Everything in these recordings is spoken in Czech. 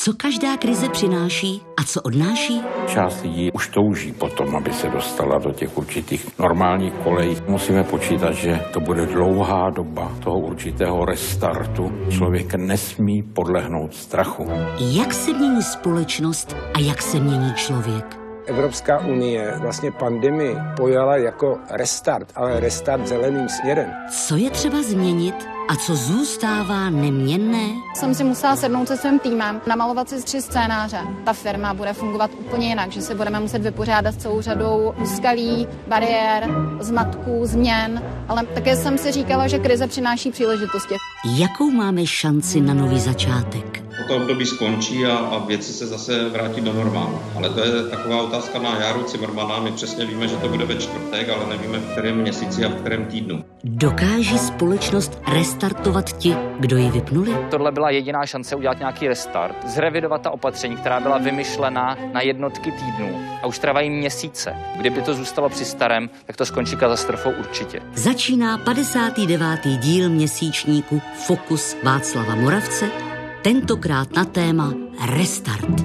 Co každá krize přináší a co odnáší? Část lidí už touží potom, aby se dostala do těch určitých normálních kolejí. Musíme počítat, že to bude dlouhá doba toho určitého restartu. Člověk nesmí podlehnout strachu. Jak se mění společnost a jak se mění člověk? Evropská unie vlastně pandemii pojala jako restart, ale restart zeleným směrem. Co je třeba změnit a co zůstává neměnné? Jsem si musela sednout se svým týmem, namalovat si 3 scénáře. Ta firma bude fungovat úplně jinak, že se budeme muset vypořádat celou řadou úskalí, bariér, zmatků, změn, ale také jsem si říkala, že krize přináší příležitosti. Jakou máme šanci na nový začátek? To období skončí a věci se zase vrátí do normálu. Ale to je taková otázka na Járu Cimrmana. My přesně víme, že to bude ve čtvrtek, ale nevíme v kterém měsíci a v kterém týdnu. Dokáží společnost restartovat ti, kdo ji vypnuli? Tohle byla jediná šance udělat nějaký restart, zrevidovat ta opatření, která byla vymyšlena na jednotky týdnů a už trvají měsíce. Kdyby to zůstalo při starém, tak to skončí katastrofou určitě. Začíná 59. díl měsíčníku Fokus Václava Moravce, tentokrát na téma Restart.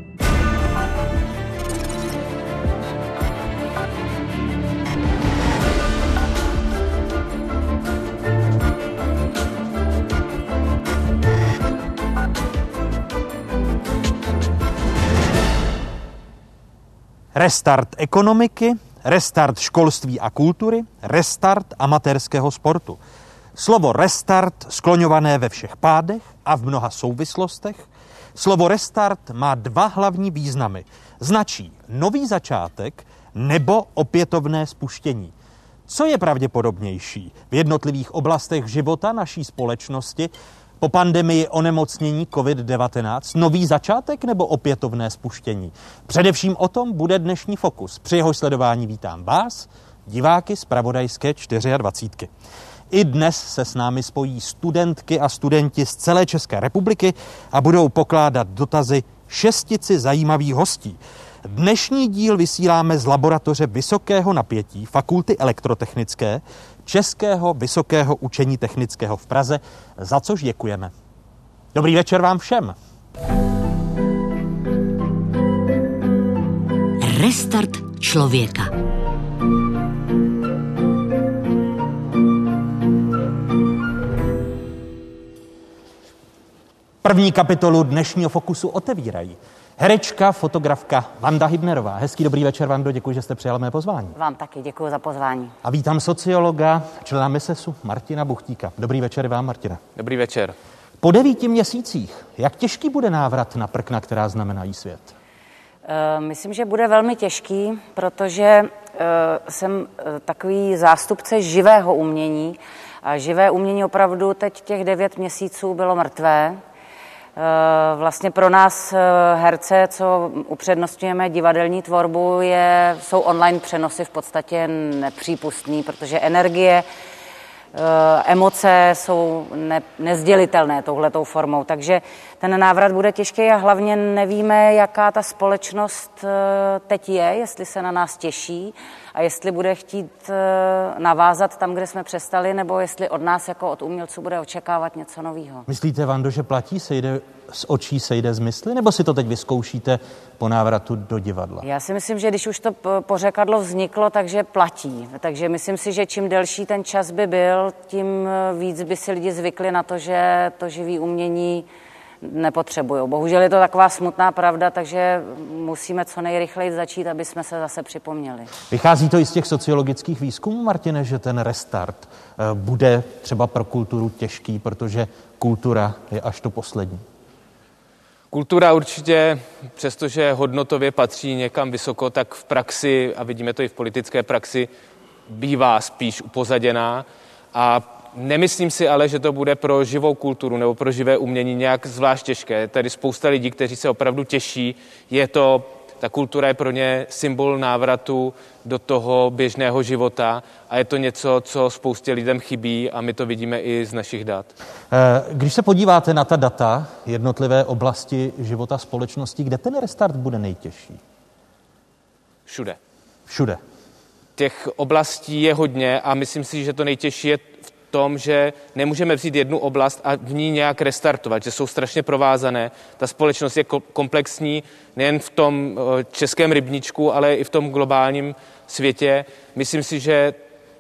Restart ekonomiky, restart školství a kultury, restart amatérského sportu. Slovo restart skloňované ve všech pádech a v mnoha souvislostech. Slovo restart má 2 hlavní významy. Značí nový začátek nebo opětovné spuštění. Co je pravděpodobnější v jednotlivých oblastech života naší společnosti po pandemii onemocnění COVID-19? Nový začátek nebo opětovné spuštění? Především o tom bude dnešní Fokus. Při jeho sledování vítám vás, diváky z zpravodajské 24. I dnes se s námi spojí studentky a studenti z celé České republiky a budou pokládat dotazy 6 zajímavých hostí. Dnešní díl vysíláme z laboratoře vysokého napětí Fakulty elektrotechnické Českého vysokého učení technického v Praze, za což děkujeme. Dobrý večer vám všem. Restart člověka. První kapitolu dnešního Fokusu otevírají herečka, fotografka Vanda Hybnerová. Hezký dobrý večer, Vando, děkuji, že jste přijala mé pozvání. Vám taky děkuji za pozvání. A vítám sociologa, člena MISESu Martina Buchtíka. Dobrý večer vám, Martine. Dobrý večer. Po 9 měsících, jak těžký bude návrat na prkna, která znamenají svět? Myslím, že bude velmi těžký, protože jsem takový zástupce živého umění. A živé umění opravdu teď těch 9 měsíců bylo mrtvé. Vlastně pro nás herce, co upřednostňujeme divadelní tvorbu, jsou online přenosy v podstatě nepřípustný, protože energie, emoce jsou nezdělitelné touhletou formou. Takže ten návrat bude těžký a hlavně nevíme, jaká ta společnost teď je, jestli se na nás těší a jestli bude chtít navázat tam, kde jsme přestali, nebo jestli od nás jako od umělců bude očekávat něco nového. Myslíte, Vando, že platí, sejde z očí, sejde z mysli, nebo si to teď vyzkoušíte po návratu do divadla? Já si myslím, že když už to pořekadlo vzniklo, takže platí. Takže myslím si, že čím delší ten čas by byl, tím víc by si lidi zvykli na to, že to živý umění nepotřebují. Bohužel je to taková smutná pravda, takže musíme co nejrychleji začít, aby jsme se zase připomněli. Vychází to i z těch sociologických výzkumů, Martine, že ten restart bude třeba pro kulturu těžký, protože kultura je až to poslední? Kultura určitě, přestože hodnotově patří někam vysoko, tak v praxi, a vidíme to i v politické praxi, bývá spíš upozaděná. A nemyslím si ale, že to bude pro živou kulturu nebo pro živé umění nějak zvlášť těžké. Tady spousta lidí, kteří se opravdu těší, ta kultura je pro ně symbol návratu do toho běžného života a je to něco, co spoustě lidem chybí a my to vidíme i z našich dat. Když se podíváte na ta data jednotlivé oblasti života společnosti, kde ten restart bude nejtěžší? Všude. Všude. Těch oblastí je hodně a myslím si, že to nejtěžší je v tom, že nemůžeme vzít jednu oblast a v ní nějak restartovat, že jsou strašně provázané. Ta společnost je komplexní nejen v tom českém rybníčku, ale i v tom globálním světě. Myslím si, že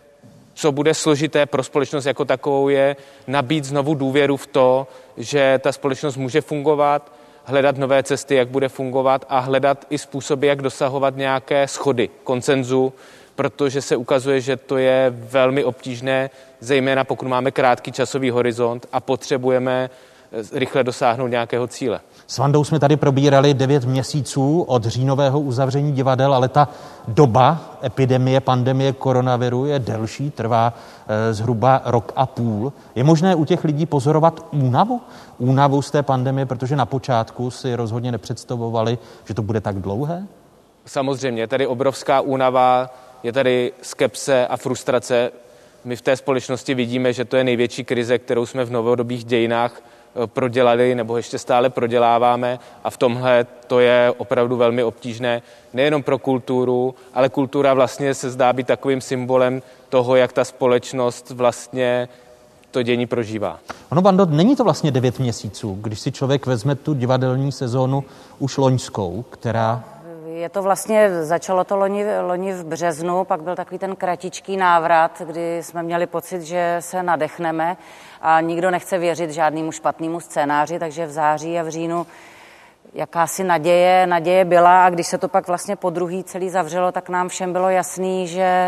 co bude složité pro společnost jako takovou je nabít znovu důvěru v to, že ta společnost může fungovat, hledat nové cesty, jak bude fungovat a hledat i způsoby, jak dosahovat nějaké shody, konsenzu, protože se ukazuje, že to je velmi obtížné, zejména pokud máme krátký časový horizont a potřebujeme rychle dosáhnout nějakého cíle. S Vandou jsme tady probírali 9 měsíců od říjnového uzavření divadel, ale ta doba epidemie, pandemie koronaviru je delší, trvá zhruba rok a půl. Je možné u těch lidí pozorovat únavu z té pandemie, protože na počátku si rozhodně nepředstavovali, že to bude tak dlouhé? Samozřejmě, je tady obrovská únava, je tady skepse a frustrace. My v té společnosti vidíme, že to je největší krize, kterou jsme v novodobých dějinách prodělali nebo ještě stále proděláváme a v tomhle to je opravdu velmi obtížné nejenom pro kulturu, ale kultura vlastně se zdá být takovým symbolem toho, jak ta společnost vlastně to dění prožívá. Ono, Vando, není to vlastně 9 měsíců, když si člověk vezme tu divadelní sezónu už loňskou, která... Je to vlastně, začalo to loni v březnu, pak byl takový ten kratičký návrat, kdy jsme měli pocit, že se nadechneme a nikdo nechce věřit žádnému špatnému scénáři, takže v září a v říjnu jakási naděje byla a když se to pak vlastně po druhý celý zavřelo, tak nám všem bylo jasný,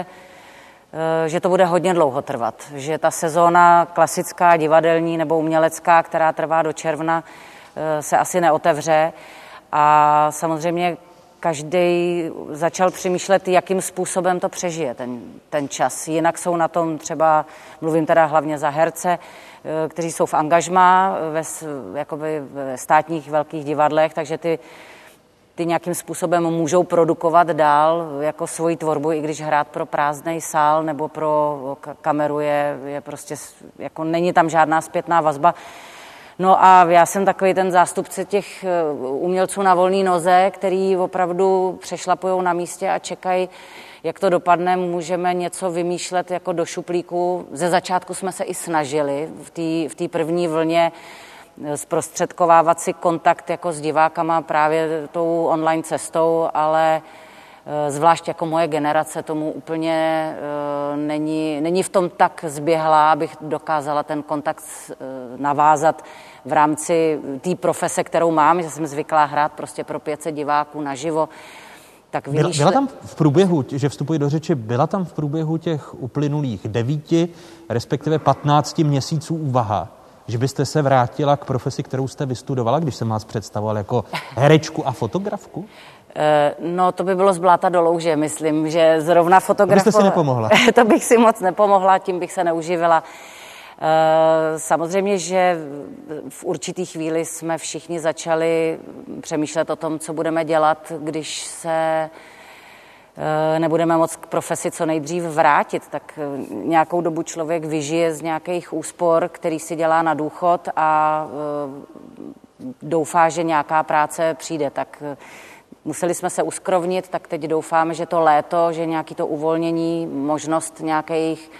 že to bude hodně dlouho trvat, že ta sezóna klasická, divadelní nebo umělecká, která trvá do června, se asi neotevře a samozřejmě každý začal přemýšlet, jakým způsobem to přežije ten čas. Jinak jsou na tom třeba, mluvím teda hlavně za herce, kteří jsou v angažmá jakoby ve státních velkých divadlech, takže ty nějakým způsobem můžou produkovat dál jako svoji tvorbu, i když hrát pro prázdnej sál nebo pro kameru je prostě, jako není tam žádná zpětná vazba. No a já jsem takový ten zástupce těch umělců na volné noze, který opravdu přešlapujou na místě a čekají, jak to dopadne. Můžeme něco vymýšlet jako do šuplíku. Ze začátku jsme se i snažili v té první vlně zprostředkovávat si kontakt jako s divákama právě tou online cestou, ale zvlášť jako moje generace tomu úplně není v tom tak zběhlá, abych dokázala ten kontakt navázat v rámci té profese, kterou mám, že jsem zvyklá hrát prostě pro 500 diváků naživo. Tak byla tam v průběhu, že vstupuji do řeči, byla tam v průběhu těch uplynulých 9, respektive 15 měsíců úvaha, že byste se vrátila k profesi, kterou jste vystudovala, když jsem vás představoval jako herečku a fotografku? No, to by bylo z bláta do louže, myslím, že zrovna fotografovat... To byste si nepomohla. To bych si moc nepomohla, tím bych se neuživila. Samozřejmě, že v určitý chvíli jsme všichni začali přemýšlet o tom, co budeme dělat, když se nebudeme moct k profesi co nejdřív vrátit, tak nějakou dobu člověk vyžije z nějakých úspor, který si dělá na důchod a doufá, že nějaká práce přijde, tak museli jsme se uskrovnit, tak teď doufáme, že to léto, že nějaký to uvolnění, možnost nějakých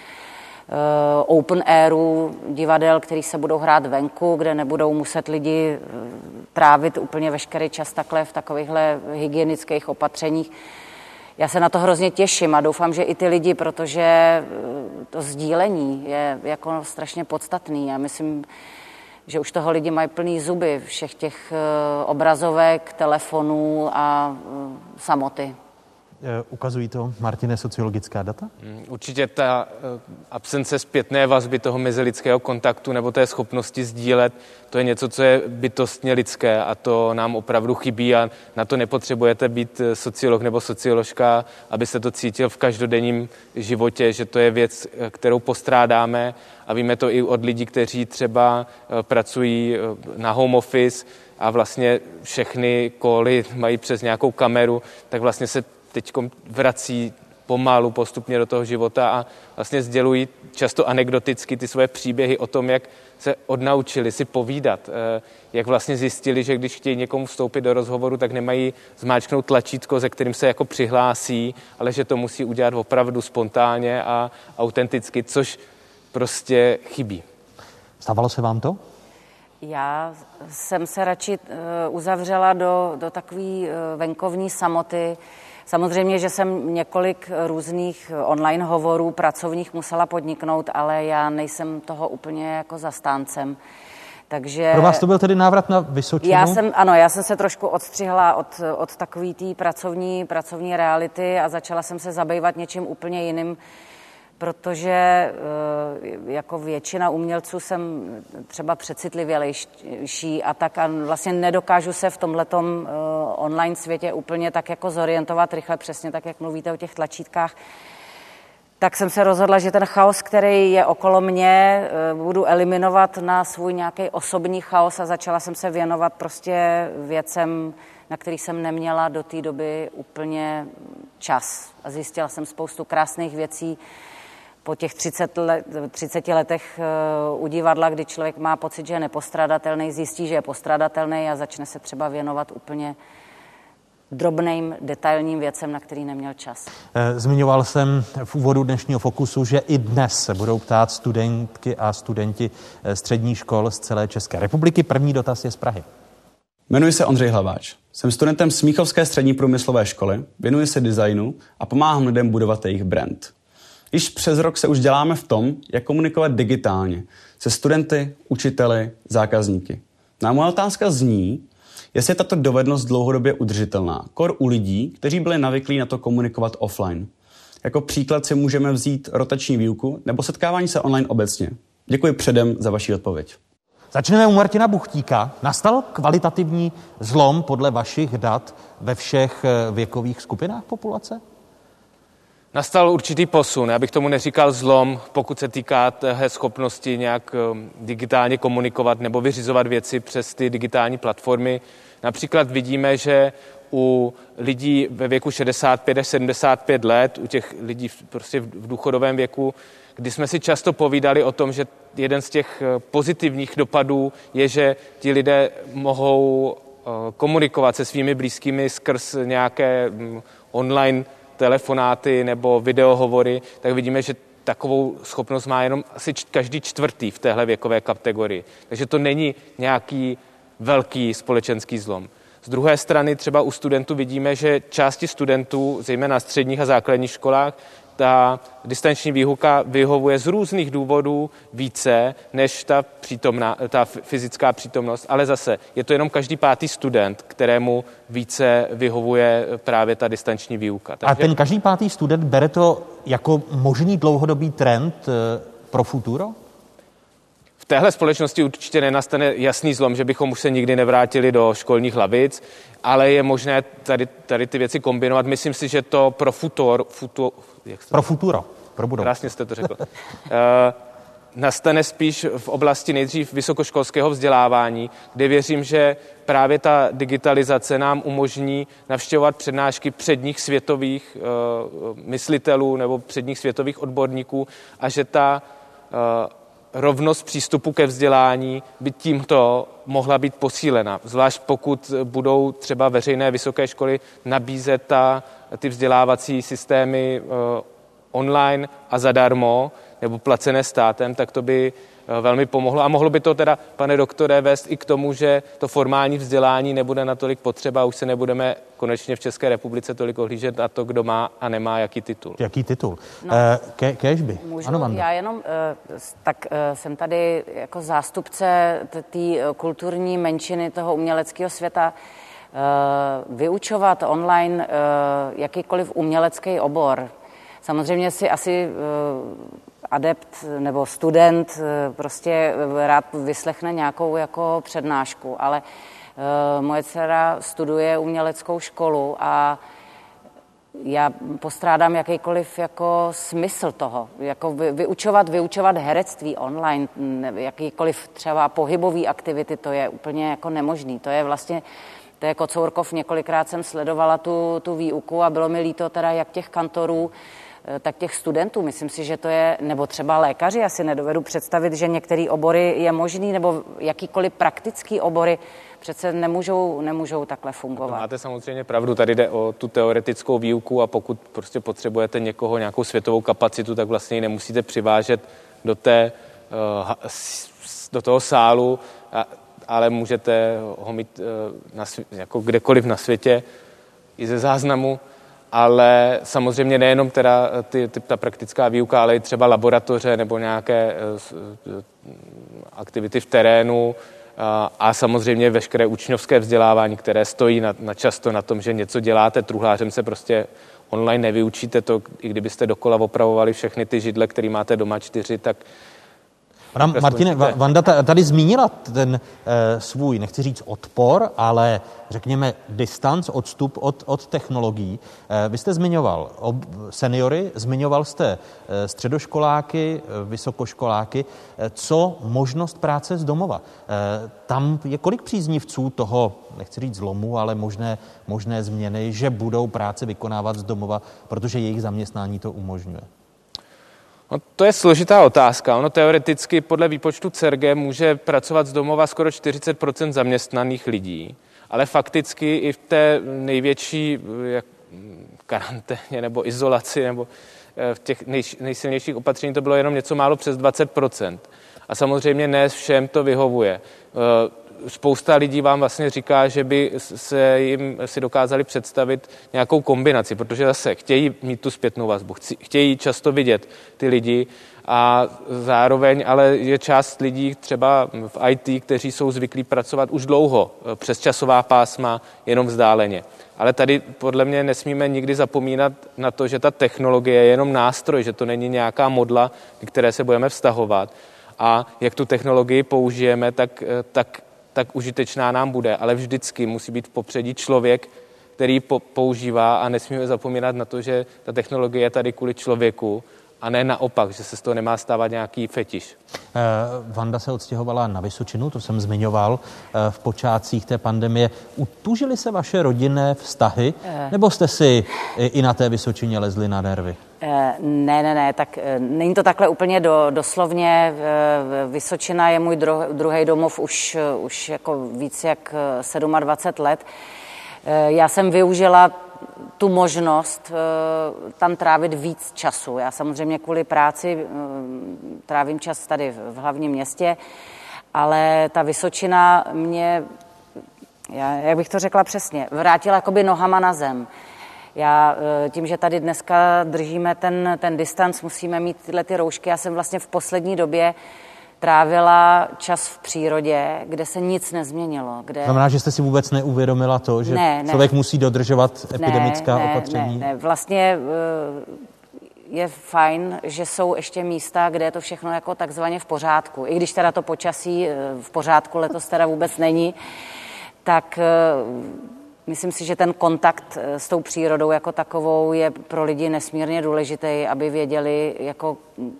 open airů, divadel, který se budou hrát venku, kde nebudou muset lidi trávit úplně veškerý čas takhle v takovýchhle hygienických opatřeních. Já se na to hrozně těším a doufám, že i ty lidi, protože to sdílení je jako strašně podstatný. Já myslím, že už toho lidi mají plný zuby všech těch obrazovek, telefonů a samoty. Ukazují to, Martine, sociologická data? Určitě ta absence zpětné vazby toho mezilidského kontaktu nebo té schopnosti sdílet, to je něco, co je bytostně lidské a to nám opravdu chybí a na to nepotřebujete být sociolog nebo socioložka, abyste to cítil v každodenním životě, že to je věc, kterou postrádáme a víme to i od lidí, kteří třeba pracují na home office a vlastně všechny cally mají přes nějakou kameru, tak vlastně se teď vrací pomalu, postupně do toho života a vlastně sdělují často anekdoticky ty svoje příběhy o tom, jak se odnaučili si povídat, jak vlastně zjistili, že když chtějí někomu vstoupit do rozhovoru, tak nemají zmáčknout tlačítko, ze kterým se jako přihlásí, ale že to musí udělat opravdu spontánně a autenticky, což prostě chybí. Stávalo se vám to? Já jsem se radši uzavřela do takové venkovní samoty. Samozřejmě, že jsem několik různých online hovorů pracovních musela podniknout, ale já nejsem toho úplně jako zastáncem. Takže pro vás to byl tedy návrat na Vysočinu? Já jsem se trošku odstřihla od takové té pracovní reality a začala jsem se zabývat něčím úplně jiným, protože jako většina umělců jsem třeba přecitlivější a vlastně nedokážu se v tomhletom online světě úplně tak jako zorientovat rychle, přesně tak, jak mluvíte o těch tlačítkách. Tak jsem se rozhodla, že ten chaos, který je okolo mě, budu eliminovat na svůj nějaký osobní chaos a začala jsem se věnovat prostě věcem, na který jsem neměla do té doby úplně čas. A zjistila jsem spoustu krásných věcí po těch 30 letech u divadla, kdy člověk má pocit, že je nepostradatelný, zjistí, že je postradatelný a začne se třeba věnovat úplně drobným, detailním věcem, na který neměl čas. Zmiňoval jsem v úvodu dnešního Fokusu, že i dnes se budou ptát studentky a studenti středních škol z celé České republiky. První dotaz je z Prahy. Jmenuji se Ondřej Hlaváč. Jsem studentem Smíchovské střední průmyslové školy, věnuji se designu a pomáhám lidem budovat jejich brand. Již přes rok se už děláme v tom, jak komunikovat digitálně se studenty, učiteli, zákazníky. No moje otázka zní, jestli je tato dovednost dlouhodobě udržitelná, kor u lidí, kteří byli navyklí na to komunikovat offline. Jako příklad si můžeme vzít rotační výuku nebo setkávání se online obecně. Děkuji předem za vaši odpověď. Začneme u Martina Buchtíka. Nastal kvalitativní zlom podle vašich dat ve všech věkových skupinách populace? Nastal určitý posun. Já bych tomu neříkal zlom, pokud se týká té schopnosti nějak digitálně komunikovat nebo vyřizovat věci přes ty digitální platformy. Například vidíme, že u lidí ve věku 65 až 75 let, u těch lidí prostě v důchodovém věku, kdy jsme si často povídali o tom, že jeden z těch pozitivních dopadů je, že ti lidé mohou komunikovat se svými blízkými skrz nějaké online telefonáty nebo videohovory, tak vidíme, že takovou schopnost má jenom asi každý čtvrtý v téhle věkové kategorii. Takže to není nějaký velký společenský zlom. Z druhé strany třeba u studentů vidíme, že části studentů, zejména na středních a základních školách, ta distanční výuka vyhovuje z různých důvodů více než ta fyzická přítomnost, ale zase je to jenom každý pátý student, kterému více vyhovuje právě ta distanční výuka. A ten každý pátý student bere to jako možný dlouhodobý trend pro futuro? V téhle společnosti určitě nenastane jasný zlom, že bychom už se nikdy nevrátili do školních lavic, ale je možné tady ty věci kombinovat. Myslím si, že to pro futuro, pro budoucnost. Krásně jste to řekl. Nastane spíš v oblasti nejdřív vysokoškolského vzdělávání, kde věřím, že právě ta digitalizace nám umožní navštěvovat přednášky předních světových myslitelů nebo předních světových odborníků a že ta rovnost přístupu ke vzdělání by tímto mohla být posílena. Zvlášť pokud budou třeba veřejné vysoké školy nabízet ty vzdělávací systémy online a zadarmo nebo placené státem, tak to by velmi pomohlo. A mohlo by to teda, pane doktore, vést i k tomu, že to formální vzdělání nebude natolik potřeba, už se nebudeme konečně v České republice tolik ohlížet na to, kdo má a nemá jaký titul. Jaký titul? No, kéžby. Ano, já jenom, jsem tady jako zástupce té kulturní menšiny toho uměleckého světa. Vyučovat online jakýkoliv umělecký obor. Samozřejmě si asi adept nebo student prostě rád vyslechne nějakou jako přednášku, ale moje dcera studuje uměleckou školu a já postrádám jakýkoliv jako smysl toho, jako vyučovat herectví online, jakýkoliv třeba pohybový aktivity, to je úplně jako nemožný, to je Kocourkov, několikrát jsem sledovala tu výuku a bylo mi líto teda jak těch kantorů, tak těch studentů. Myslím si, že to je, nebo třeba lékaři, já si nedovedu představit, že některé obory je možný, nebo jakýkoliv praktický obory přece nemůžou takhle fungovat. Máte samozřejmě pravdu, tady jde o tu teoretickou výuku a pokud prostě potřebujete nějakou světovou kapacitu, tak vlastně ji nemusíte přivážet do toho sálu, ale můžete ho mít jako kdekoliv na světě i ze záznamu. Ale samozřejmě nejenom teda ta praktická výuka, ale i třeba laboratoře nebo nějaké aktivity v terénu a samozřejmě veškeré učňovské vzdělávání, které stojí často na tom, že něco děláte. Truhlářem se prostě online nevyučíte to, i kdybyste dokola opravovali všechny ty židle, které máte doma 4, tak... Martine, Vanda tady zmínila ten svůj, nechci říct odpor, ale řekněme distanc, odstup od technologií. Vy jste zmiňoval seniory, zmiňoval jste středoškoláky, vysokoškoláky. Co možnost práce z domova? Tam je kolik příznivců toho, nechci říct zlomu, ale možné změny, že budou práce vykonávat z domova, protože jejich zaměstnání to umožňuje? No, to je složitá otázka. Ono teoreticky podle výpočtu CERGE může pracovat z domova skoro 40% zaměstnaných lidí, ale fakticky i v té největší karanténě nebo izolaci nebo v těch nejsilnějších opatření to bylo jenom něco málo přes 20%. A samozřejmě ne všem to vyhovuje. Spousta lidí vám vlastně říká, že by si dokázali představit nějakou kombinaci, protože zase chtějí mít tu zpětnou vazbu, chtějí často vidět ty lidi a zároveň ale je část lidí třeba v IT, kteří jsou zvyklí pracovat už dlouho přes časová pásma jenom vzdáleně. Ale tady podle mě nesmíme nikdy zapomínat na to, že ta technologie je jenom nástroj, že to není nějaká modla, které se budeme vztahovat a jak tu technologii použijeme, tak užitečná nám bude, ale vždycky musí být v popředí člověk, který používá a nesmíme zapomínat na to, že ta technologie je tady kvůli člověku a ne naopak, že se z toho nemá stávat nějaký fetiš. Vanda se odstěhovala na Vysočinu, to jsem zmiňoval v počátcích té pandemie. Utužily se vaše rodinné vztahy, nebo jste si i na té Vysočině lezli na nervy? Ne, tak není to takhle úplně doslovně. Vysočina je můj druhý domov už jako víc jak 27 let. Já jsem využila tu možnost tam trávit víc času. Já samozřejmě kvůli práci trávím čas tady v hlavním městě, ale ta Vysočina mě, jak bych to řekla přesně, vrátila jakoby nohama na zem. Já tím, že tady dneska držíme ten distanc, musíme mít tyhle ty roušky. Já jsem vlastně v poslední době trávila čas v přírodě, kde se nic nezměnilo. Znamená, že jste si vůbec neuvědomila to, že člověk musí dodržovat epidemická opatření? Ne. Vlastně je fajn, že jsou ještě místa, kde je to všechno jako takzvaně v pořádku. I když teda to počasí v pořádku letos teda vůbec není, tak myslím si, že ten kontakt s tou přírodou jako takovou je pro lidi nesmírně důležitý, aby věděli, jako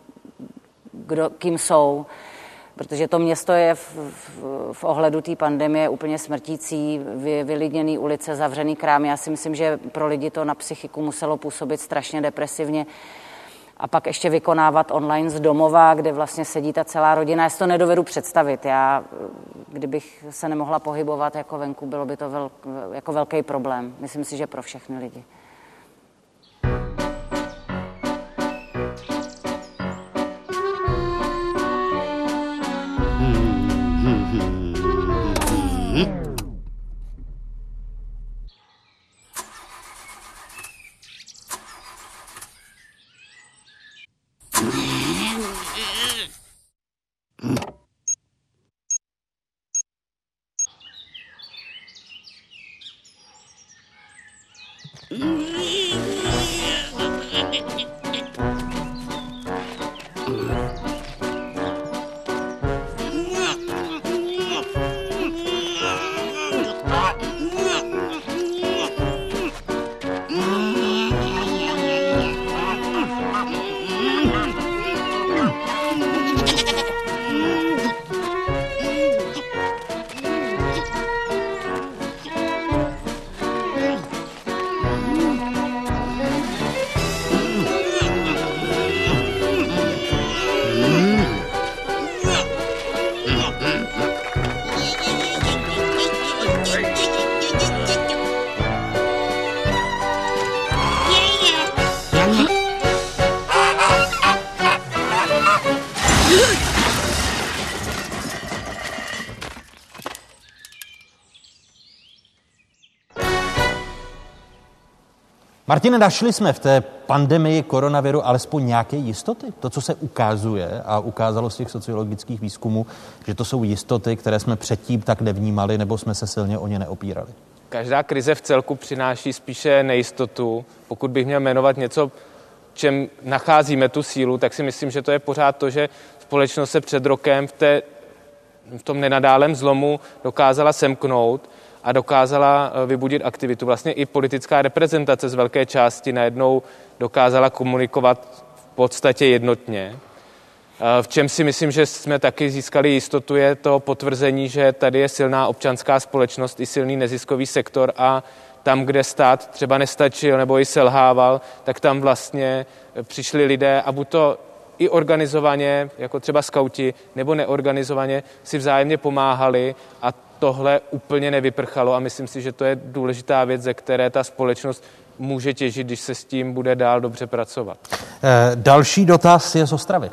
kým jsou. Protože to město je v ohledu té pandemie úplně smrtící, vylidněný ulice, zavřený krámy. Já si myslím, že pro lidi to na psychiku muselo působit strašně depresivně. A pak ještě vykonávat online z domova, kde vlastně sedí ta celá rodina. Já si to nedovedu představit. Kdybych se nemohla pohybovat jako venku, bylo by to jako velký problém. Myslím si, že pro všechny lidi. Martine, našli jsme v té pandemii koronaviru alespoň nějaké jistoty? To, co se ukazuje a ukázalo z těch sociologických výzkumů, že to jsou jistoty, které jsme předtím tak nevnímali nebo jsme se silně o ně neopírali. Každá krize v celku přináší spíše nejistotu. Pokud bych měl jmenovat něco, v čem nacházíme tu sílu, tak si myslím, že to je pořád to, že společnost se před rokem v tom nenadálém zlomu dokázala semknout a dokázala vybudit aktivitu. Vlastně i politická reprezentace z velké části najednou dokázala komunikovat v podstatě jednotně. V čem si myslím, že jsme taky získali jistotu, je to potvrzení, že tady je silná občanská společnost i silný neziskový sektor a tam, kde stát třeba nestačil nebo i selhával, tak tam vlastně přišli lidé a buď to i organizovaně, jako třeba skauti, nebo neorganizovaně si vzájemně pomáhali a tohle úplně nevyprchalo a myslím si, že to je důležitá věc, ze které ta společnost může těžit, když se s tím bude dál dobře pracovat. Další dotaz je z Ostravy.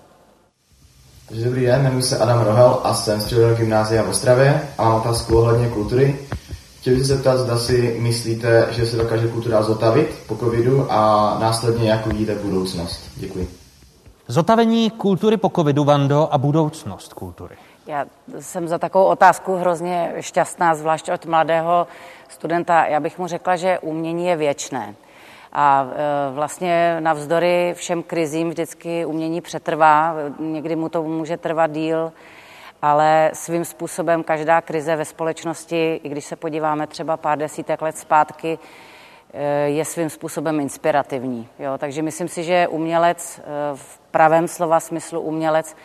Dobrý den, jmenuji se Adam Rohel a jsem z Středního gymnázia v Ostravě a mám otázku ohledně kultury. Chtěl bych se zeptat, zda si myslíte, že se dokáže kultura zotavit po covidu a následně jak vidíte budoucnost. Děkuji. Zotavení kultury po covidu, Vando, a budoucnost kultury. Já jsem za takovou otázku hrozně šťastná, zvlášť od mladého studenta. Já bych mu řekla, že umění je věčné. A vlastně navzdory všem krizím vždycky umění přetrvá, někdy mu to může trvat díl, ale svým způsobem každá krize ve společnosti, i když se podíváme třeba pár desítek let zpátky, je svým způsobem inspirativní. Jo? Takže myslím si, že umělec, v pravém slova smyslu umělec,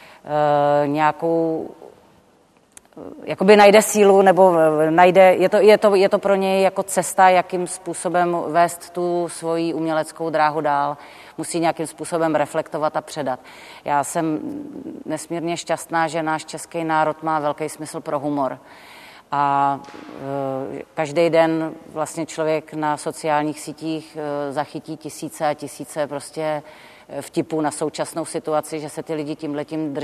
nějakou jakoby najde sílu, nebo najde, je to pro něj jako cesta, jakým způsobem vést tu svoji uměleckou dráhu dál. Musí nějakým způsobem reflektovat a předat. Já jsem nesmírně šťastná, že náš český národ má velký smysl pro humor. A každý den vlastně člověk na sociálních sítích zachytí tisíce a tisíce prostě vtipů na současnou situaci, že se ty lidi tímhletím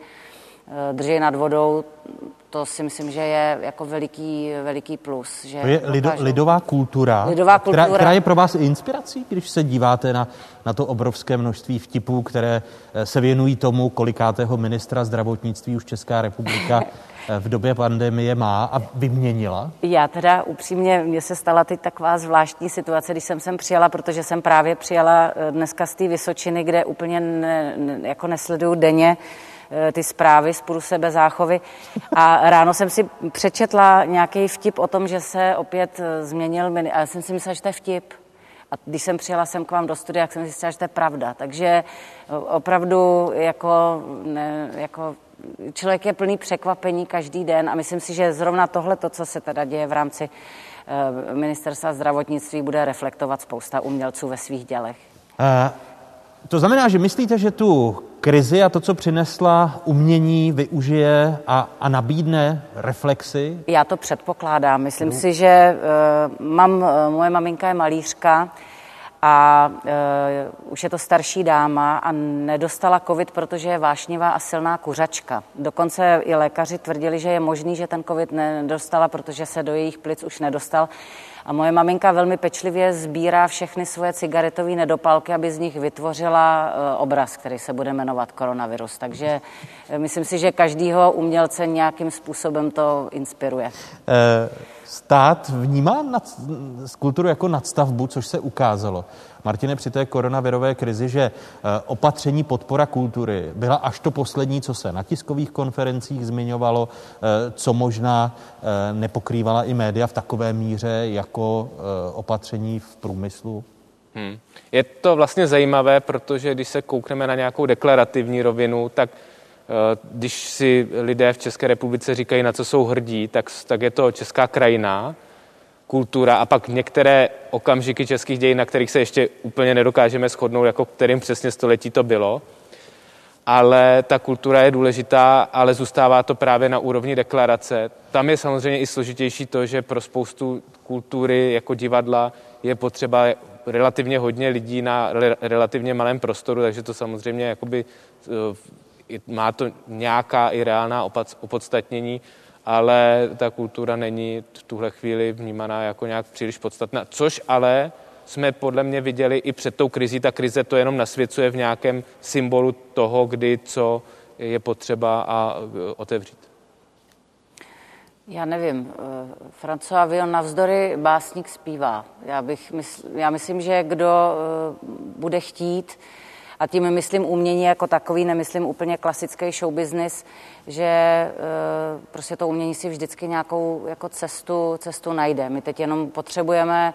držej nad vodou, to si myslím, že je jako veliký plus. Že to je lidová kultura, která je pro vás inspirací, když se díváte na to obrovské množství vtipů, které se věnují tomu, kolikátého ministra zdravotnictví už Česká republika v době pandemie má a vyměnila? Já teda upřímně, mně se stala teď taková zvláštní situace, když jsem sem přijela, protože jsem právě přijela dneska z té Vysočiny, kde úplně jako nesleduju denně ty zprávy z Pruse bez záchovy. A ráno jsem si přečetla nějaký vtip o tom, že se opět změnil, a já jsem si myslela, že to je vtip. A když jsem přijela sem k vám do studia, tak jsem si myslela, že to je pravda. Takže opravdu jako člověk je plný překvapení každý den a myslím si, že zrovna tohle, to, co se teda děje v rámci ministerstva zdravotnictví, bude reflektovat spousta umělců ve svých dělech. To znamená, že myslíte, že tu krizi a to, co přinesla umění, využije a nabídne reflexi? Já to předpokládám. Myslím si, že moje maminka je malířka a už je to starší dáma a nedostala covid, protože je vášnivá a silná kuřačka. Dokonce i lékaři tvrdili, že je možný, že ten covid nedostala, protože se do jejich plic už nedostal. A moje maminka velmi pečlivě sbírá všechny svoje cigaretové nedopalky, aby z nich vytvořila obraz, který se bude jmenovat koronavirus. Takže myslím si, že každýho umělce nějakým způsobem to inspiruje. Stát vnímá kulturu jako nadstavbu, což se ukázalo. Martine, při té koronavirové krizi, že opatření podpora kultury byla až to poslední, co se na tiskových konferencích zmiňovalo, co možná nepokrývala i média v takové míře jako opatření v průmyslu? Je to vlastně zajímavé, protože když se koukneme na nějakou deklarativní rovinu, tak když si lidé v České republice říkají, na co jsou hrdí, tak je to česká krajina, kultura a pak některé okamžiky českých dějin, na kterých se ještě úplně nedokážeme shodnout, jako kterým přesně století to bylo. Ale ta kultura je důležitá, ale zůstává to právě na úrovni deklarace. Tam je samozřejmě i složitější to, že pro spoustu kultury jako divadla je potřeba relativně hodně lidí na relativně malém prostoru, takže to samozřejmě jakoby má to nějaká i reálná opodstatnění, ale ta kultura není v tuhle chvíli vnímaná jako nějak příliš podstatná, což ale jsme podle mě viděli i před tou krizí. Ta krize to jenom nasvěcuje v nějakém symbolu toho, kdy co je potřeba a otevřít. Já nevím, François Villon navzdory básník zpívá. Já myslím, že kdo bude chtít, a tím myslím umění jako takový, nemyslím úplně klasický show business, že prostě to umění si vždycky nějakou jako cestu najde. My teď jenom potřebujeme,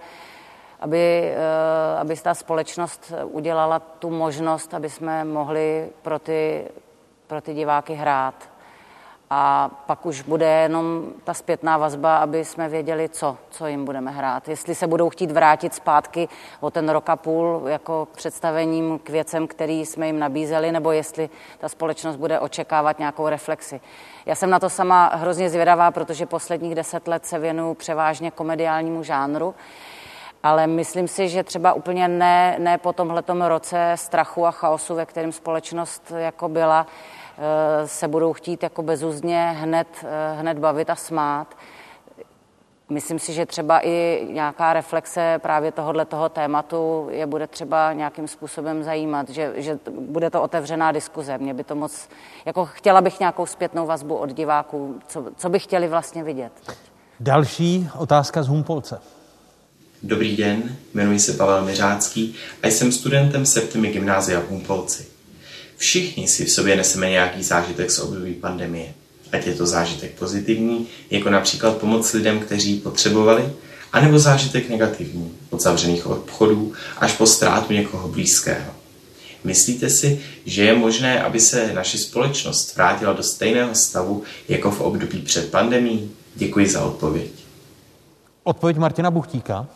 aby ta společnost udělala tu možnost, aby jsme mohli pro ty diváky hrát. A pak už bude jenom ta zpětná vazba, aby jsme věděli, co jim budeme hrát. Jestli se budou chtít vrátit zpátky o ten rok a půl jako představením k věcem, který jsme jim nabízeli, nebo jestli ta společnost bude očekávat nějakou reflexi. Já jsem na to sama hrozně zvědavá, protože posledních 10 let se věnuju převážně komediálnímu žánru, ale myslím si, že třeba úplně ne po tomhletom roce strachu a chaosu, ve kterém společnost jako byla, se budou chtít jako bezúzdně hned bavit a smát. Myslím si, že třeba i nějaká reflexe právě tohoto tématu je bude třeba nějakým způsobem zajímat, že bude to otevřená diskuze. Mě by to moc, jako chtěla bych nějakou zpětnou vazbu od diváků, co by chtěli vlastně vidět. Další otázka z Humpolce. Dobrý den, jmenuji se Pavel Miřácký a jsem studentem Septimy gymnázia v Humpolci. Všichni si v sobě neseme nějaký zážitek z období pandemie. Ať je to zážitek pozitivní, jako například pomoc lidem, kteří potřebovali, anebo zážitek negativní, od zavřených obchodů až po ztrátu někoho blízkého. Myslíte si, že je možné, aby se naše společnost vrátila do stejného stavu jako v období před pandemií? Děkuji za odpověď. Odpověď Martina Buchtíka.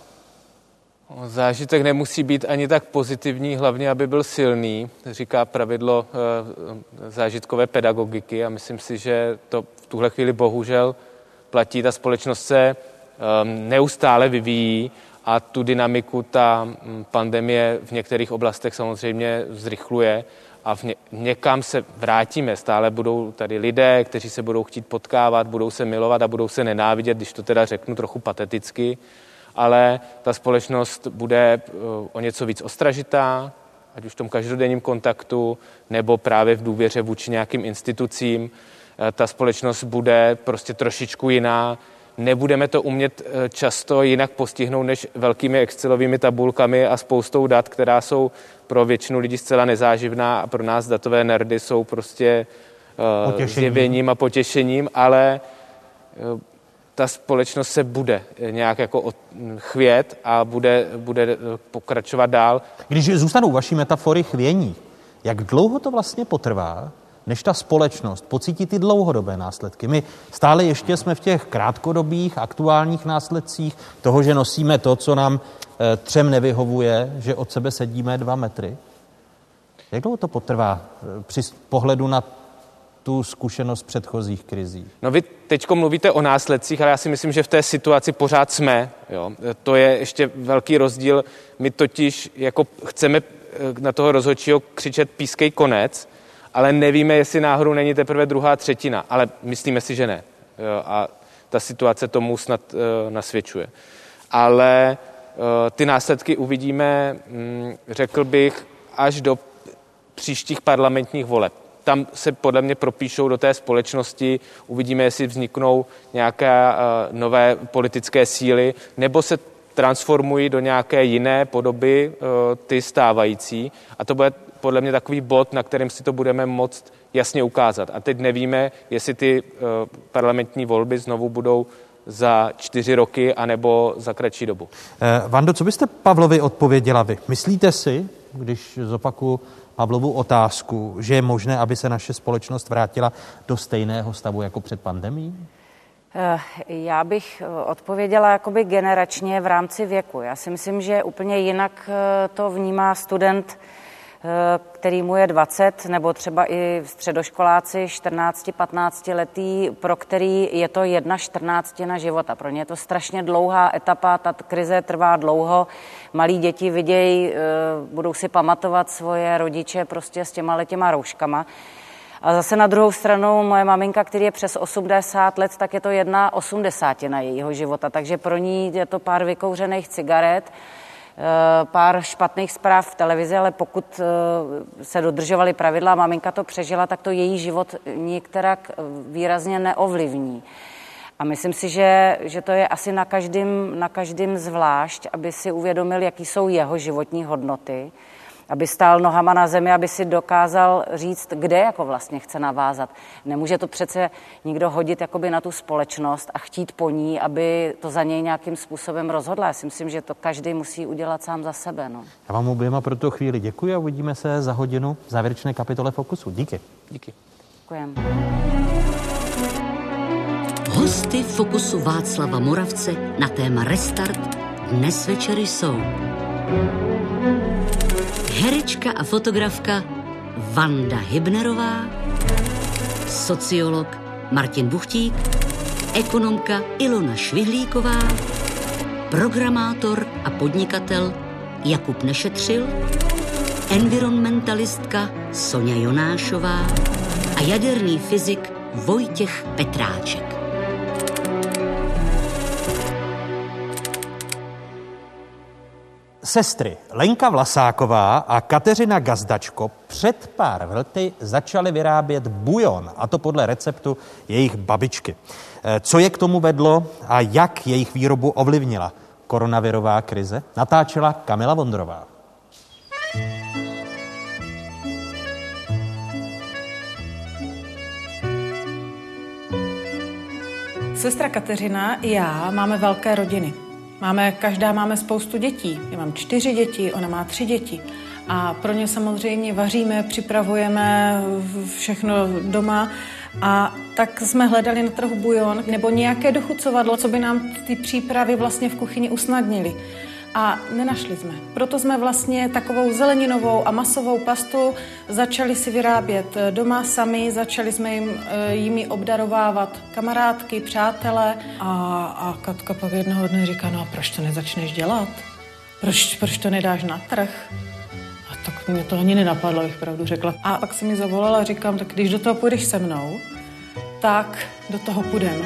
Zážitek nemusí být ani tak pozitivní, hlavně aby byl silný, říká pravidlo zážitkové pedagogiky a myslím si, že to v tuhle chvíli bohužel platí. Ta společnost se neustále vyvíjí a tu dynamiku ta pandemie v některých oblastech samozřejmě zrychluje a někam se vrátíme. Stále budou tady lidé, kteří se budou chtít potkávat, budou se milovat a budou se nenávidět, když to teda řeknu trochu pateticky, ale ta společnost bude o něco víc ostražitá, ať už v tom každodenním kontaktu, nebo právě v důvěře vůči nějakým institucím. Ta společnost bude prostě trošičku jiná. Nebudeme to umět často jinak postihnout než velkými excelovými tabulkami a spoustou dat, která jsou pro většinu lidí zcela nezáživná a pro nás datové nerdy jsou prostě zjevením a potěšením, ale ta společnost se bude nějak jako chvět a bude pokračovat dál. Když zůstanou vaší metafory chvění, jak dlouho to vlastně potrvá, než ta společnost pocítí ty dlouhodobé následky? My stále ještě jsme v těch krátkodobých, aktuálních následcích toho, že nosíme to, co nám třem nevyhovuje, že od sebe sedíme 2 metry. Jak dlouho to potrvá při pohledu na tu zkušenost předchozích krizí? No vy teďko mluvíte o následcích, ale já si myslím, že v té situaci pořád jsme. Jo. To je ještě velký rozdíl. My totiž jako chceme na toho rozhodčího křičet pískej konec, ale nevíme, jestli náhodou není teprve 2/3, ale myslíme si, že ne. Jo. A ta situace tomu snad nasvědčuje. Ale ty následky uvidíme, řekl bych, až do příštích parlamentních voleb. Tam se podle mě propíšou do té společnosti, uvidíme, jestli vzniknou nějaké nové politické síly, nebo se transformují do nějaké jiné podoby ty stávající. A to bude podle mě takový bod, na kterém si to budeme moct jasně ukázat. A teď nevíme, jestli ty parlamentní volby znovu budou za 4 roky, anebo za kratší dobu. Vando, co byste Pavlovi odpověděla vy? Myslíte si, když zopakuju Pavlovu otázku, že je možné, aby se naše společnost vrátila do stejného stavu jako před pandemií? Já bych odpověděla jakoby generačně v rámci věku. Já si myslím, že úplně jinak to vnímá student, který mu je 20, nebo třeba i středoškoláci 14-15 letý, pro který je to 1/14 života. Pro ně je to strašně dlouhá etapa, ta krize trvá dlouho. Malí děti vidějí, budou si pamatovat svoje rodiče prostě s těma rouškama. A zase na druhou stranu moje maminka, který je přes 80 let, tak je to 1/80 jejího života, takže pro ní je to pár vykouřených cigaret. pár špatných zpráv v televizi, ale pokud se dodržovaly pravidla a maminka to přežila, tak to její život některak výrazně neovlivní. A myslím si, že to je asi na každém zvlášť, aby si uvědomil, jaký jsou jeho životní hodnoty, aby stál nohama na zemi, aby si dokázal říct, kde jako vlastně chce navázat. Nemůže to přece nikdo hodit jakoby na tu společnost a chtít po ní, aby to za něj nějakým způsobem rozhodla. Já si myslím, že to každý musí udělat sám za sebe. No. Já vám oběma pro tu chvíli děkuji a uvidíme se za hodinu v závěrečné kapitole Fokusu. Díky. Díky. Děkujem. Hosty Fokusu Václava Moravce na téma Restart dnes večer jsou herečka a fotografka Vanda Hybnerová, sociolog Martin Buchtík, ekonomka Ilona Švihlíková, programátor a podnikatel Jakub Nešetřil, environmentalistka Sonja Jonášová a jaderný fyzik Vojtěch Petráček. Sestry Lenka Vlasáková a Kateřina Gazdačko před pár lety začaly vyrábět bujon, a to podle receptu jejich babičky. Co je k tomu vedlo a jak jejich výrobu ovlivnila koronavirová krize, natáčela Kamila Vondrová. Sestra Kateřina i já máme velké rodiny. Každá máme spoustu dětí. Já mám 4 děti, ona má 3 děti. A pro ně samozřejmě vaříme, připravujeme všechno doma. A tak jsme hledali na trhu bujon nebo nějaké dochucovadlo, co by nám ty přípravy vlastně v kuchyni usnadnily. A nenašli jsme. Proto jsme vlastně takovou zeleninovou a masovou pastu začali si vyrábět doma sami, začali jsme jimi obdarovávat kamarádky, přátelé. A Katka pak jednoho dne říká, no a proč to nezačneš dělat? Proč to nedáš na trh? A tak mě to ani nenapadlo, bych pravdu řekla. A pak si mi zavolala a říkám, tak když do toho půjdeš se mnou, tak do toho půjdeme.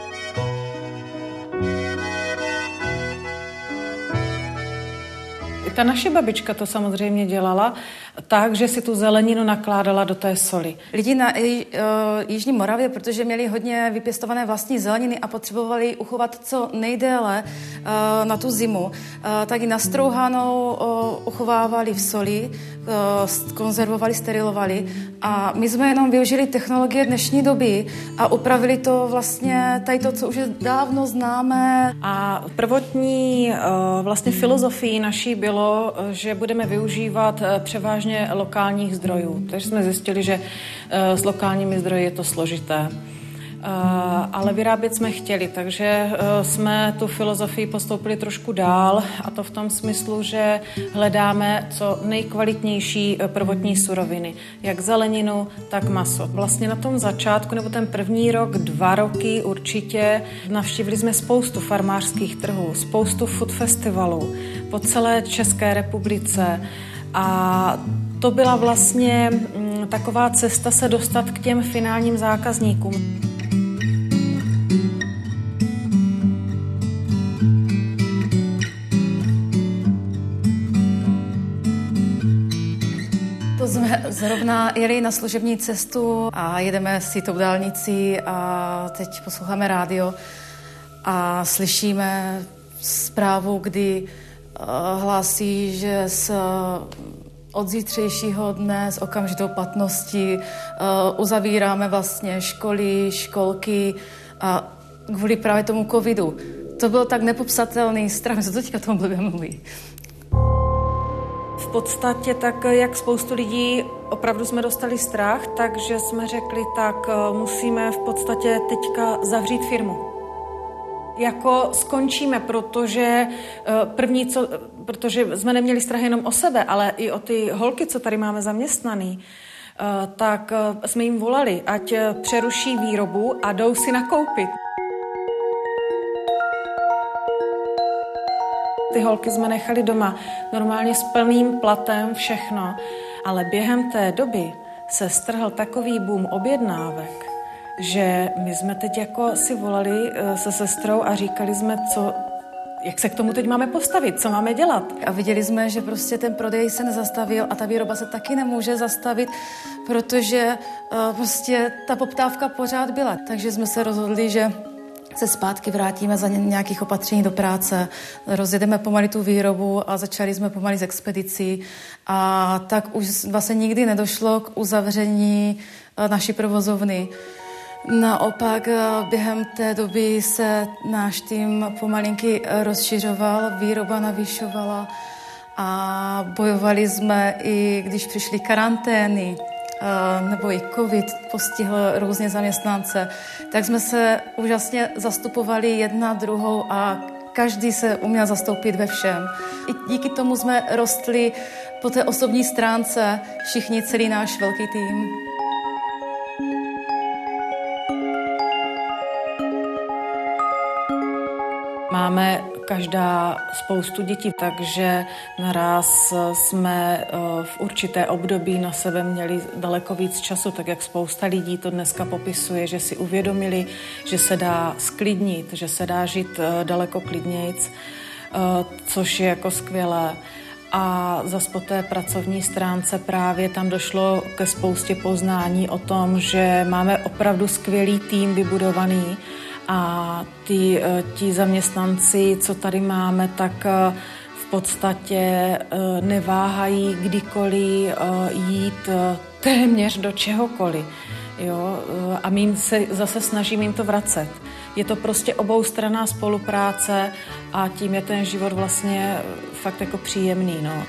Ta naše babička to samozřejmě dělala tak, že si tu zeleninu nakládala do té soli. Lidi na Jižní Moravě, protože měli hodně vypěstované vlastní zeleniny a potřebovali uchovat co nejdéle na tu zimu, tak ji nastrouhanou uchovávali v soli, konzervovali, sterilovali a my jsme jenom využili technologie dnešní doby a upravili to vlastně tady to, co už je dávno známé. A prvotní vlastně filozofii naší bylo, že budeme využívat převážně lokálních zdrojů. Takže jsme zjistili, že s lokálními zdroji je to složité. Ale vyrábět jsme chtěli, takže jsme tu filozofii postoupili trošku dál a to v tom smyslu, že hledáme co nejkvalitnější prvotní suroviny, jak zeleninu, tak maso. Vlastně na tom začátku, nebo ten první rok, 2 roky určitě, navštívili jsme spoustu farmářských trhů, spoustu food festivalů po celé České republice a to byla vlastně taková cesta se dostat k těm finálním zákazníkům. To jsme zrovna jeli na služební cestu a jedeme si tou dálnicí a teď posloucháme rádio a slyšíme zprávu, kdy hlásí, že od zítřejšího dne s okamžitou platností uzavíráme vlastně školy, školky a kvůli právě tomu covidu. To byl tak nepopsatelný strach, že to teďka tomu blbě mluví. V podstatě tak, jak spoustu lidí, opravdu jsme dostali strach, takže jsme řekli, tak musíme v podstatě teďka zavřít firmu. Jako skončíme, protože protože jsme neměli strach jenom o sebe, ale i o ty holky, co tady máme zaměstnaný, tak jsme jim volali, ať přeruší výrobu a jdou si nakoupit. Ty holky jsme nechali doma, normálně s plným platem všechno, ale během té doby se strhl takový boom objednávek, že my jsme teď jako si volali se sestrou a říkali jsme, Jak se k tomu teď máme postavit? Co máme dělat? A viděli jsme, že prostě ten prodej se nezastavil a ta výroba se taky nemůže zastavit, protože prostě ta poptávka pořád byla. Takže jsme se rozhodli, že se zpátky vrátíme za nějakých opatření do práce, rozjedeme pomalu tu výrobu a začali jsme pomalu s expedicí. A tak už vlastně nikdy nedošlo k uzavření naší provozovny. Naopak během té doby se náš tým pomalinky rozšiřoval, výroba navyšovala a bojovali jsme i když přišly karantény nebo i covid postihl různě zaměstnance, tak jsme se úžasně zastupovali jedna druhou a každý se uměl zastoupit ve všem. I díky tomu jsme rostli po té osobní stránce všichni, celý náš velký tým. Máme každá spoustu dětí, takže naraz jsme v určité období na sebe měli daleko víc času, tak jak spousta lidí to dneska popisuje, že si uvědomili, že se dá sklidnit, že se dá žít daleko klidnějc, což je jako skvělé. A zase po té pracovní stránce právě tam došlo ke spoustě poznání o tom, že máme opravdu skvělý tým vybudovaný a ti zaměstnanci, co tady máme, tak v podstatě neváhají kdykoliv jít téměř do čehokoliv. Jo? A my se zase snažíme jim to vracet. Je to prostě oboustranná spolupráce a tím je ten život vlastně fakt jako příjemný. No.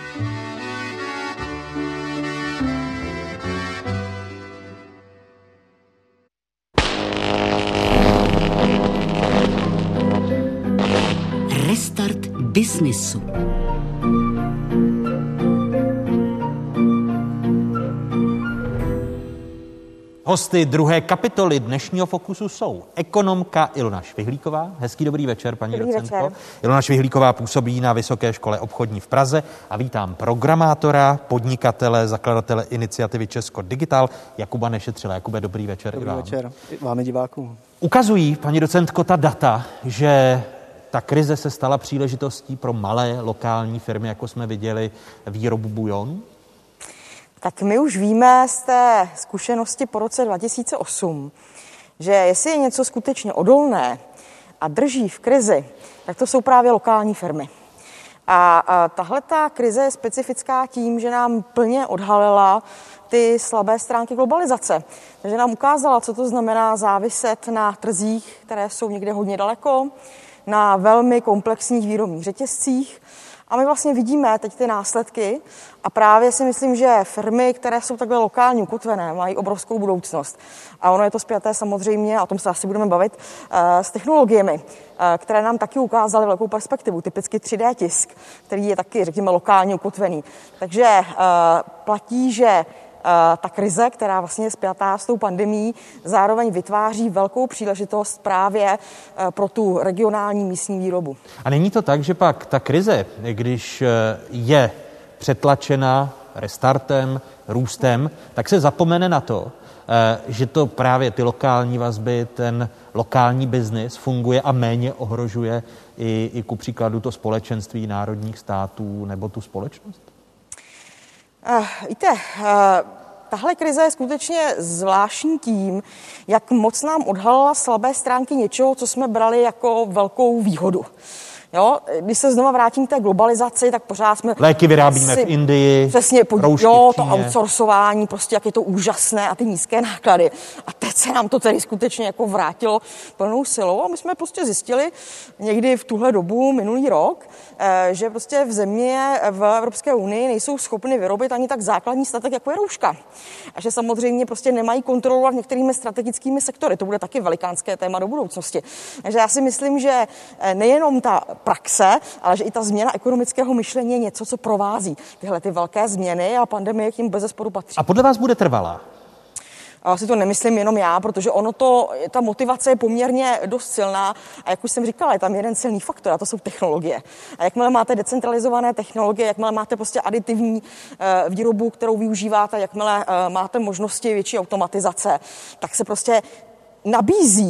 Restart biznisu. Hosty druhé kapitoly dnešního Fokusu jsou ekonomka Ilona Švihlíková. Hezký dobrý večer, paní docentko. Ilona Švihlíková působí na Vysoké škole obchodní v Praze a vítám programátora, podnikatele, zakladatele iniciativy Česko Digital Jakuba Nešetřila. Jakube, dobrý večer. Dobrý večer, vám divákům. Ukazují, paní docentko, ta data, že ta krize se stala příležitostí pro malé lokální firmy, jako jsme viděli výrobu bujon? Tak my už víme z té zkušenosti po roce 2008, že jestli je něco skutečně odolné a drží v krizi, tak to jsou právě lokální firmy. A tahle ta krize je specifická tím, že nám plně odhalila ty slabé stránky globalizace. Takže nám ukázala, co to znamená záviset na trzích, které jsou někde hodně daleko, na velmi komplexních výrobních řetězcích. A my vlastně vidíme teď ty následky a právě si myslím, že firmy, které jsou takhle lokálně ukotvené, mají obrovskou budoucnost. A ono je to spjaté samozřejmě, a o tom se asi budeme bavit, s technologiemi, které nám taky ukázaly velkou perspektivu, typicky 3D tisk, který je taky, řekněme, lokálně ukotvený. Takže platí, že ta krize, která vlastně je spjatá s tou pandemií, zároveň vytváří velkou příležitost právě pro tu regionální místní výrobu. A není to tak, že pak ta krize, když je přetlačena restartem, růstem, tak se zapomene na to, že to právě ty lokální vazby, ten lokální biznis funguje a méně ohrožuje i ku příkladu to společenství národních států nebo tu společnost? Víte, tahle krize je skutečně zvláštní tím, jak moc nám odhalila slabé stránky něčeho, co jsme brali jako velkou výhodu. Jo, když se znova vrátím k té globalizaci, tak pořád jsme... Léky vyrábíme v Indii, přesně, roušky jo, to outsourcování, prostě jak je to úžasné a ty nízké náklady. A teď se nám to tedy skutečně jako vrátilo plnou silou a my jsme prostě zjistili někdy v tuhle dobu, minulý rok, že prostě v země v Evropské unii nejsou schopny vyrobit ani tak základní statek, jako je rouška. A že samozřejmě prostě nemají kontrolovat některými strategickými sektory. To bude taky velikánské téma do budoucnosti. Takže já si myslím, že nejenom ta praxe, ale že i ta změna ekonomického myšlení je něco, co provází tyhle ty velké změny a pandemie k tím bezesporu patří. A podle vás bude trvalá? A asi to nemyslím jenom já, protože ta motivace je poměrně dost silná a jak už jsem říkala, je tam jeden silný faktor a to jsou technologie. A jakmile máte decentralizované technologie, jakmile máte prostě aditivní výrobu, kterou využíváte, jakmile máte možnosti větší automatizace, tak se prostě nabízí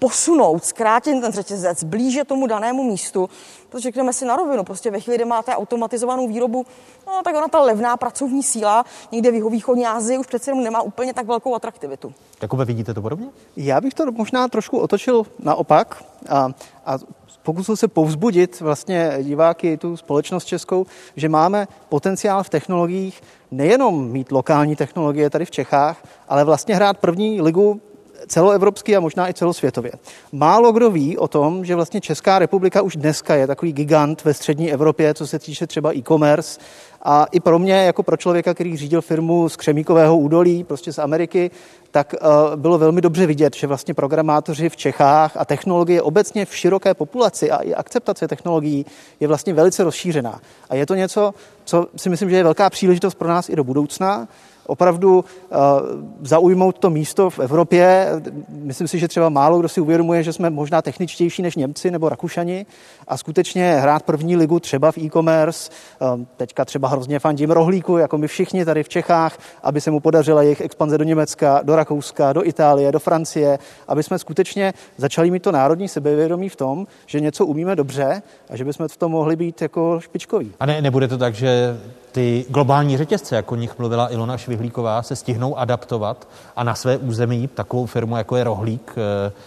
posunout, zkrátit ten řetězec blíže tomu danému místu, protože řekneme si na rovinu, prostě ve chvíli, kdy máte automatizovanou výrobu, no tak ona ta levná pracovní síla někde v jihovýchodní Asii už přece nemá úplně tak velkou atraktivitu. Jakube, vidíte to podobně? Já bych to možná trošku otočil naopak a pokusil se povzbudit vlastně diváky, tu společnost českou, že máme potenciál v technologiích nejenom mít lokální technologie tady v Čechách, ale vlastně hrát první ligu celoevropsky a možná i celosvětově. Málo kdo ví o tom, že vlastně Česká republika už dneska je takový gigant ve střední Evropě, co se týče třeba e-commerce. A i pro mě, jako pro člověka, který řídil firmu z Křemíkového údolí, prostě z Ameriky, tak bylo velmi dobře vidět, že vlastně programátoři v Čechách a technologie obecně v široké populaci a i akceptace technologií je vlastně velice rozšířená. A je to něco, co si myslím, že je velká příležitost pro nás i do budoucna. Opravdu zaujmout to místo v Evropě. Myslím si, že třeba málo kdo si uvědomuje, že jsme možná techničtější než Němci nebo Rakušani a skutečně hrát první ligu třeba v e-commerce. Teďka třeba hrozně fandím Rohlíku, jako my všichni tady v Čechách, aby se mu podařila jejich expanze do Německa, do Rakouska, do Itálie, do Francie, aby jsme skutečně začali mít to národní sebevědomí v tom, že něco umíme dobře a že bychom v tom mohli být jako špičkoví. A nebude to tak, že ty globální řetězce, jako o nich mluvila Ilona Švihlíková, se stihnou adaptovat a na své území takovou firmu, jako je Rohlík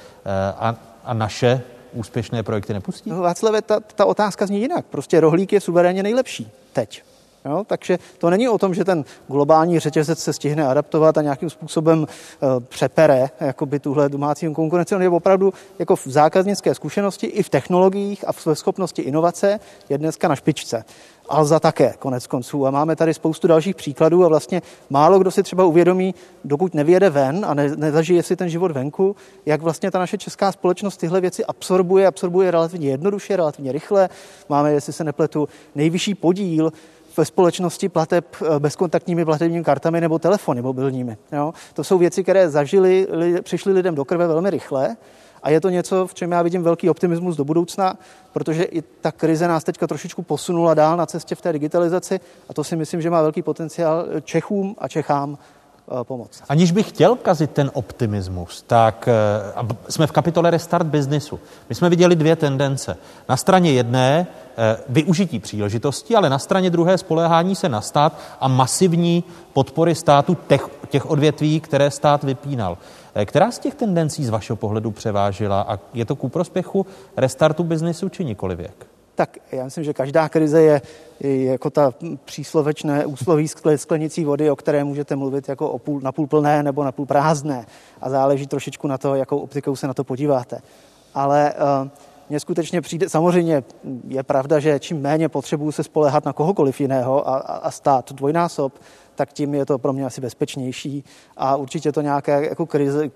a naše úspěšné projekty nepustí? No, Václave, ta otázka zní jinak. Prostě Rohlík je suverénně nejlepší teď. Jo? Takže to není o tom, že ten globální řetězec se stihne adaptovat a nějakým způsobem přepere jakoby tuhle domácí konkurenci. On je opravdu jako v zákaznické zkušenosti i v technologiích a v schopnosti inovace je dneska na špičce. Alza také, konec konců. A máme tady spoustu dalších příkladů a vlastně málo kdo si třeba uvědomí, dokud nevyjede ven a nezažije si ten život venku, jak vlastně ta naše česká společnost tyhle věci absorbuje relativně jednoduše, relativně rychle. Máme, jestli se nepletu, nejvyšší podíl ve společnosti plateb bezkontaktními platebními kartami nebo telefony mobilními. Jo? To jsou věci, které přišly lidem do krve velmi rychle. A je to něco, v čem já vidím velký optimismus do budoucna, protože i ta krize nás teďka trošičku posunula dál na cestě v té digitalizaci a to si myslím, že má velký potenciál Čechům a Čechám pomoct. Aniž bych chtěl kazit ten optimismus, tak jsme v kapitole Restart Businessu. My jsme viděli dvě tendence. Na straně jedné využití příležitosti, ale na straně druhé spoléhání se na stát a masivní podpory státu těch odvětví, které stát vypínal. Která z těch tendencí z vašeho pohledu převážila a je to ku prospěchu restartu biznesu či nikolivěk? Tak já myslím, že každá krize je jako ta příslovečné úsloví sklenicí vody, o které můžete mluvit jako na půl plné nebo na půl prázdné a záleží trošičku na to, jakou optikou se na to podíváte. Ale mně skutečně přijde, samozřejmě je pravda, že čím méně potřebuju se spoléhat na kohokoliv jiného a stát dvojnásob, tak tím je to pro mě asi bezpečnější a určitě to nějaké jako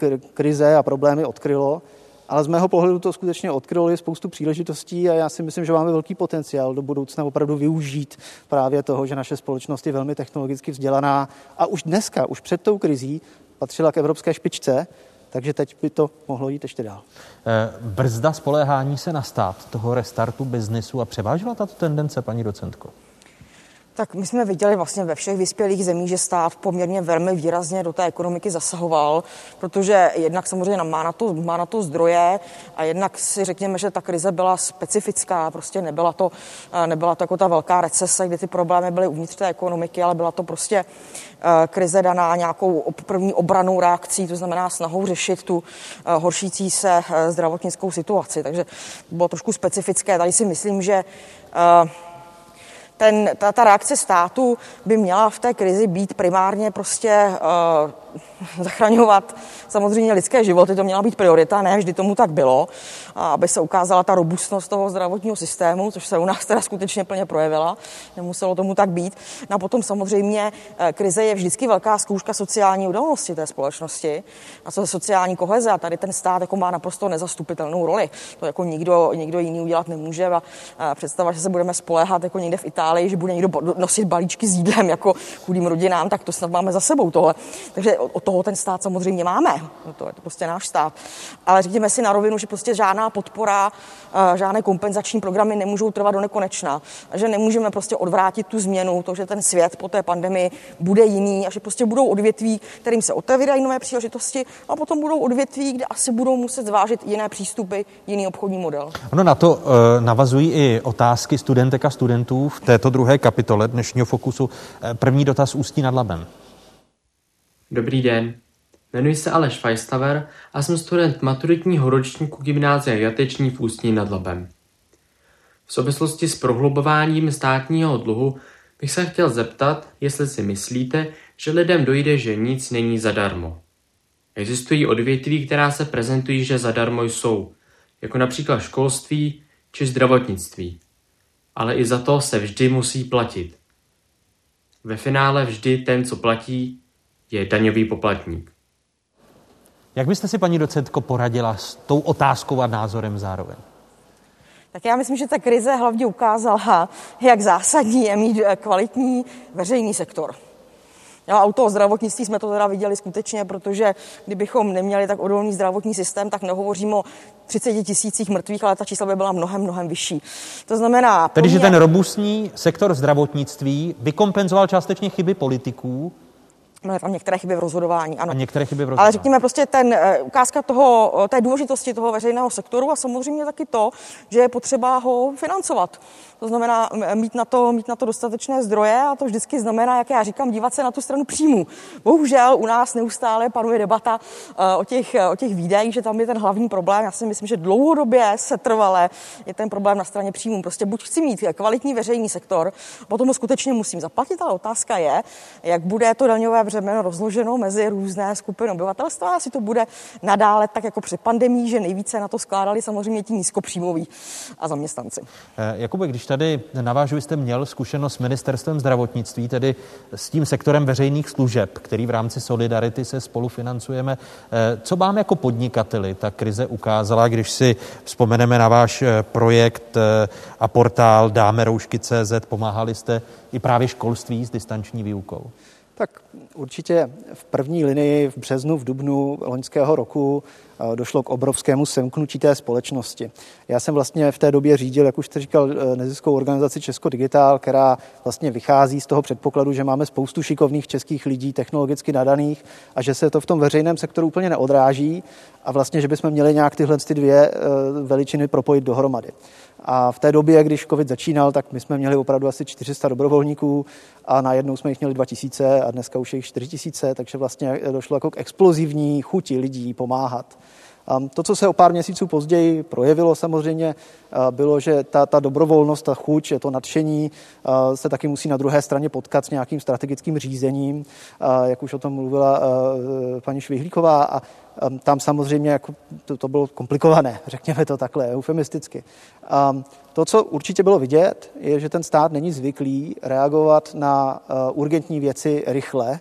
krize a problémy odkrylo. Ale z mého pohledu to skutečně odkrylo spoustu příležitostí a já si myslím, že máme velký potenciál do budoucna opravdu využít právě toho, že naše společnost je velmi technologicky vzdělaná a už dneska, už před tou krizí patřila k evropské špičce, takže teď by to mohlo jít ještě dál. Brzda spoléhání se na stát toho restartu biznesu a převážila tato tendence, paní docentko? Tak my jsme viděli vlastně ve všech vyspělých zemích, že stát poměrně velmi výrazně do té ekonomiky zasahoval, protože jednak samozřejmě má na to zdroje a jednak si řekněme, že ta krize byla specifická, prostě nebyla to jako ta velká recese, kdy ty problémy byly uvnitř té ekonomiky, ale byla to prostě krize daná nějakou první obranou reakcí, to znamená snahou řešit tu horšící se zdravotnickou situaci. Takže bylo trošku specifické. Tady si myslím, že ta reakce státu by měla v té krizi být primárně prostě zachraňovat samozřejmě lidské životy, to měla být priorita, ne vždy tomu tak bylo, aby se ukázala ta robustnost toho zdravotního systému, což se u nás teda skutečně plně projevila, nemuselo tomu tak být. No a potom samozřejmě krize je vždycky velká zkouška sociální odolnosti té společnosti a co je sociální koheze a tady ten stát jako má naprosto nezastupitelnou roli. To jako nikdo jiný udělat nemůže a představa, že se budeme spoléhat jako někde v Itálii báli, že bude někdo nosit balíčky s jídlem jako chudým rodinám, tak to snad máme za sebou tohle. Takže od toho ten stát samozřejmě máme. No to je to prostě náš stát. Ale řekněme si na rovinu, že prostě žádná podpora, žádné kompenzační programy nemůžou trvat do nekonečna. A že nemůžeme prostě odvrátit tu změnu, to, že ten svět po té pandemii bude jiný a že prostě budou odvětví, kterým se otevírají nové příležitosti a potom budou odvětví, kde asi budou muset zvážit jiné přístupy, jiný obchodní model. No na to navazují i otázky studentek a studentů v této druhé kapitole dnešního Fokusu. První dotaz Ústí nad Labem. Dobrý den. Jmenuji se Aleš Fajstaver a jsem student maturitního ročníku Gymnázia Jateční v Ústí nad Labem. V souvislosti s prohlubováním státního dluhu bych se chtěl zeptat, jestli si myslíte, že lidem dojde, že nic není zadarmo. Existují odvětví, která se prezentují, že zadarmo jsou, jako například školství či zdravotnictví. Ale i za to se vždy musí platit. Ve finále vždy ten, co platí, je daňový poplatník. Jak byste si, paní docentko, poradila s tou otázkou a názorem zároveň? Tak já myslím, že ta krize hlavně ukázala, jak zásadní je mít kvalitní veřejný sektor. A u toho zdravotnictví jsme to teda viděli skutečně, protože kdybychom neměli tak odolný zdravotní systém, tak nehovoříme o 30 000 mrtvých, ale ta čísla by byla mnohem vyšší. To znamená... Tedy, že ten robustní sektor zdravotnictví vykompenzoval částečně chyby politiků. No, tam některé chyby v rozhodování, ano. A některé chyby v rozhodování. Ale řekněme prostě ukázka té důležitosti toho veřejného sektoru a samozřejmě taky to, že je potřeba ho financovat. To znamená mít na to dostatečné zdroje a to vždycky znamená, jak já říkám, dívat se na tu stranu příjmů. Bohužel u nás neustále panuje debata o těch výdajích, že tam je ten hlavní problém. Já si myslím, že dlouhodobě setrvale je ten problém na straně příjmů. Prostě buď chci mít kvalitní veřejný sektor, potom ho skutečně musím zaplatit, ale otázka je, jak bude to daňové břemeno rozloženo mezi různé skupiny obyvatelstva, jestli to bude nadále tak jako před pandemií, že nejvíce na to skládali samozřejmě ti nízkopříjmoví a zaměstnanci. Jakube, když tady navážu, jste měl zkušenost s ministerstvem zdravotnictví, tedy s tím sektorem veřejných služeb, který v rámci Solidarity se spolufinancujeme. Co vám jako podnikateli ta krize ukázala, když si vzpomeneme na váš projekt a portál Dáme roušky.cz, pomáhali jste i právě školství s distanční výukou? Tak určitě v první linii v březnu, v dubnu loňského roku došlo k obrovskému semknutí té společnosti. Já jsem vlastně v té době řídil, jak už jste říkal, neziskovou organizaci Česko Digitál, která vlastně vychází z toho předpokladu, že máme spoustu šikovných českých lidí, technologicky nadaných a že se to v tom veřejném sektoru úplně neodráží a vlastně, že bychom měli nějak tyhle dvě veličiny propojit dohromady. A v té době, když covid začínal, tak my jsme měli opravdu asi 400 dobrovolníků a najednou jsme jich měli 2000 a dneska už je jich 4000, takže vlastně došlo jako k explozivní chuti lidí pomáhat. To, co se o pár měsíců později projevilo samozřejmě, bylo, že ta dobrovolnost, ta chuť, to nadšení se taky musí na druhé straně potkat s nějakým strategickým řízením, jak už o tom mluvila paní Švihlíková, a tam samozřejmě jako to bylo komplikované, řekněme to takhle, eufemisticky. To, co určitě bylo vidět, je, že ten stát není zvyklý reagovat na urgentní věci rychle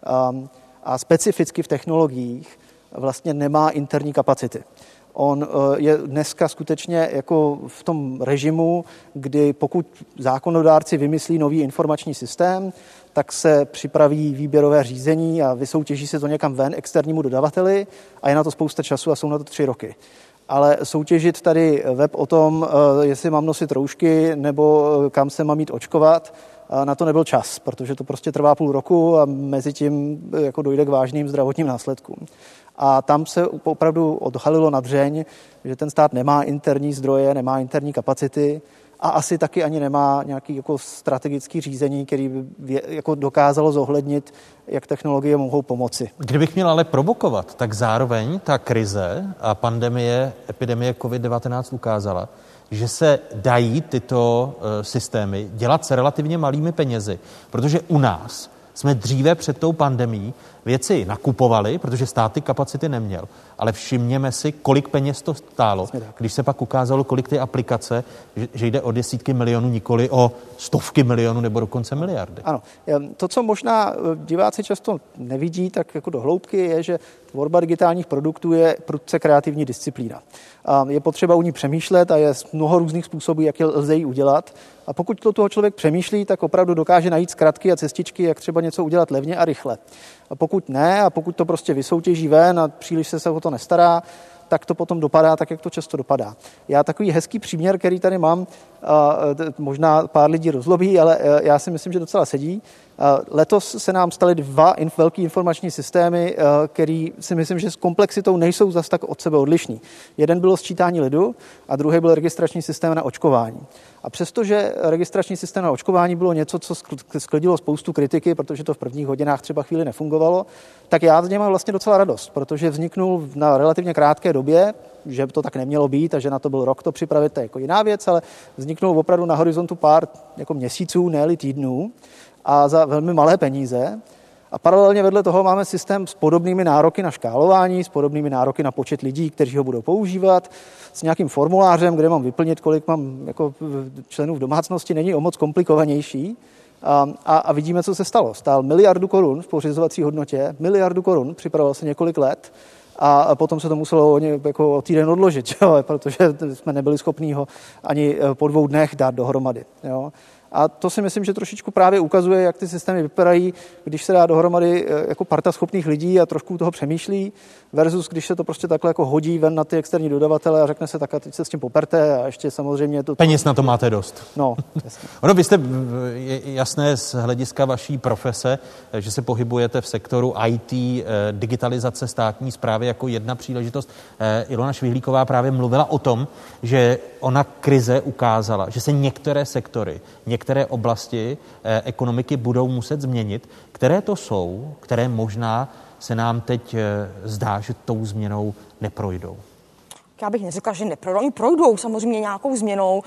a specificky v technologiích vlastně nemá interní kapacity. On je dneska skutečně jako v tom režimu, kdy pokud zákonodárci vymyslí nový informační systém, tak se připraví výběrové řízení a vysoutěží se to někam ven externímu dodavateli a je na to spousta času a jsou na to 3 roky. Ale soutěžit tady web o tom, jestli mám nosit roušky nebo kam se mám jít očkovat, na to nebyl čas, protože to prostě trvá půl roku a mezi tím jako dojde k vážným zdravotním následkům. A tam se opravdu odhalilo na dřeň, že ten stát nemá interní zdroje, nemá interní kapacity a asi taky ani nemá nějaký jako strategický řízení, který by jako dokázalo zohlednit, jak technologie mohou pomoci. Kdybych měl ale provokovat, tak zároveň ta krize a epidemie COVID-19 ukázala, že se dají tyto systémy dělat s relativně malými penězi, protože u nás jsme dříve před tou pandemií věci nakupovali, protože stát ty kapacity neměl. Ale všimněme si, kolik peněz to stálo, když se pak ukázalo, kolik ty aplikace, že jde o desítky milionů, nikoli o stovky milionů nebo dokonce miliardy. Ano. To, co možná diváci často nevidí, tak jako do hloubky, je, že tvorba digitálních produktů je prudce kreativní disciplína. Je potřeba u ní přemýšlet a je mnoho různých způsobů, jak lze ji udělat. A pokud to toho člověk přemýšlí, tak opravdu dokáže najít zkratky a cestičky, jak třeba něco udělat levně a rychle. A pokud ne, a pokud to prostě vysoutěží ven a příliš se o to nestará, tak to potom dopadá tak, jak to často dopadá. Já takový hezký příměr, který tady mám, možná pár lidí rozlobí, ale já si myslím, že docela sedí. Letos se nám staly dva velký informační systémy, který si myslím, že s komplexitou nejsou zas tak od sebe odlišný. Jeden bylo sčítání lidu a druhý byl registrační systém na očkování. A přestože registrační systém na očkování bylo něco, co sklidilo spoustu kritiky, protože to v prvních hodinách třeba chvíli nefungovalo, tak já z něj mám vlastně docela radost, protože vzniknul na relativně krátké době, že to tak nemělo být a že na to byl rok to připravit, to je jako jiná věc, ale vzniknul opravdu na horizontu pár jako měsíců, ne-li týdnů a za velmi malé peníze. A paralelně vedle toho máme systém s podobnými nároky na škálování, s podobnými nároky na počet lidí, kteří ho budou používat, s nějakým formulářem, kde mám vyplnit, kolik mám jako členů v domácnosti, není o moc komplikovanější. A vidíme, co se stalo. Stál 1 miliardu korun v pořizovací hodnotě, 1 miliardu korun, připravoval se několik let a potom se to muselo jako o týden odložit, jo, protože jsme nebyli schopni ho ani po 2 dnech dát dohromady. Jo. A to si myslím, že trošičku právě ukazuje, jak ty systémy vypadají, když se dá dohromady jako parta schopných lidí a trošku toho přemýšlí, versus když se to prostě takhle jako hodí ven na ty externí dodavatele a řekne se tak a teď se s tím poperte a ještě samozřejmě to... Peněz na to máte dost. No, jasně. Ono, vy jste jasné z hlediska vaší profese, že se pohybujete v sektoru IT, digitalizace státní správy jako jedna příležitost. Ilona Švihlíková právě mluvila o tom, že ona krize ukázala, že se některé sektory, některé oblasti ekonomiky budou muset změnit. Které to jsou, které možná se nám teď zdá, že tou změnou neprojdou? Já bych neřekla, že neprojdou. Oni projdou samozřejmě nějakou změnou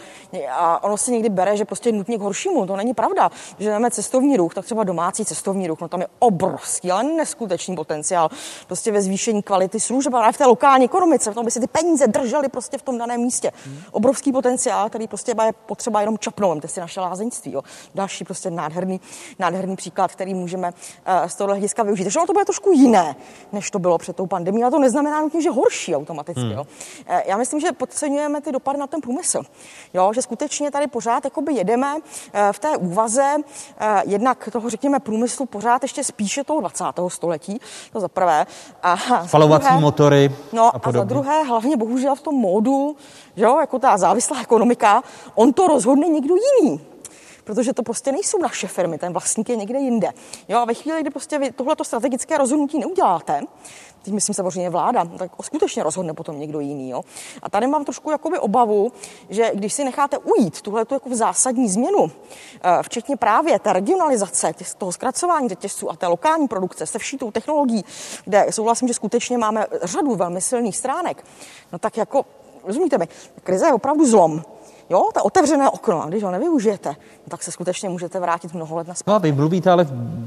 a ono se někdy bere, že prostě nutně k horšímu. To není pravda. Že máme cestovní ruch, tak třeba domácí cestovní ruch, no tam je obrovský, ale neskutečný potenciál prostě ve zvýšení kvality služeb, ale v té lokální ekonomice, v tom by si ty peníze držely prostě v tom daném místě. Obrovský potenciál, který prostě je potřeba jenom čapnout. Vemte si naše lázeňství, jo. Další prostě nádherný příklad, který můžeme z tohohle hlediska využít. Takže ono to bude trošku jiné, než to bylo před tou pandemií, ale to neznamená nutně, že horší automaticky, jo. Já myslím, že podceňujeme ty dopady na ten průmysl. Jo, že skutečně tady pořád jakoby jedeme v té úvaze jednak toho, řekněme, průmyslu pořád ještě spíše toho 20. století, to za prvé. Spalovací motory a podobně. A za druhé, hlavně bohužel v tom módu, jo, jako ta závislá ekonomika, on to rozhodne někdo jiný. Protože to prostě nejsou naše firmy, ten vlastník je někde jinde. Jo, a ve chvíli, kdy prostě vy tohleto strategické rozhodnutí neuděláte, teď myslím samozřejmě vláda, tak skutečně rozhodne potom někdo jiný. Jo. A tady mám trošku jakoby obavu, že když si necháte ujít tuhletu jako zásadní změnu, včetně právě té regionalizace, toho zkracování řetězců a té lokální produkce se vší tou technologií, kde souhlasím, že skutečně máme řadu velmi silných stránek, no tak jako, rozumíte mi, krize je opravdu zlom. Jo, to otevřené okno, a když ho nevyužijete, no tak se skutečně můžete vrátit mnoho let naspět. No a vy mluvíte ale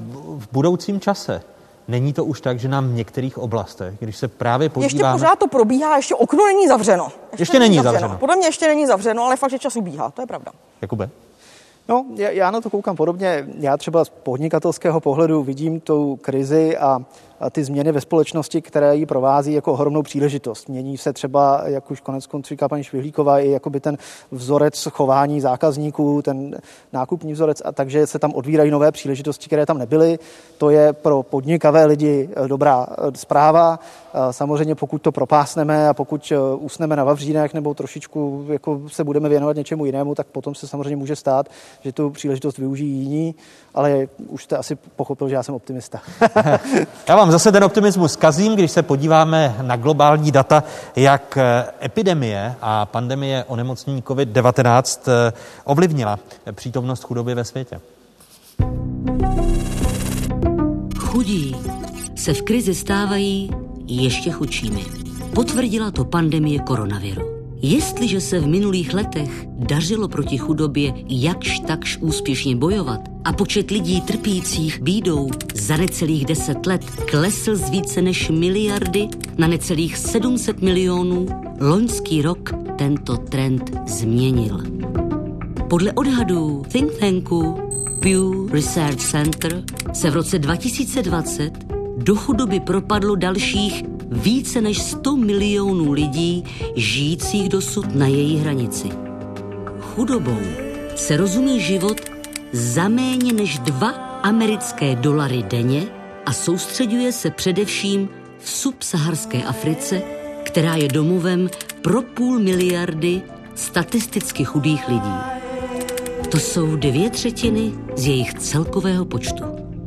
v budoucím čase. Není to už tak, že nám v některých oblastech, když se právě podíváme... Ještě pořád to probíhá, ještě okno není zavřeno. Ještě není zavřeno. Podle mě ještě není zavřeno, ale fakt, že čas ubíhá, to je pravda. Jakube? No, já na to koukám podobně. Já třeba z podnikatelského pohledu vidím tu krizi a ty změny ve společnosti, které ji provází, jako ohromnou příležitost. Mění se třeba, jak už koneckonců říká paní Švihlíková, i jakoby ten vzorec chování zákazníků, ten nákupní vzorec, a takže se tam odvírají nové příležitosti, které tam nebyly. To je pro podnikavé lidi dobrá zpráva. Samozřejmě pokud to propásneme a pokud usneme na vavřínech nebo trošičku jako se budeme věnovat něčemu jinému, tak potom se samozřejmě může stát, že tu příležitost využijí jiní, ale už jste asi pochopil, že já jsem optimista. Já vám zase ten optimismus kazím, když se podíváme na globální data, jak epidemie a pandemie onemocnění COVID-19 ovlivnila přítomnost chudoby ve světě. Chudí se v krizi stávají ještě chudšími. Potvrdila to pandemie koronaviru. Jestliže se v minulých letech dařilo proti chudobě jakž takž úspěšně bojovat a počet lidí trpících bídou za necelých 10 let klesl z více než miliardy na necelých 700 milionů, loňský rok tento trend změnil. Podle odhadů think tanku Pew Research Center se v roce 2020 do chudoby propadlo dalších více než 100 milionů lidí žijících dosud na její hranici. Chudobou se rozumí život za méně než $2 denně a soustřeďuje se především v subsaharské Africe, která je domovem pro 500 000 statisticky chudých lidí. To jsou 2/3 z jejich celkového počtu.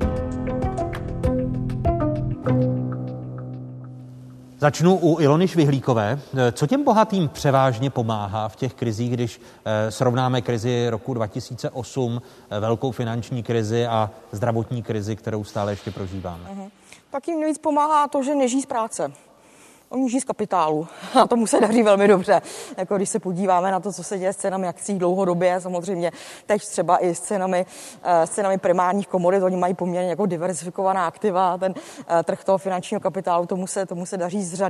Začnu u Ilony Švihlíkové. Co těm bohatým převážně pomáhá v těch krizích, když srovnáme krizi roku 2008, velkou finanční krizi a zdravotní krizi, kterou stále ještě prožíváme? Tak jim nejvíc pomáhá to, že nežijí z práce. Oni žijí z kapitálu a tomu se daří velmi dobře. Jako když se podíváme na to, co se děje s cenami akcí dlouhodobě, samozřejmě teď třeba i s cenami primárních komodit, oni mají poměrně jako diversifikovaná aktiva, ten trh toho finančního kapitálu, tomu se daří z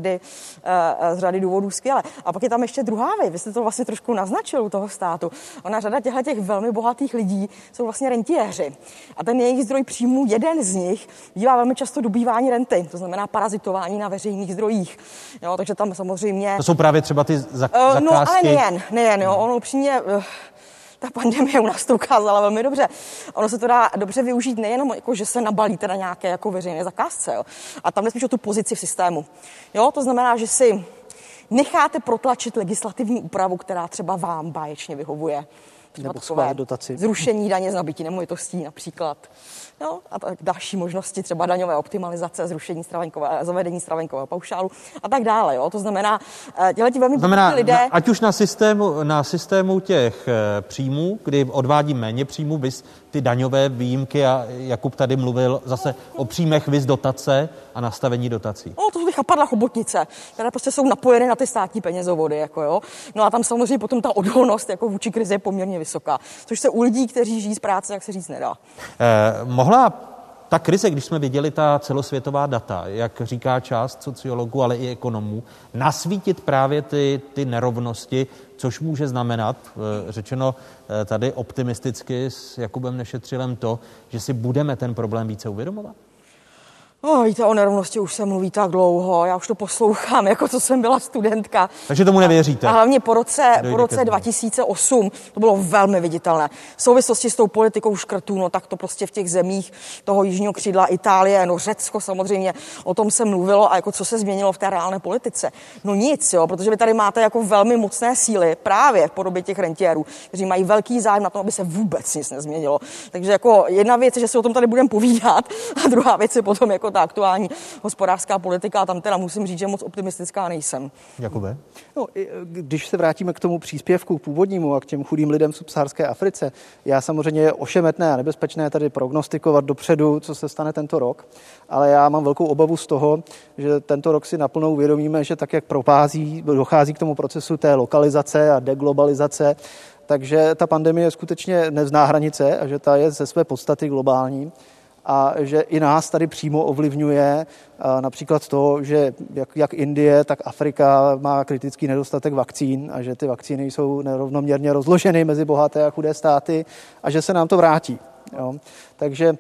řady důvodů skvěle. A pak je tam ještě druhá věc, vy jste to vlastně trošku naznačil u toho státu. Ona řada těch velmi bohatých lidí jsou vlastně rentiéři. A ten jejich zdroj příjmů, jeden z nich, bývá velmi často dobývání renty, to znamená parazitování na veřejných zdrojích. Jo, takže tam samozřejmě... To jsou právě třeba ty zakázky... No, ale nejen, jo. Ono upřímně... Ta pandemie u nás to ukázala velmi dobře. Ono se to dá dobře využít nejenom, jako, že se nabalíte na nějaké jako veřejné zakázce, jo. A tam nesmíš o tu pozici v systému. Jo, to znamená, že si necháte protlačit legislativní úpravu, která třeba vám báječně vyhovuje. Nebo schválit dotaci. Zrušení daně z nabytí nemovitostí například. No, a tak další možnosti, třeba daňové optimalizace, zavedení stravenkového paušálu a tak dále. Jo? To znamená, ti velmi bohatí lidé... Ať už na systému těch příjmů, kdy odvádí méně příjmů, vys ty daňové výjimky a Jakub tady mluvil zase o příjmech vys dotace a nastavení dotací. No, to jsou ty chapadla chobotnice, které prostě jsou napojeny na ty státní penězovody. Jako jo. No a tam samozřejmě potom ta odolnost jako vůči krizi je poměrně vysoká, což se u lidí, kteří žijí z práce, jak se říct nedá. Mohla ta krize, když jsme viděli ta celosvětová data, jak říká část sociologů, ale i ekonomů, nasvítit právě ty nerovnosti, což může znamenat, řečeno tady optimisticky s Jakubem Nešetřilem, to, že si budeme ten problém více uvědomovat? No, víte, o nerovnosti už se mluví tak dlouho, já už to poslouchám, jako co jsem byla studentka. Takže tomu nevěříte? A hlavně po roce 2008 to bylo velmi viditelné. V souvislosti s tou politikou škrtů, no tak to prostě v těch zemích toho jižního křídla Itálie, no Řecko samozřejmě, o tom se mluvilo a jako co se změnilo v té reálné politice. No nic, jo, protože vy tady máte jako velmi mocné síly právě v podobě těch rentiérů, kteří mají velký zájem na tom, aby se vůbec nic nezměnilo. Takže jako jedna věc je, že si o tom tady budeme povídat a druhá věc je potom jako ta aktuální hospodářská politika, tam teda musím říct, že moc optimistická nejsem. Jakube? No, když se vrátíme k tomu příspěvku původnímu a k těm chudým lidem v subsaharské Africe, já samozřejmě je ošemetné a nebezpečné tady prognostikovat dopředu, co se stane tento rok, ale já mám velkou obavu z toho, že tento rok si naplno uvědomíme, že tak, jak dochází k tomu procesu té lokalizace a deglobalizace, takže ta pandemie skutečně nezná hranice a že ta je ze své podstaty globální. A že i nás tady přímo ovlivňuje například to, že jak Indie, tak Afrika má kritický nedostatek vakcín a že ty vakcíny jsou nerovnoměrně rozloženy mezi bohaté a chudé státy a že se nám to vrátí. Jo. Takže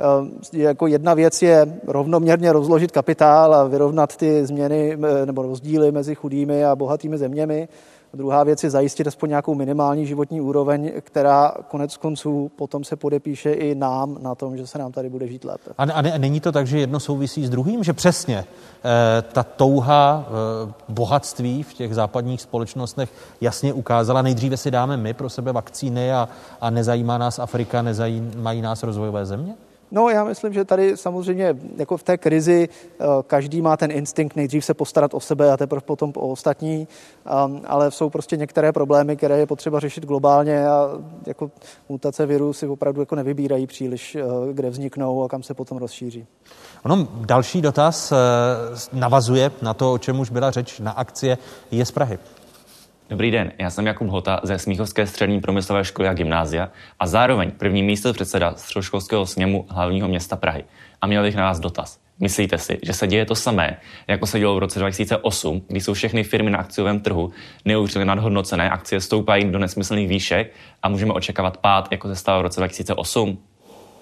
jako jedna věc je rovnoměrně rozložit kapitál a vyrovnat ty změny nebo rozdíly mezi chudými a bohatými zeměmi. Druhá věc je zajistit aspoň nějakou minimální životní úroveň, která konec konců potom se podepíše i nám na tom, že se nám tady bude žít lépe. A není to tak, že jedno souvisí s druhým? Že přesně ta touha bohatství v těch západních společnostech jasně ukázala, nejdříve si dáme my pro sebe vakcíny a nezajímá nás Afrika, nezajímají nás rozvojové země? No, já myslím, že tady samozřejmě jako v té krizi každý má ten instinkt nejdřív se postarat o sebe a teprve potom o ostatní, ale jsou prostě některé problémy, které je potřeba řešit globálně a jako mutace viru si opravdu jako nevybírají příliš, kde vzniknou a kam se potom rozšíří. Ono, další dotaz navazuje na to, o čem už byla řeč, na akcie, je z Prahy. Dobrý den, já jsem Jakub Hota ze Smíchovské střední průmyslové školy a gymnázia a zároveň první místopředseda středoškolského sněmu hlavního města Prahy. A měl bych na vás dotaz. Myslíte si, že se děje to samé, jako se dělo v roce 2008, kdy jsou všechny firmy na akciovém trhu neuvěřitelně nadhodnocené, akcie stoupají do nesmyslných výšek a můžeme očekávat pád, jako se stalo v roce 2008?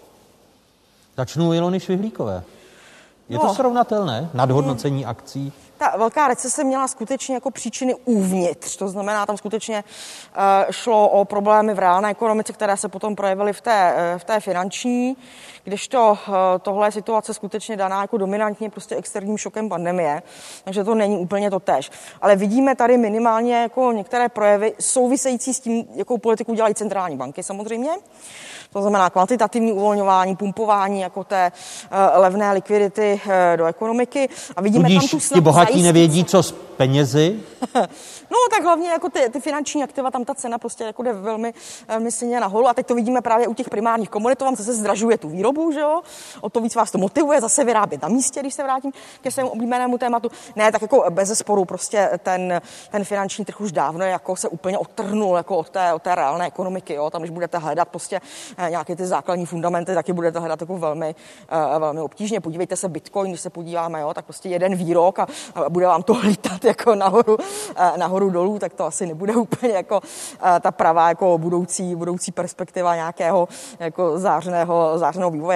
Začnu Ilony Švihlíkové. Je to srovnatelné, nadhodnocení akcí? ta velká recese měla skutečně jako příčiny uvnitř. To znamená, tam skutečně šlo o problémy v reálné ekonomice, které se potom projevily v té finanční, kdežto tohle je situace skutečně daná jako dominantně prostě externím šokem pandemie, takže to není úplně to též. Ale vidíme tady minimálně jako některé projevy související s tím, jakou politiku dělají centrální banky samozřejmě. To znamená kvantitativní uvolňování, pumpování jako té levné likvidity do ekonomiky. A vidíme tudíž tam tu ti bohatí nevědí, co s penězi? No tak hlavně jako ty finanční aktiva, tam ta cena prostě jako jde velmi silně nahoru. A teď to vidíme právě u těch primárních komodit, to vám zase zdražuje tu výrobu, že jo? O to víc vás to motivuje zase vyrábět na místě, když se vrátím ke svému oblíbenému tématu. Ne, tak jako bezesporu prostě ten finanční trh už dávno jako se úplně odtrhnul jako od té reálné ekonomiky, jo? Tam, když budete hledat prostě nějaké ty základní fundamenty, taky budete hledat jako velmi obtížně. Podívejte se Bitcoin, když se podíváme, jo, tak prostě jeden výrok a bude vám to lítat jako nahoru dolů, tak to asi nebude úplně jako ta pravá jako budoucí perspektiva nějakého jako zářného vývoje.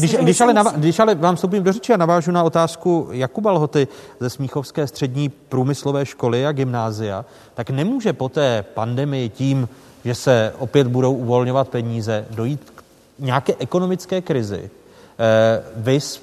Když ale vám vstoupím do řeči a navážu na otázku Jakuba Lhoty ze Smíchovské střední průmyslové školy a gymnázia, tak nemůže po té pandemii tím, že se opět budou uvolňovat peníze, dojít k nějaké ekonomické krizi, viz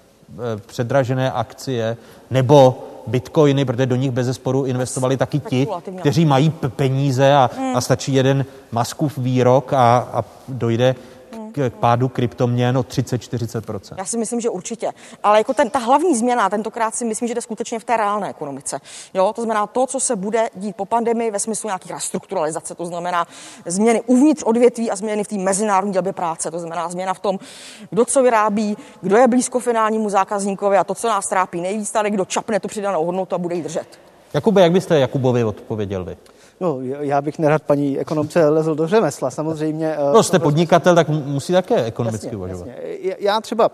předražené akcie nebo bitcoiny, protože do nich bezesporu investovali taky ti, kteří mají peníze a stačí jeden Muskův výrok a dojde k pádu kryptoměn o 30-40%. Já si myslím, že určitě. Ale jako ta hlavní změna, tentokrát si myslím, že jde skutečně v té reálné ekonomice. Jo? To znamená to, co se bude dít po pandemii ve smyslu nějakých restrukturalizace, to znamená změny uvnitř odvětví a změny v té mezinárodní dělbě práce, to znamená změna v tom, kdo co vyrábí, kdo je blízko finálnímu zákazníkovi a to, co nás trápí nejvíc, tady kdo čapne tu přidanou hodnotu a bude ji držet. Jakube, jak byste Jakubovi odpověděl vy? No, já bych nerad paní ekonomce lezl do řemesla, samozřejmě. No, jste podnikatel, tak musí také ekonomicky uvažovat. Já třeba,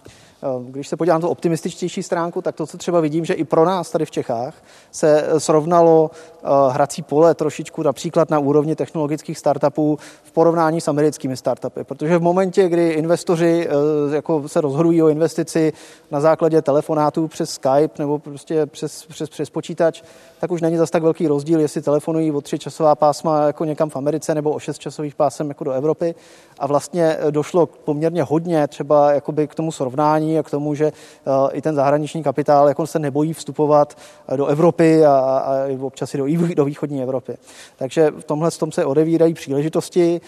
když se podívám na tu optimističtější stránku, tak to, co třeba vidím, že i pro nás tady v Čechách se srovnalo hrací pole trošičku například na úrovni technologických startupů v porovnání s americkými startupy. Protože v momentě, kdy investoři jako se rozhodují o investici na základě telefonátů přes Skype nebo prostě přes počítač, tak už není zas tak velký rozdíl, jestli telefonují o 3 časová pásma jako někam v Americe nebo o 6 časových pásem jako do Evropy. A vlastně došlo poměrně hodně třeba jakoby k tomu srovnání a k tomu, že i ten zahraniční kapitál jako se nebojí vstupovat do Evropy a občas i do východní Evropy. Takže v tomhle tom se odevírají příležitosti.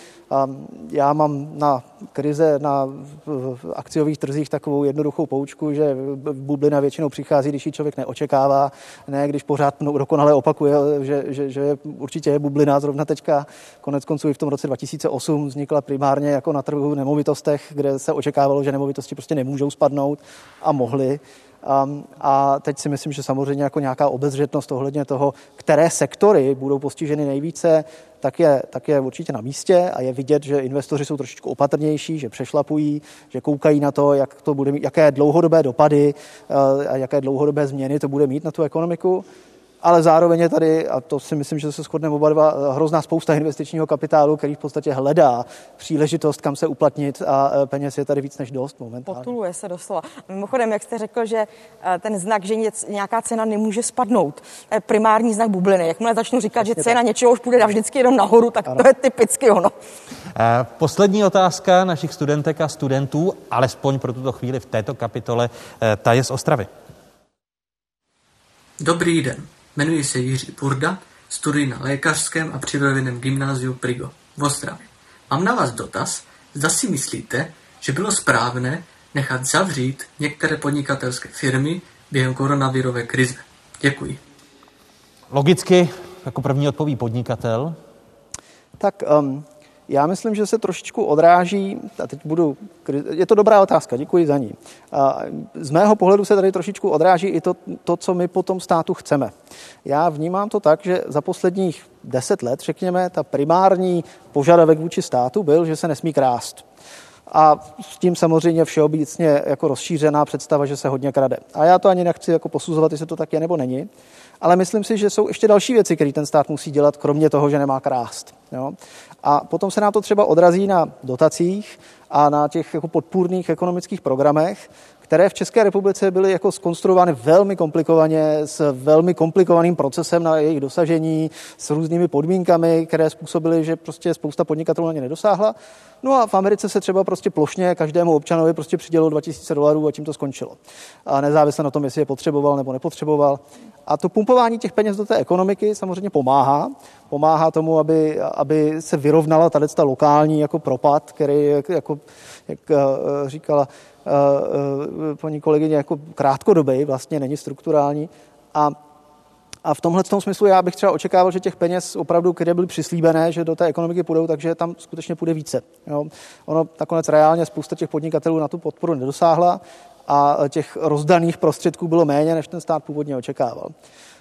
Já mám na krize na akciových trzích takovou jednoduchou poučku, že bublina většinou přichází, když ji člověk neočekává, ne když pořád dokonale opakuje, že určitě je bublina. Zrovna teďka konec konců i v tom roce 2008 vznikla primárně jako na trhu nemovitostech, kde se očekávalo, že nemovitosti prostě nemůžou spadnout a mohly. A teď si myslím, že samozřejmě jako nějaká obezřetnost ohledně toho, které sektory budou postiženy nejvíce, tak je určitě na místě a je vidět, že investoři jsou trošičku opatrnější, že přešlapují, že koukají na to, jak to bude mít, jaké dlouhodobé dopady a jaké dlouhodobé změny to bude mít na tu ekonomiku. Ale zároveň je tady, a to si myslím, že se shodneme oba dva, hrozná spousta investičního kapitálu, který v podstatě hledá příležitost, kam se uplatnit a peněz je tady víc než dost momentálně. Potuluje se doslova. Mimochodem, jak jste řekl, že ten znak, že nějaká cena nemůže spadnout, je primární znak bubliny. Jakmile začnu říkat, že cena něčeho už půjde vždycky jenom nahoru, tak to je typicky ono. Poslední otázka našich studentek a studentů, alespoň pro tuto chvíli v této kapitole, ta je z Ostravy. Dobrý den. Jmenuji se Jiří Burda, studuji na lékařském a přírodovědném gymnáziu Prigo v Ostravě. Mám na vás dotaz, zda si myslíte, že bylo správné nechat zavřít některé podnikatelské firmy během koronavirové krize. Děkuji. Logicky, jako první odpoví podnikatel. Tak já myslím, že se trošičku odráží, a teď je to dobrá otázka, děkuji za ní. Z mého pohledu se tady trošičku odráží i to, co my po tom státu chceme. Já vnímám to tak, že za posledních 10 let, řekněme, ta primární požadavek vůči státu byl, že se nesmí krást. A s tím samozřejmě všeobecně jako rozšířená představa, že se hodně krade. A já to ani nechci jako posuzovat, jestli to tak je nebo není, ale myslím si, že jsou ještě další věci, které ten stát musí dělat, kromě toho, že nemá krást. Jo? A potom se nám to třeba odrazí na dotacích a na těch jako podpůrných ekonomických programech, které v České republice byly jako zkonstruovány velmi komplikovaně, s velmi komplikovaným procesem na jejich dosažení, s různými podmínkami, které způsobily, že prostě spousta podnikatelů na ně nedosáhla. No a v Americe se třeba prostě plošně každému občanovi prostě přidělilo $2000 a tím to skončilo. A nezávisle na tom, jestli je potřeboval nebo nepotřeboval. A to pumpování těch peněz do té ekonomiky samozřejmě pomáhá. Pomáhá tomu, aby se vyrovnala ta lokální jako propad, který, jako, jak říkala paní kolegyně, jako krátkodobý, vlastně není strukturální. A v tomhle smyslu já bych třeba očekával, že těch peněz opravdu, které byly přislíbené, že do té ekonomiky půjdou, takže tam skutečně půjde více. Jo. Ono nakonec reálně spousta těch podnikatelů na tu podporu nedosáhla a těch rozdaných prostředků bylo méně, než ten stát původně očekával.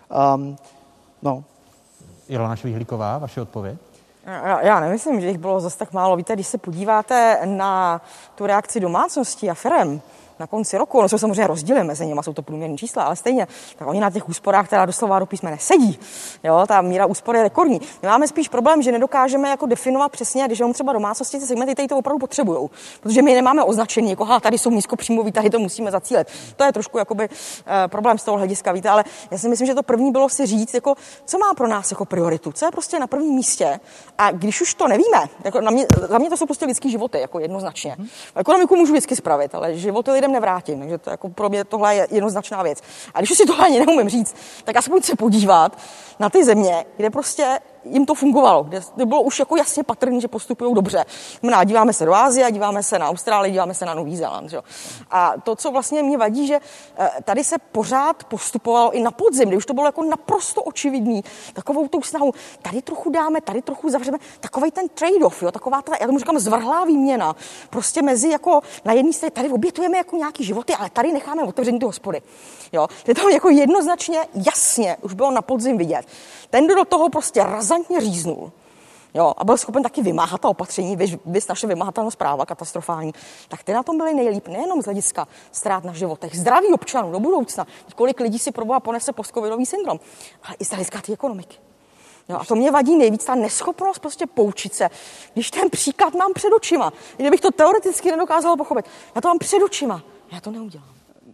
Ilona Švihlíková, vaše odpověď? Já nemyslím, že jich bylo zase tak málo. Víte, když se podíváte na tu reakci domácností a firem na konci roku, ono jsou samozřejmě rozdíly mezi nimi, jsou to průměrné čísla, ale stejně, tak oni na těch úsporách, která doslova do písmene sedí. Jo, ta míra úspor je rekordní. My máme spíš problém, že nedokážeme jako definovat přesně, když mám třeba domácnosti, ty segmenty, tady to opravdu potřebujou, protože my nemáme označení, jako tady jsou nízkopříjmoví, tady to musíme zacílit. To je trošku jakoby problém z toho hlediska, víte, ale já si myslím, že to první bylo si říct, jako co má pro nás jako prioritu, co je prostě na prvním místě. A když už to nevíme, jako za mě to jsou prostě lidský životy, jako jednoznačně. Ekonomiku můžu vždycky spravit, ale životy lidem nevrátím, takže to jako pro mě tohle je jednoznačná věc. A když už si tohle ani neumím říct, tak aspoň se podívat na ty země, kde prostě jim to fungovalo, kde bylo už jako jasně patrný, že postupují dobře. Díváme se do Asie, díváme se na Austrálii, díváme se na Nový Zéland. Že? A to, co vlastně mě vadí, že tady se pořád postupovalo i na podzim, kdy už to bylo jako naprosto očividný, takovou tou snahu, tady trochu dáme, tady trochu zavřeme, takovej ten trade-off, jo? Taková ta, já tomu říkám, zvrhlá výměna, prostě mezi jako na jedné straně tady obětujeme jako nějaký životy, ale tady necháme otevřený ty hospody. Jo? To je tam jako jednoznačně, jasně, už bylo na podzim vidět. Ten do toho prostě razantně říznul. Jo, a byl schopen taky vymáhat ta opatření, vys naše vymahatelnost práva katastrofální, tak ty na tom byly nejlíp, nejenom z hlediska ztrát na životech, zdraví občanů do budoucna, kolik lidí si proboha ponese postcovidový syndrom, ale i z hlediska té ekonomiky. Jo, a to mě vadí nejvíc, ta neschopnost prostě poučit se, když ten příklad mám před očima. Kdybych to teoreticky nedokázala pochopit, já to mám před očima, já to neudělám.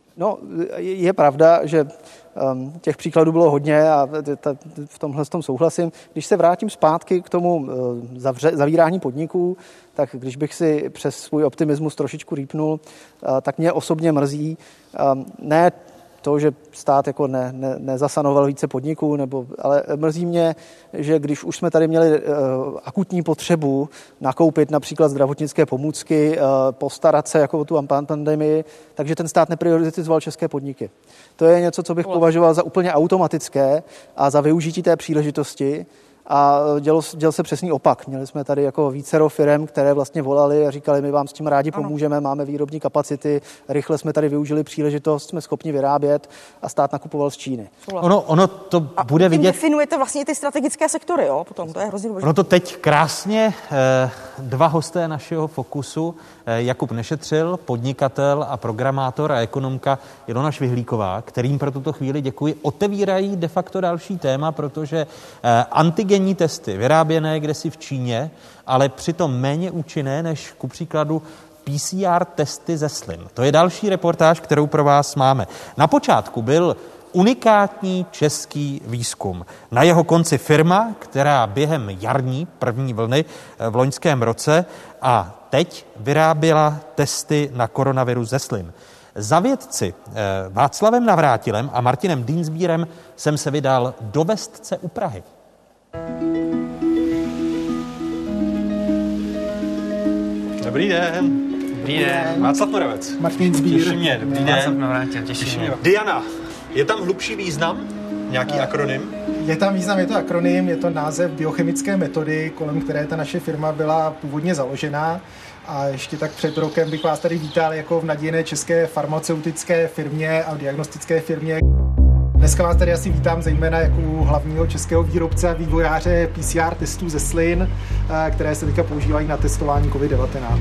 Je pravda, že těch příkladů bylo hodně a v tomhle s tom souhlasím. Když se vrátím zpátky k tomu zavírání podniků, tak když bych si přes svůj optimismus trošičku rýpnul, tak mě osobně mrzí ne to, že stát jako nezasanoval více podniků, ale mrzí mě, že když už jsme tady měli akutní potřebu nakoupit například zdravotnické pomůcky, postarat se jako o tu pandemii, takže ten stát neprioritizoval české podniky. To je něco, co bych považoval za úplně automatické a za využití té příležitosti. A děl se přesný opak. Měli jsme tady jako vícero firem, které vlastně volali a říkali, my vám s tím rádi pomůžeme, máme výrobní kapacity, rychle jsme tady využili příležitost, jsme schopni vyrábět a stát nakupoval z Číny. Ono to bude vidět. Definujete vlastně ty strategické sektory, jo? Potom to je hrozně důležité. Ono to teď krásně dva hosté našeho Fokusu, Jakub Nešetřil, podnikatel a programátor a ekonomka Ilona Švihlíková, kterým pro tuto chvíli děkuji, otevírají de facto další téma, protože antigenní testy vyráběné kdesi v Číně, ale přitom méně účinné než ku příkladu PCR testy ze slin. To je další reportáž, kterou pro vás máme. Na počátku byl unikátní český výzkum. Na jeho konci firma, která během jarní první vlny v loňském roce a teď vyráběla testy na koronavirus ze slin. Za vědci Václavem Navrátilem a Martinem Dienstbierem jsem se vydal do Vestce u Prahy. Dobrý den. Dobrý den. Václav Moravec. Martin Dienstbier. Těší mě, dobrý den. Václav Navrátil, těší mě. Diana, je tam hlubší význam? Nějaký akronym? Je tam význam, je to akronym, je to název biochemické metody, kolem které ta naše firma byla původně založená. A ještě tak před rokem bych vás tady vítal jako v nadějné české farmaceutické firmě a diagnostické firmě. Dneska vás tady asi vítám zejména jako hlavního českého výrobce a vývojáře PCR testů ze slin, které se teďka používají na testování COVID-19.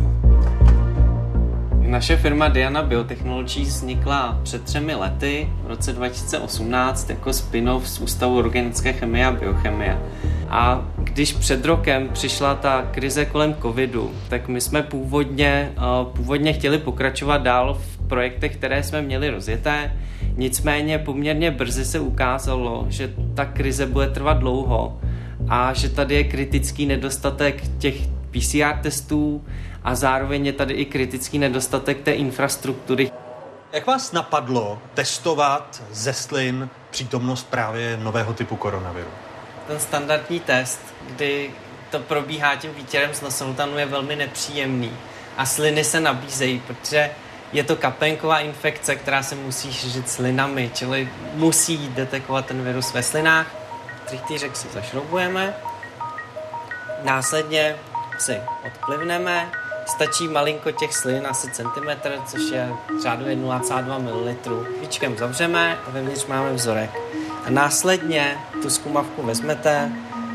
Naše firma Diana Biotechnologies vznikla před 3 lety, v roce 2018, jako spin-off z Ústavu organické chemie a biochemie. A když před rokem přišla ta krize kolem covidu, tak my jsme původně chtěli pokračovat dál v projektech, které jsme měli rozjeté. Nicméně poměrně brzy se ukázalo, že ta krize bude trvat dlouho a že tady je kritický nedostatek těch PCR testů a zároveň je tady i kritický nedostatek té infrastruktury. Jak vás napadlo testovat ze slin přítomnost právě nového typu koronaviru? Ten standardní test, kdy to probíhá tím výtěrem z nosoroutanu, je velmi nepříjemný a sliny se nabízejí, protože je to kapénková infekce, která se musí šířit slinami, čili musí detekovat ten virus ve slinách. Trichtýřek si zašroubujeme, následně si odplivneme, stačí malinko těch slin, asi centimetr, což je řádově 0,2 ml. Víčkem zavřeme a vevnitř máme vzorek. A následně tu zkumavku vezmete,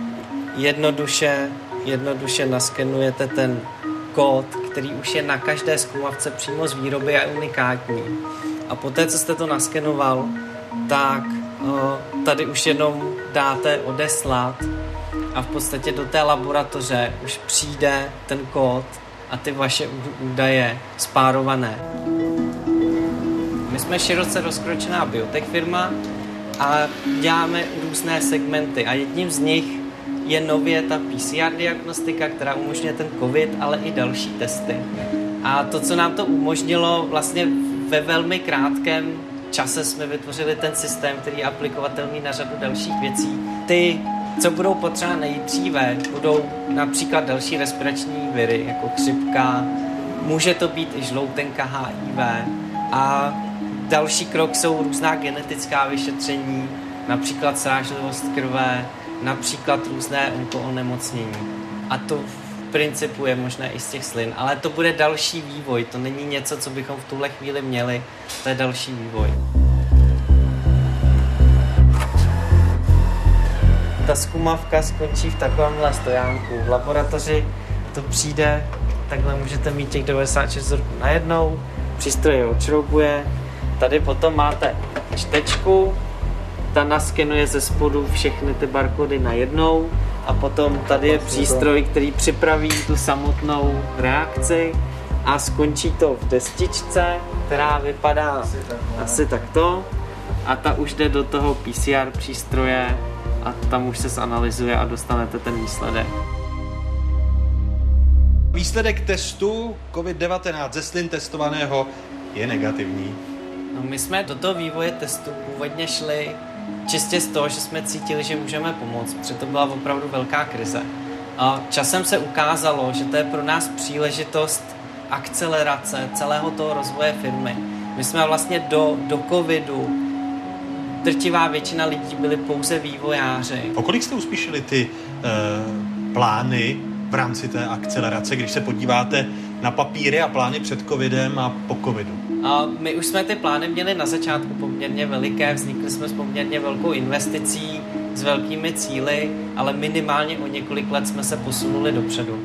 jednoduše naskenujete ten kód, který už je na každé zkumavce přímo z výroby a je unikátní. A poté, co jste to naskenoval, tak tady už jenom dáte odeslat a v podstatě do té laboratoře už přijde ten kód a ty vaše údaje spárované. My jsme široce rozkročená biotech firma a děláme různé segmenty a jedním z nich je nově ta PCR diagnostika, která umožňuje ten COVID, ale i další testy. A to, co nám to umožnilo, vlastně ve velmi krátkém čase jsme vytvořili ten systém, který je aplikovatelný na řadu dalších věcí. Ty, co budou potřeba nejdříve, budou například další respirační viry, jako chřipka, může to být i žloutenka HIV a další krok jsou různá genetická vyšetření, například srážlivost krve, například různé onemocnění. A to v principu je možné i z těch slin, ale to bude další vývoj, to není něco, co bychom v tuhle chvíli měli, to je další vývoj. Ta zkumavka skončí v takovémhle stojánku. V laboratoři to přijde, takhle můžete mít těch 96 vzorků najednou, přístroj je odšroubuje, tady potom máte čtečku, ta naskenuje ze spodu všechny ty barkody najednou a potom tady je přístroj, který připraví tu samotnou reakci a skončí to v destičce, která vypadá asi takto a ta už jde do toho PCR přístroje a tam už se zanalyzuje a dostanete ten výsledek. Výsledek testu COVID-19 ze slin testovaného je negativní. No, my jsme do toho vývoje testu původně šli čistě z toho, že jsme cítili, že můžeme pomoct, protože to byla opravdu velká krize. A časem se ukázalo, že to je pro nás příležitost akcelerace celého toho rozvoje firmy. My jsme vlastně do covidu, drtivá většina lidí byli pouze vývojáři. O kolik jste uspíšili ty plány v rámci té akcelerace, když se podíváte na papíry a plány před covidem a po covidu? A my už jsme ty plány měli na začátku poměrně veliké, vznikli jsme s poměrně velkou investicí, s velkými cíli, ale minimálně o několik let jsme se posunuli dopředu.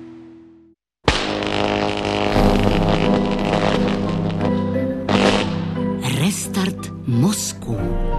Restart mozku.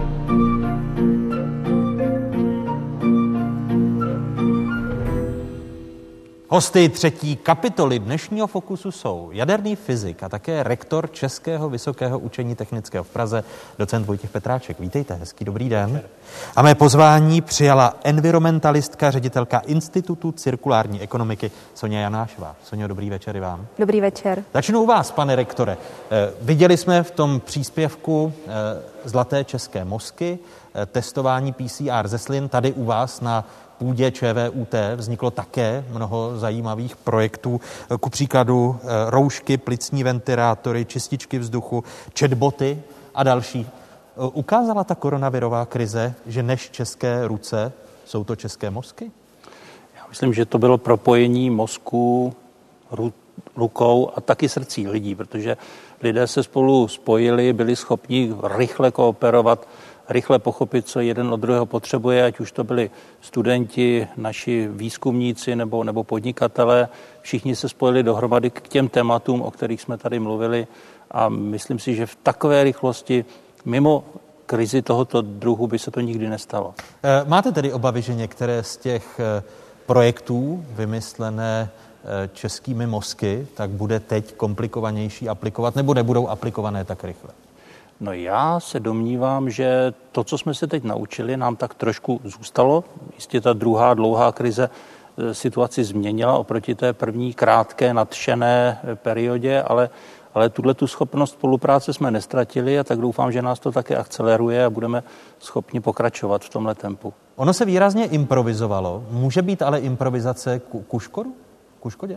Hosty třetí kapitoly dnešního Fokusu jsou jaderný fyzik a také rektor Českého vysokého učení technického v Praze, docent Vojtěch Petráček. Vítejte, hezký dobrý den. A mé pozvání přijala environmentalistka, ředitelka Institutu cirkulární ekonomiky Soňa Janášová. Soňo, dobrý večer i vám. Dobrý večer. Začnu u vás, pane rektore. Viděli jsme v tom příspěvku zlaté české mozky, testování PCR ze slin. Tady u vás na půdě ČVUT vzniklo také mnoho zajímavých projektů, ku příkladu roušky, plicní ventilátory, čističky vzduchu, chatboty a další. Ukázala ta koronavirová krize, že než české ruce jsou to české mozky? Já myslím, že to bylo propojení mozku, rukou a taky srdcí lidí, protože lidé se spolu spojili, byli schopni rychle kooperovat, rychle pochopit, co jeden od druhého potřebuje, ať už to byli studenti, naši výzkumníci nebo podnikatelé. Všichni se spojili dohromady k těm tématům, o kterých jsme tady mluvili a myslím si, že v takové rychlosti mimo krizi tohoto druhu by se to nikdy nestalo. Máte tedy obavy, že některé z těch projektů vymyslené českými mozky, tak bude teď komplikovanější aplikovat, nebo nebudou aplikované tak rychle? No já se domnívám, že to, co jsme se teď naučili, nám tak trošku zůstalo. Jistě ta druhá dlouhá krize situaci změnila oproti té první krátké nadšené periodě, ale tu schopnost spolupráce jsme nestratili a tak doufám, že nás to také akceleruje a budeme schopni pokračovat v tomhle tempu. Ono se výrazně improvizovalo. Může být ale improvizace ku škodě?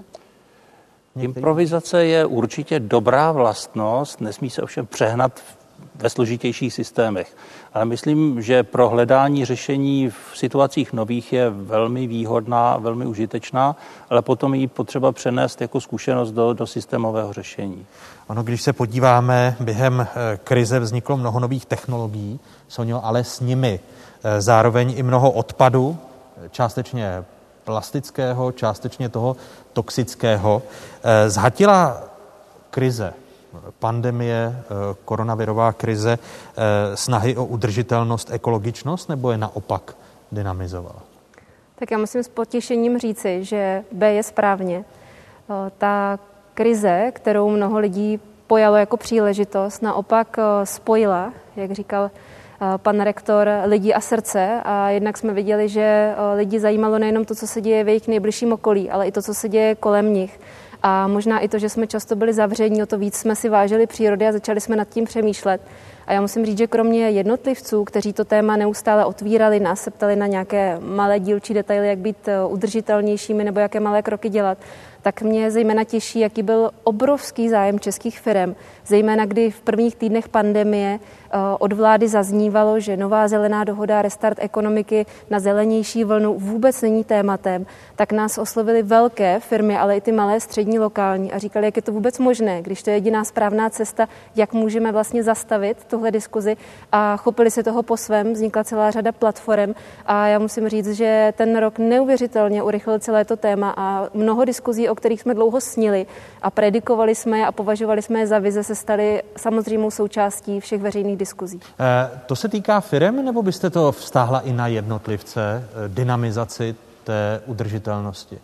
Improvizace je určitě dobrá vlastnost, nesmí se ovšem přehnat ve složitějších systémech. Ale myslím, že pro hledání řešení v situacích nových je velmi výhodná, velmi užitečná, ale potom ji potřeba přenést jako zkušenost do systémového řešení. Ono, když se podíváme, během krize vzniklo mnoho nových technologií, Sonjo, ale s nimi zároveň i mnoho odpadu, částečně plastického, částečně toho toxického. Zhatila krize, pandemie, koronavirová krize, snahy o udržitelnost, ekologičnost, nebo je naopak dynamizovala? Tak já musím s potěšením říci, že B je správně. Ta krize, kterou mnoho lidí pojalo jako příležitost, naopak spojila, jak říkal pan rektor, lidi a srdce, a jednak jsme viděli, že lidi zajímalo nejenom to, co se děje v jejich nejbližším okolí, ale i to, co se děje kolem nich. A možná i to, že jsme často byli zavření, o to víc jsme si vážili přírody a začali jsme nad tím přemýšlet. A já musím říct, že kromě jednotlivců, kteří to téma neustále otvírali, nás se ptali na nějaké malé dílčí detaily, jak být udržitelnějšími nebo jaké malé kroky dělat, tak mě zejména těší, jaký byl obrovský zájem českých firem, zejména kdy v prvních týdnech pandemie od vlády zaznívalo, že nová zelená dohoda, restart ekonomiky na zelenější vlnu vůbec není tématem, tak nás oslovily velké firmy, ale i ty malé, střední, lokální a říkali, jak je to vůbec možné, když to je jediná správná cesta, jak můžeme vlastně zastavit tuhle diskuzi, a chopili se toho po svém, vznikla celá řada platform a já musím říct, že ten rok neuvěřitelně urychlil celé to téma a mnoho diskuzí, o kterých jsme dlouho snili a predikovali jsme je a považovali jsme je za vize, se staly samozřejmou součástí všech veřejných diskuzí. To se týká firem, nebo byste to vztáhla i na jednotlivce, dynamizaci té udržitelnosti?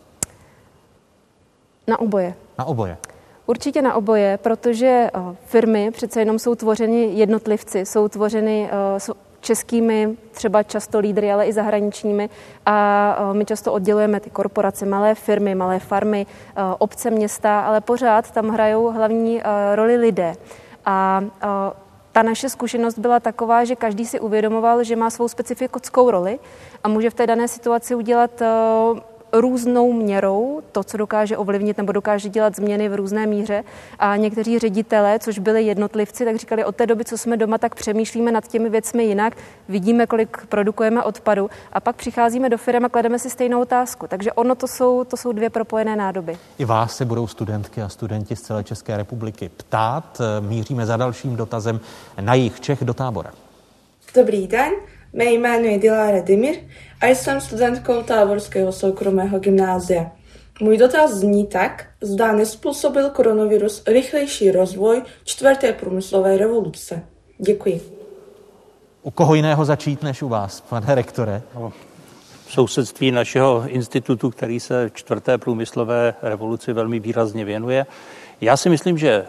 Na oboje. Na oboje. Určitě na oboje, protože firmy přece jenom jsou tvořeny jednotlivci, jsou tvořeny českými, třeba často lídry, ale i zahraničními, a my často oddělujeme ty korporace, malé firmy, malé farmy, obce, města, ale pořád tam hrajou hlavní roli lidé. A ta naše zkušenost byla taková, že každý si uvědomoval, že má svou specifickou roli a může v té dané situaci udělat různou měrou to, co dokáže ovlivnit nebo dokáže dělat změny v různé míře. A někteří ředitelé, což byli jednotlivci, tak říkali, od té doby, co jsme doma, tak přemýšlíme nad těmi věcmi jinak, vidíme, kolik produkujeme odpadu a pak přicházíme do firem a klademe si stejnou otázku. Takže ono to jsou dvě propojené nádoby. I vás se budou studentky a studenti z celé České republiky ptát. Míříme za dalším dotazem na jih Čech do Tábora. Dobrý den. Mé jméno je Dilára Dimir a jsem studentkou Táborského soukromého gymnázia. Můj dotaz zní tak, zda nezpůsobil koronavirus rychlejší rozvoj čtvrté průmyslové revoluce. Děkuji. U koho jiného začít než u vás, pane rektore? V sousedství našeho institutu, který se čtvrté průmyslové revoluci velmi výrazně věnuje. Já si myslím, že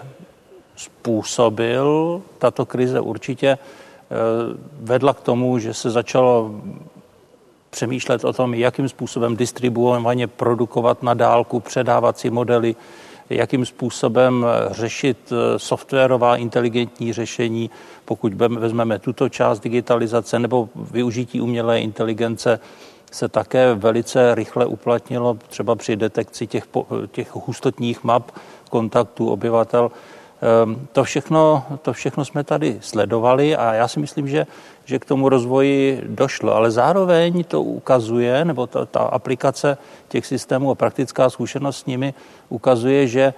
způsobil tato krize určitě vedla k tomu, že se začalo přemýšlet o tom, jakým způsobem distribuovaně produkovat na dálku, předávat si modely, jakým způsobem řešit softwarová inteligentní řešení, pokud vezmeme tuto část digitalizace nebo využití umělé inteligence, se také velice rychle uplatnilo třeba při detekci těch hustotních map kontaktů obyvatel. To všechno jsme tady sledovali a já si myslím, že k tomu rozvoji došlo, ale zároveň to ukazuje, nebo ta aplikace těch systémů a praktická zkušenost s nimi ukazuje, že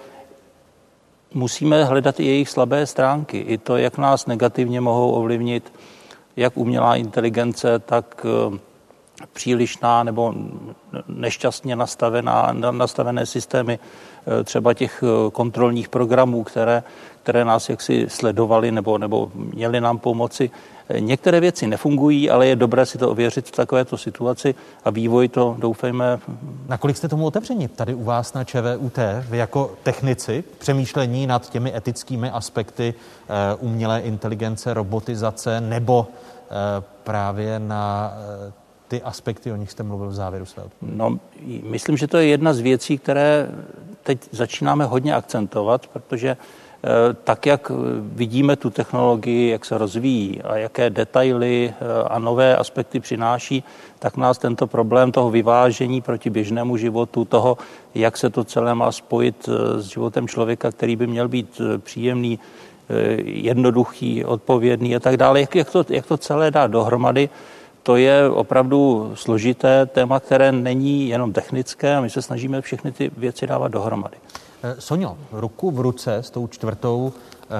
musíme hledat i jejich slabé stránky, i to, jak nás negativně mohou ovlivnit jak umělá inteligence, tak přílišná nebo nešťastně nastavené systémy třeba těch kontrolních programů, které nás jaksi sledovaly nebo měly nám pomoci. Některé věci nefungují, ale je dobré si to ověřit v takovéto situaci a vývoj to, doufejme. Nakolik jste tomu otevřeni tady u vás na ČVUT? Vy jako technici přemýšlení nad těmi etickými aspekty umělé inteligence, robotizace nebo právě na ty aspekty, o nich jste mluvil v závěru svého? No, myslím, že to je jedna z věcí, které teď začínáme hodně akcentovat, protože tak, jak vidíme tu technologii, jak se rozvíjí a jaké detaily a nové aspekty přináší, tak nás tento problém toho vyvážení proti běžnému životu, toho, jak se to celé má spojit s životem člověka, který by měl být příjemný, jednoduchý, odpovědný a tak dále, jak to celé dá dohromady, to je opravdu složité téma, které není jenom technické a my se snažíme všechny ty věci dávat dohromady. Soňo, ruku v ruce s tou čtvrtou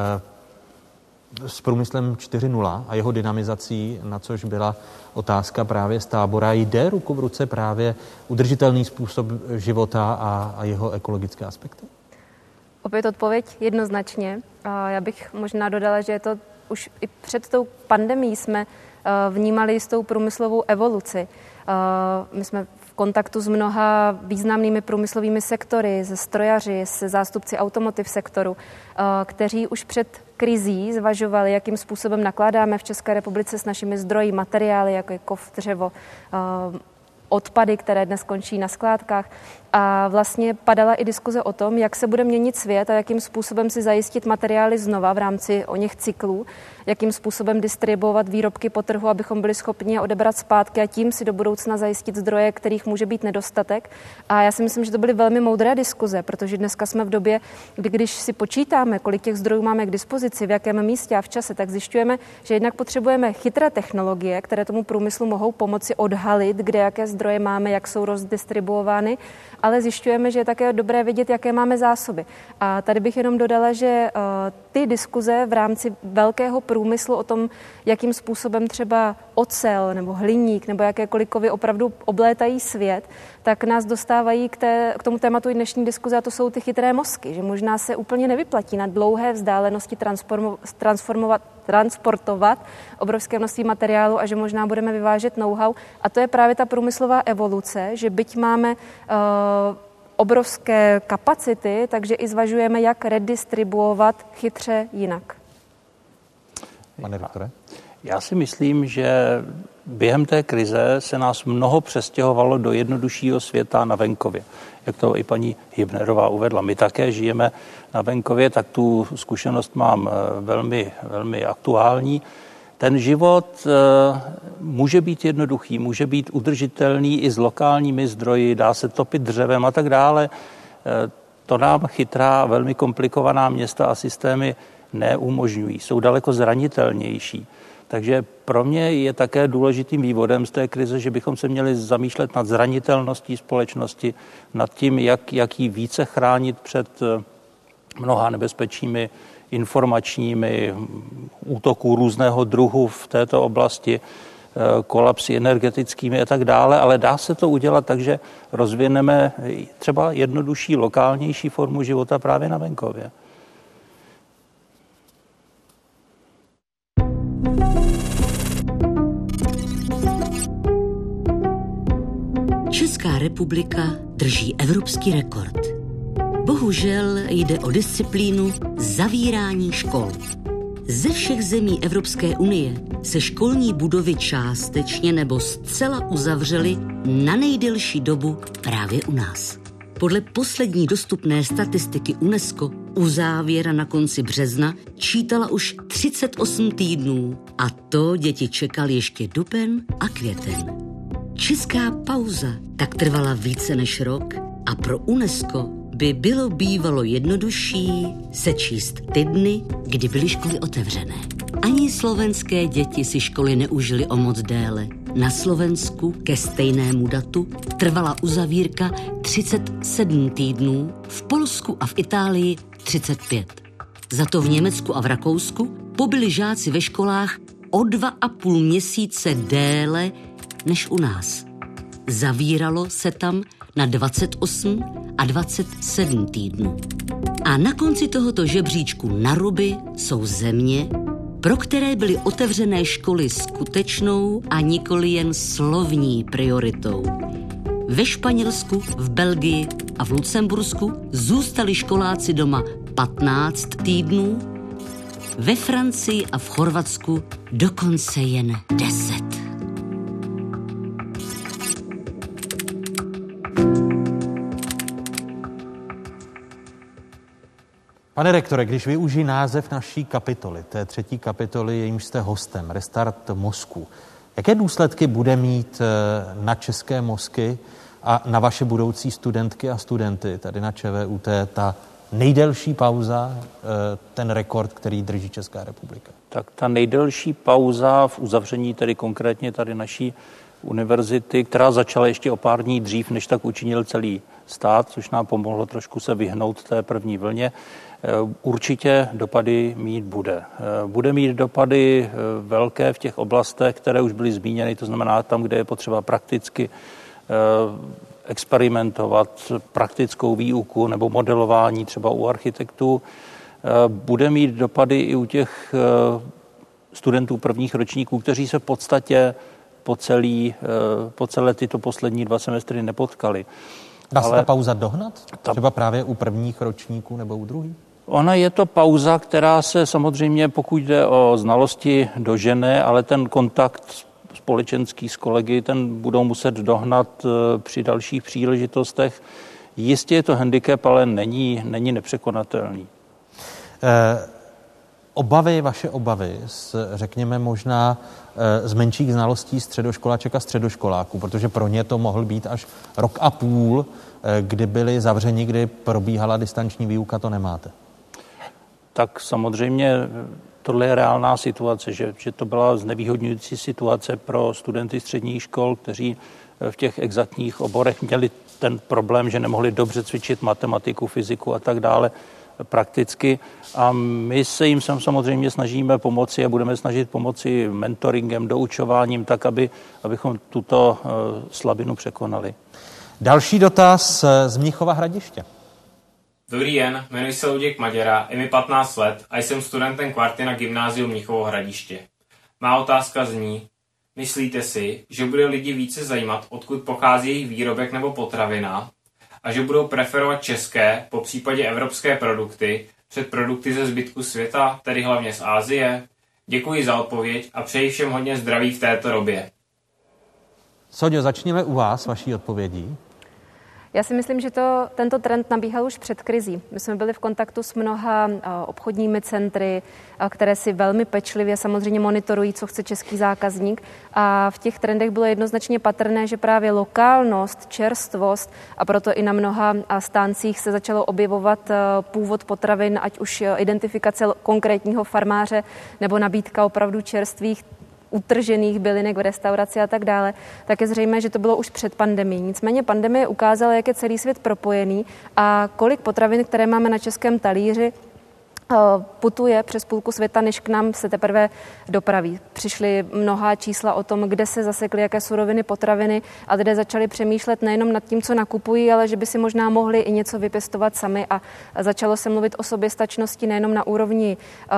s průmyslem 4.0 a jeho dynamizací, na což byla otázka právě z tábora, jde ruku v ruce právě udržitelný způsob života a jeho ekologické aspekty? Opět odpověď jednoznačně. Já bych možná dodala, že je to už i před tou pandemií jsme vnímali jistou průmyslovou evoluci. My jsme v kontaktu s mnoha významnými průmyslovými sektory, se strojaři, se zástupci automotive sektoru, kteří už před krizí zvažovali, jakým způsobem nakládáme v České republice s našimi zdroji, materiály, jako je kov, dřevo, odpady, které dnes končí na skládkách. A vlastně padala i diskuze o tom, jak se bude měnit svět a jakým způsobem si zajistit materiály znova v rámci oněch cyklů, jakým způsobem distribuovat výrobky po trhu, abychom byli schopni je odebrat zpátky a tím si do budoucna zajistit zdroje, kterých může být nedostatek. A já si myslím, že to byly velmi moudré diskuze, protože dneska jsme v době, kdy když si počítáme, kolik těch zdrojů máme k dispozici, v jakém místě a v čase, tak zjišťujeme, že jednak potřebujeme chytré technologie, které tomu průmyslu mohou pomoci odhalit, kde jaké zdroje máme, jak jsou rozdistribuovány, ale zjišťujeme, že je také dobré vidět, jaké máme zásoby. A tady bych jenom dodala, že ty diskuze v rámci velkého průmyslu o tom, jakým způsobem třeba ocel nebo hliník nebo jakékoliv kovy opravdu oblétají svět, tak nás dostávají k tomu tématu i dnešní diskuze, a to jsou ty chytré mozky, že možná se úplně nevyplatí na dlouhé vzdálenosti transportovat obrovské množství materiálu a že možná budeme vyvážet know-how. A to je právě ta průmyslová evoluce, že byť máme obrovské kapacity, takže i zvažujeme, jak redistribuovat chytře jinak. Pane doktore? Já si myslím, že během té krize se nás mnoho přestěhovalo do jednoduššího světa na venkově. Jak to i paní Hybnerová uvedla. My také žijeme na venkově, tak tu zkušenost mám velmi, velmi aktuální. Ten život může být jednoduchý, může být udržitelný i s lokálními zdroji, dá se topit dřevem a tak dále. To nám chytrá, velmi komplikovaná města a systémy neumožňují. Jsou daleko zranitelnější. Takže pro mě je také důležitým vývodem z té krize, že bychom se měli zamýšlet nad zranitelností společnosti, nad tím, jak ji více chránit před mnoha nebezpečími informačními útoků různého druhu v této oblasti, kolapsy energetickými a tak dále, ale dá se to udělat tak, že rozvineme třeba jednodušší, lokálnější formu života právě na venkově. Česká republika drží evropský rekord. Bohužel jde o disciplínu zavírání škol. Ze všech zemí Evropské unie se školní budovy částečně nebo zcela uzavřely na nejdelší dobu právě u nás. Podle poslední dostupné statistiky UNESCO uzávěra na konci března čítala už 38 týdnů a to děti čekal ještě duben a květen. Česká pauza tak trvala více než rok a pro UNESCO by bylo bývalo jednodušší sečíst ty dny, kdy byly školy otevřené. Ani slovenské děti si školy neužily o moc déle. Na Slovensku ke stejnému datu trvala uzavírka 37 týdnů, v Polsku a v Itálii 35. Za to v Německu a v Rakousku pobyli žáci ve školách o 2,5 měsíce déle než u nás. Zavíralo se tam na 28 a 27 týdnů. A na konci tohoto žebříčku na ruby jsou země, pro které byly otevřené školy skutečnou a nikoli jen slovní prioritou. Ve Španělsku, v Belgii a v Lucembursku zůstali školáci doma 15 týdnů, ve Francii a v Chorvatsku dokonce jen 10. Pane rektore, když využijí název naší kapitoly, té 3. kapitoly, jejímž jste hostem, Restart mozku, jaké důsledky bude mít na české mozky a na vaše budoucí studentky a studenty tady na ČVUT ta nejdelší pauza, ten rekord, který drží Česká republika? Tak ta nejdelší pauza v uzavření, tedy konkrétně tady naší univerzity, která začala ještě o pár dní dřív, než tak učinil celý stát, což nám pomohlo trošku se vyhnout té první vlně, určitě dopady mít bude. Bude mít dopady velké v těch oblastech, které už byly zmíněny, to znamená tam, kde je potřeba prakticky experimentovat, praktickou výuku nebo modelování třeba u architektů. Bude mít dopady i u těch studentů prvních ročníků, kteří se v podstatě po celé tyto poslední 2 semestry nepotkali. Dá se ta pauza dohnat? Třeba právě u prvních ročníků nebo u druhých? Ona je to pauza, která se samozřejmě, pokud jde o znalosti, dožene, ale ten kontakt společenský s kolegy, ten budou muset dohnat při dalších příležitostech. Jistě je to handicap, ale není nepřekonatelný. Vaše obavy, řekněme možná z menších znalostí středoškoláček a středoškoláků, protože pro ně to mohl být až 1,5 roku, kdy byli zavřeni, kdy probíhala distanční výuka, to nemáte? Tak samozřejmě tohle je reálná situace, že to byla znevýhodňující situace pro studenty středních škol, kteří v těch exaktních oborech měli ten problém, že nemohli dobře cvičit matematiku, fyziku a tak dále prakticky. A my se jim samozřejmě snažíme pomoci a budeme snažit pomoci mentoringem, doučováním, tak, abychom tuto slabinu překonali. Další dotaz z Mnichova Hradiště. Dobrý den, jmenuji se Luděk Maděra, je mi 15 let a jsem studentem kvarty na gymnáziu Mnichovo Hradiště. Má otázka zní, myslíte si, že bude lidi více zajímat, odkud pochází jejich výrobek nebo potravina a že budou preferovat české, popřípadě evropské produkty před produkty ze zbytku světa, tedy hlavně z Asie? Děkuji za odpověď a přeji všem hodně zdraví v této době. Soňo, začněme u vás, vaší odpovědí. Já si myslím, že tento trend nabíhal už před krizí. My jsme byli v kontaktu s mnoha obchodními centry, které si velmi pečlivě samozřejmě monitorují, co chce český zákazník. A v těch trendech bylo jednoznačně patrné, že právě lokálnost, čerstvost a proto i na mnoha stáncích se začalo objevovat původ potravin, ať už identifikace konkrétního farmáře nebo nabídka opravdu čerstvých utržených bylinek v restauraci a tak dále, tak je zřejmé, že to bylo už před pandemií. Nicméně pandemie ukázala, jak je celý svět propojený a kolik potravin, které máme na českém talíři, putuje přes půlku světa, než k nám se teprve dopraví. Přišly mnohá čísla o tom, kde se zasekly jaké suroviny, potraviny a lidé začali přemýšlet nejenom nad tím, co nakupují, ale že by si možná mohli i něco vypěstovat sami a začalo se mluvit o soběstačnosti nejenom na úrovni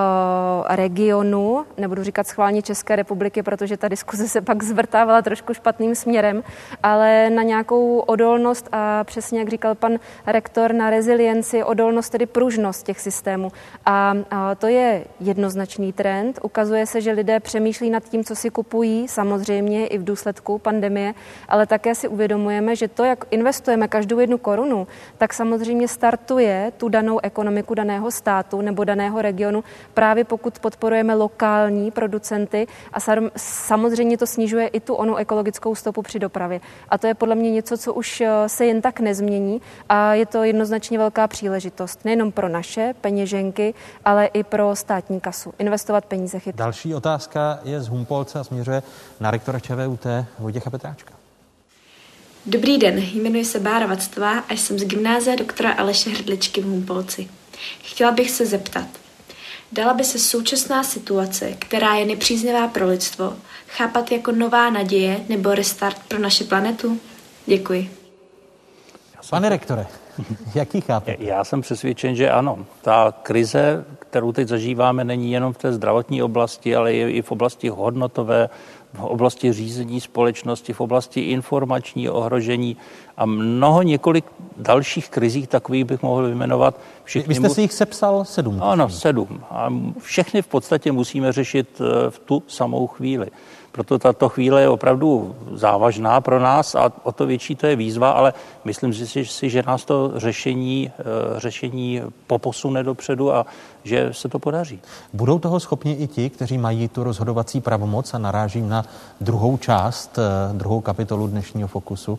regionu, nebudu říkat schválně České republiky, protože ta diskuze se pak zvrtávala trošku špatným směrem, ale na nějakou odolnost a přesně, jak říkal pan rektor, na rezilienci, odolnost, tedy pružnost těch systémů. A to je jednoznačný trend. Ukazuje se, že lidé přemýšlí nad tím, co si kupují, samozřejmě i v důsledku pandemie, ale také si uvědomujeme, že to, jak investujeme každou 1 korunu, tak samozřejmě startuje tu danou ekonomiku daného státu nebo daného regionu, právě pokud podporujeme lokální producenty a samozřejmě to snižuje i tu onu ekologickou stopu při dopravě. A to je podle mě něco, co už se jen tak nezmění a je to jednoznačně velká příležitost nejenom pro naše peněženky, ale i pro státní kasu. Investovat peníze chytře. Další otázka je z Humpolce a směřuje na rektora ČVUT Vojtěcha Petráčka. Dobrý den, jmenuji se Bára Vactová a jsem z gymnázia doktora Aleše Hrdličky v Humpolci. Chtěla bych se zeptat, dala by se současná situace, která je nepříznivá pro lidstvo, chápat jako nová naděje nebo restart pro naši planetu? Děkuji. Pane rektore, jaký chápete? Já jsem přesvědčen, že ano. Ta krize, kterou teď zažíváme, není jenom v té zdravotní oblasti, ale i v oblasti hodnotové, v oblasti řízení společnosti, v oblasti informační ohrožení a několik dalších krizí, takových bych mohl vyjmenovat. Vy jste si jich sepsal 7? Ano, 7. A všechny v podstatě musíme řešit v tu samou chvíli. Proto tato chvíle je opravdu závažná pro nás a o to větší to je výzva, ale myslím si, že nás to řešení poposune dopředu a že se to podaří. Budou toho schopni i ti, kteří mají tu rozhodovací pravomoc, a narážím na druhou kapitolu dnešního Fokusu?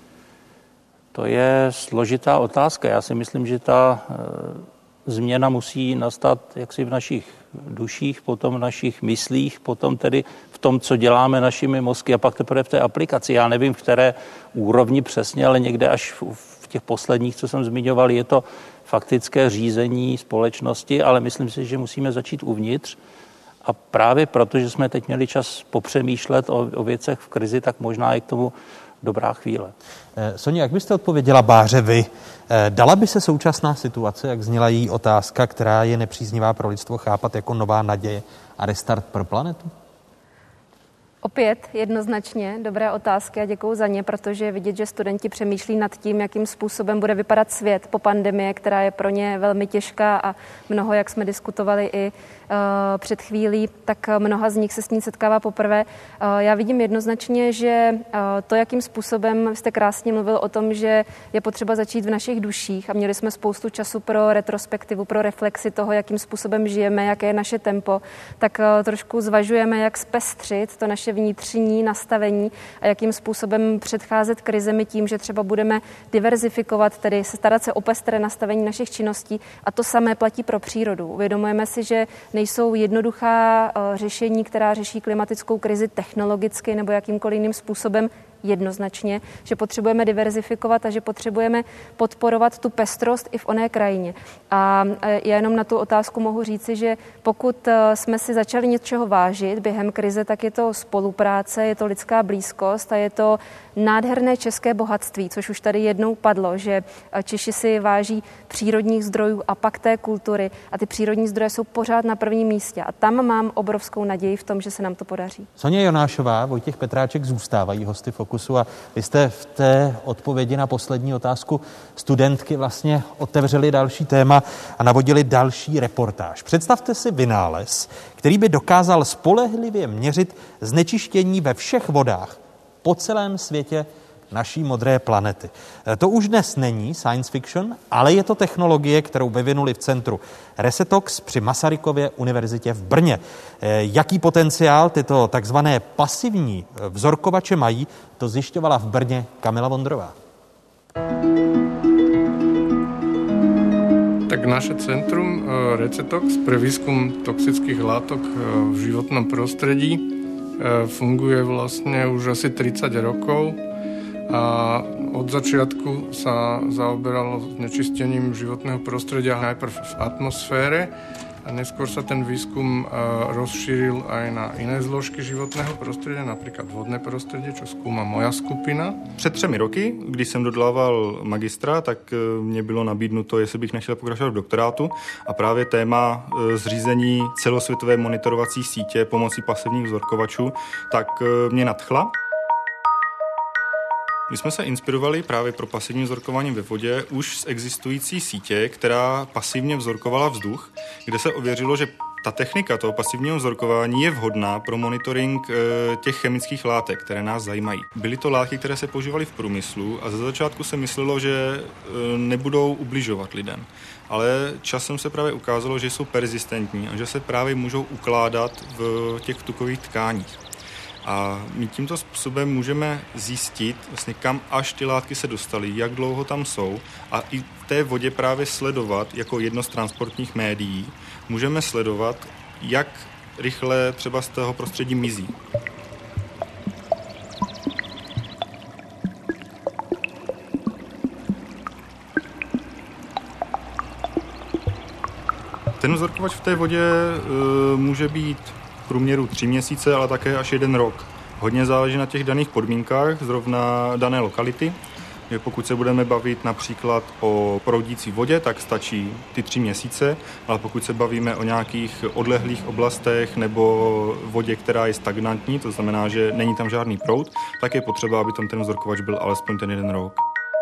To je složitá otázka. Já si myslím, že ta změna musí nastat jaksi v našich duších, potom v našich myslích, potom tedy v tom, co děláme našimi mozky a pak teprve v té aplikaci. Já nevím, v které úrovni přesně, ale někde až v těch posledních, co jsem zmiňoval, je to faktické řízení společnosti, ale myslím si, že musíme začít uvnitř. A právě proto, že jsme teď měli čas popřemýšlet o věcech v krizi, tak možná je k tomu dobrá chvíle. Soně, jak byste odpověděla Báře vy? Dala by se současná situace, jak zněla její otázka, která je nepříznivá pro lidstvo, chápat jako nová naděje a restart pro planetu? Opět jednoznačně dobré otázky a děkuju za ně, protože je vidět, že studenti přemýšlí nad tím, jakým způsobem bude vypadat svět po pandemii, která je pro ně velmi těžká a mnoho, jak jsme diskutovali i před chvílí, tak mnoha z nich se s ní setkává poprvé. Já vidím jednoznačně, že to, jakým způsobem jste krásně mluvil o tom, že je potřeba začít v našich duších a měli jsme spoustu času pro retrospektivu, pro reflexi toho, jakým způsobem žijeme, jaké je naše tempo, tak trošku zvažujeme, jak zpestřit to naše vnitřní nastavení a jakým způsobem předcházet krizemi tím, že třeba budeme diverzifikovat, tedy se starat se o pestré nastavení našich činností a to samé platí pro přírodu. Uvědomujeme si, že nejsou jednoduchá řešení, která řeší klimatickou krizi technologicky nebo jakýmkoliv jiným způsobem jednoznačně, že potřebujeme diverzifikovat a že potřebujeme podporovat tu pestrost i v oné krajině. A já jenom na tu otázku mohu říci, že pokud jsme si začali něčeho vážit během krize, tak je to spolupráce, je to lidská blízkost a je to nádherné české bohatství, což už tady jednou padlo, že Češi si váží přírodních zdrojů a pak té kultury a ty přírodní zdroje jsou pořád na prvním místě a tam mám obrovskou naději v tom, že se nám to podaří. Soně Jonášová, Vojtěch Petráček zůstávají hosty Fokusu a vy jste v té odpovědi na poslední otázku studentky vlastně otevřeli další téma a navodili další reportáž. Představte si vynález, který by dokázal spolehlivě měřit znečištění ve všech vodách po celém světě naší modré planety. To už dnes není science fiction, ale je to technologie, kterou vyvinuli v centru Resetox při Masarykově univerzitě v Brně. Jaký potenciál tyto takzvané pasivní vzorkovače mají, to zjišťovala v Brně Kamila Vondrová. Tak naše centrum Resetox pre výskum toxických látok v životnom prostredí funguje vlastne už asi 30 rokov a od začiatku sa zaoberalo znečistením životného prostredia najprv v atmosfére a neskôr sa ten výskum rozšíril aj na iné zložky životného prostredia, napríklad vodné prostredie, čo skúma moja skupina. Před 3 roky, když jsem dodával magistra, tak mě bylo nabídnuto, jestli bych nechtěl pokračovat v doktorátu a právě téma zřízení celosvětové monitorovací sítě pomocí pasivních vzorkovačů, tak mě nadchla. My jsme se inspirovali právě pro pasivní vzorkování ve vodě už z existující sítě, která pasivně vzorkovala vzduch, kde se ověřilo, že ta technika toho pasivního vzorkování je vhodná pro monitoring těch chemických látek, které nás zajímají. Byly to látky, které se používaly v průmyslu a ze začátku se myslelo, že nebudou ubližovat lidem. Ale časem se právě ukázalo, že jsou perzistentní a že se právě můžou ukládat v těch tukových tkáních. A my tímto způsobem můžeme zjistit, vlastně kam až ty látky se dostaly, jak dlouho tam jsou a i v té vodě právě sledovat, jako jedno z transportních médií, můžeme sledovat, jak rychle třeba z toho prostředí mizí. Ten vzorkovač v té vodě může být v průměru 3 měsíce, ale také až 1 rok. Hodně záleží na těch daných podmínkách, zrovna dané lokality. Pokud se budeme bavit například o proudící vodě, tak stačí ty 3 měsíce, ale pokud se bavíme o nějakých odlehlých oblastech nebo vodě, která je stagnantní, to znamená, že není tam žádný proud, tak je potřeba, aby tam ten vzorkovač byl alespoň ten 1 rok.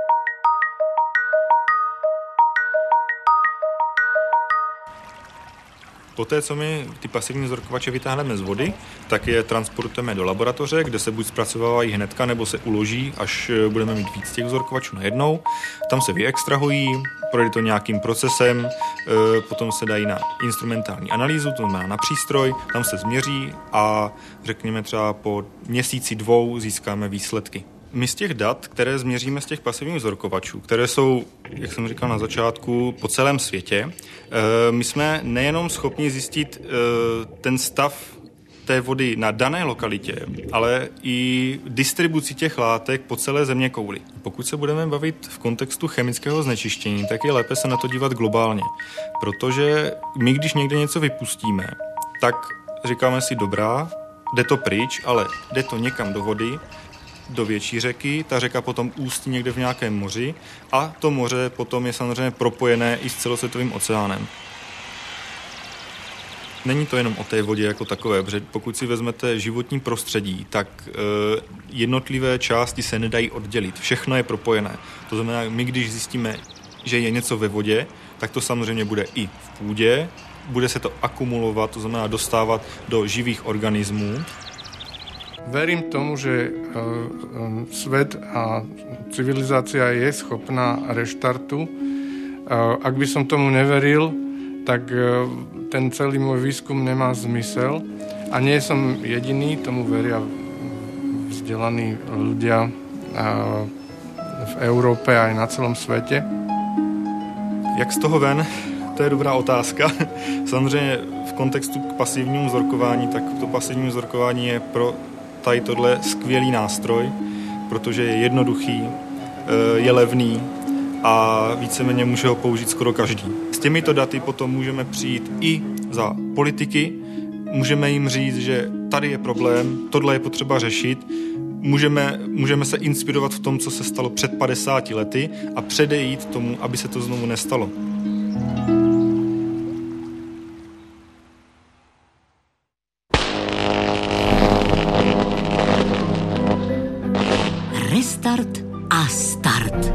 Poté, co my ty pasivní vzorkovače vytáhneme z vody, tak je transportujeme do laboratoře, kde se buď zpracovávají hnedka, nebo se uloží, až budeme mít víc těch vzorkovačů najednou. Tam se vyextrahují, projde to nějakým procesem, potom se dají na instrumentální analýzu, to znamená na přístroj, tam se změří a řekněme třeba po měsíci 2 získáme výsledky. My z těch dat, které změříme z těch pasivních vzorkovačů, které jsou, jak jsem říkal na začátku, po celém světě, my jsme nejenom schopni zjistit ten stav té vody na dané lokalitě, ale i distribuci těch látek po celé zeměkouli. Pokud se budeme bavit v kontextu chemického znečištění, tak je lépe se na to dívat globálně, protože my, když někde něco vypustíme, tak říkáme si dobrá, jde to pryč, ale jde to někam do vody, do větší řeky, ta řeka potom ústí někde v nějakém moři a to moře potom je samozřejmě propojené i s celosvětovým oceánem. Není to jenom o té vodě jako takové, protože pokud si vezmete životní prostředí, tak jednotlivé části se nedají oddělit. Všechno je propojené. To znamená, my když zjistíme, že je něco ve vodě, tak to samozřejmě bude i v půdě, bude se to akumulovat, to znamená dostávat do živých organismů. Verím tomu, že svet a civilizácia je schopná reštartu. Ak by som tomu neveril, tak ten celý môj výskum nemá zmysel. A nie som jediný, tomu veria vzdelaní ľudia v Európe aj na celom svete. Jak z toho ven? To je dobrá otázka. Samozřejmě v kontextu k pasivnímu vzorkování, tak to pasivní vzorkování je pro tady tohle skvělý nástroj, protože je jednoduchý, je levný a víceméně může ho použít skoro každý. S těmito daty potom můžeme přijít i za politiky, můžeme jim říct, že tady je problém, tohle je potřeba řešit, můžeme se inspirovat v tom, co se stalo před 50 lety a předejít tomu, aby se to znovu nestalo. Restart a start.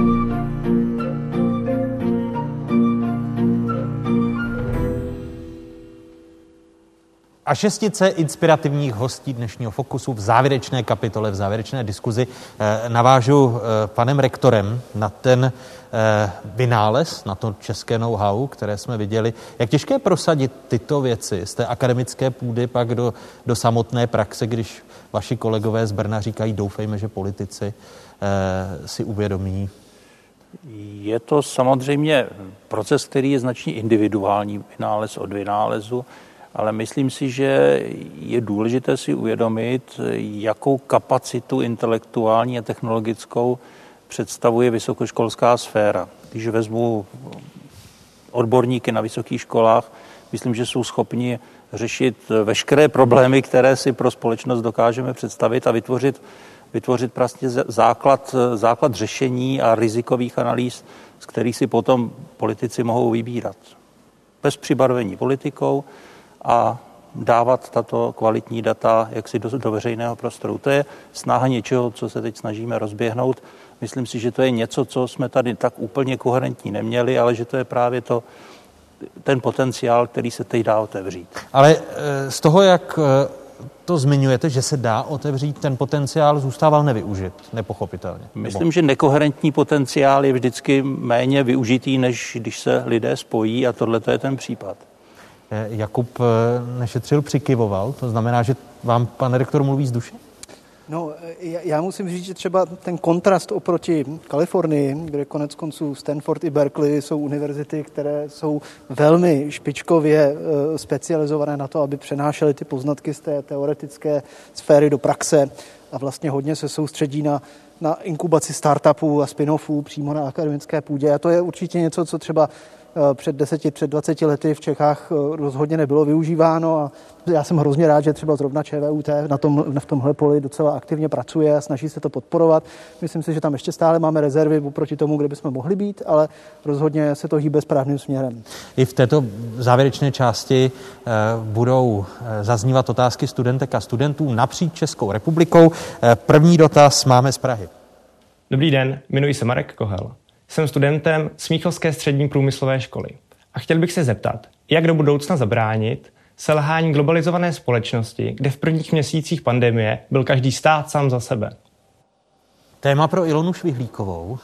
A 6 inspirativních hostí dnešního Fokusu v závěrečné kapitole, v závěrečné diskuzi navážu panem rektorem na ten vynález, na to české know-how, které jsme viděli. Jak těžké prosadit tyto věci z té akademické půdy pak do samotné praxe, když vaši kolegové z Brna říkají, doufejme, že politici si uvědomí? Je to samozřejmě proces, který je značně individuální, vynález od vynálezu, ale myslím si, že je důležité si uvědomit, jakou kapacitu intelektuální a technologickou představuje vysokoškolská sféra. Když vezmu odborníky na vysokých školách, myslím, že jsou schopni řešit veškeré problémy, které si pro společnost dokážeme představit a vytvořit prostě základ řešení a rizikových analýz, z kterých si potom politici mohou vybírat. Bez přibarvení politikou a dávat tato kvalitní data jaksi do veřejného prostoru. To je snaha něčeho, co se teď snažíme rozběhnout. Myslím si, že to je něco, co jsme tady tak úplně koherentní neměli, ale že to je právě ten potenciál, který se teď dá otevřít. Ale z toho, jak to zmiňujete, že se dá otevřít, ten potenciál zůstával nevyužit, nepochopitelně. Myslím, že nekoherentní potenciál je vždycky méně využitý, než když se lidé spojí a tohle je ten případ. Jakub Nešetřil přikyvoval, to znamená, že vám pan rektor mluví z duše? No, já musím říct, že třeba ten kontrast oproti Kalifornii, kde konec konců Stanford i Berkeley jsou univerzity, které jsou velmi špičkově specializované na to, aby přenášely ty poznatky z té teoretické sféry do praxe a vlastně hodně se soustředí na na inkubaci startupů a spin-offů přímo na akademické půdě. A to je určitě něco, co třeba před 20 lety v Čechách rozhodně nebylo využíváno a já jsem hrozně rád, že třeba zrovna ČVUT v tomhle poli docela aktivně pracuje a snaží se to podporovat. Myslím si, že tam ještě stále máme rezervy oproti tomu, kde bychom mohli být, ale rozhodně se to hýbe správným směrem. I v této závěrečné části budou zaznívat otázky studentek a studentů napříč Českou republikou. První dotaz máme z Prahy. Dobrý den, jmenuji se Marek Kohel. Jsem studentem Smíchovské střední průmyslové školy a chtěl bych se zeptat, jak do budoucna zabránit selhání globalizované společnosti, kde v prvních měsících pandemie byl každý stát sám za sebe. Téma pro Ilonu Švihlíkovou.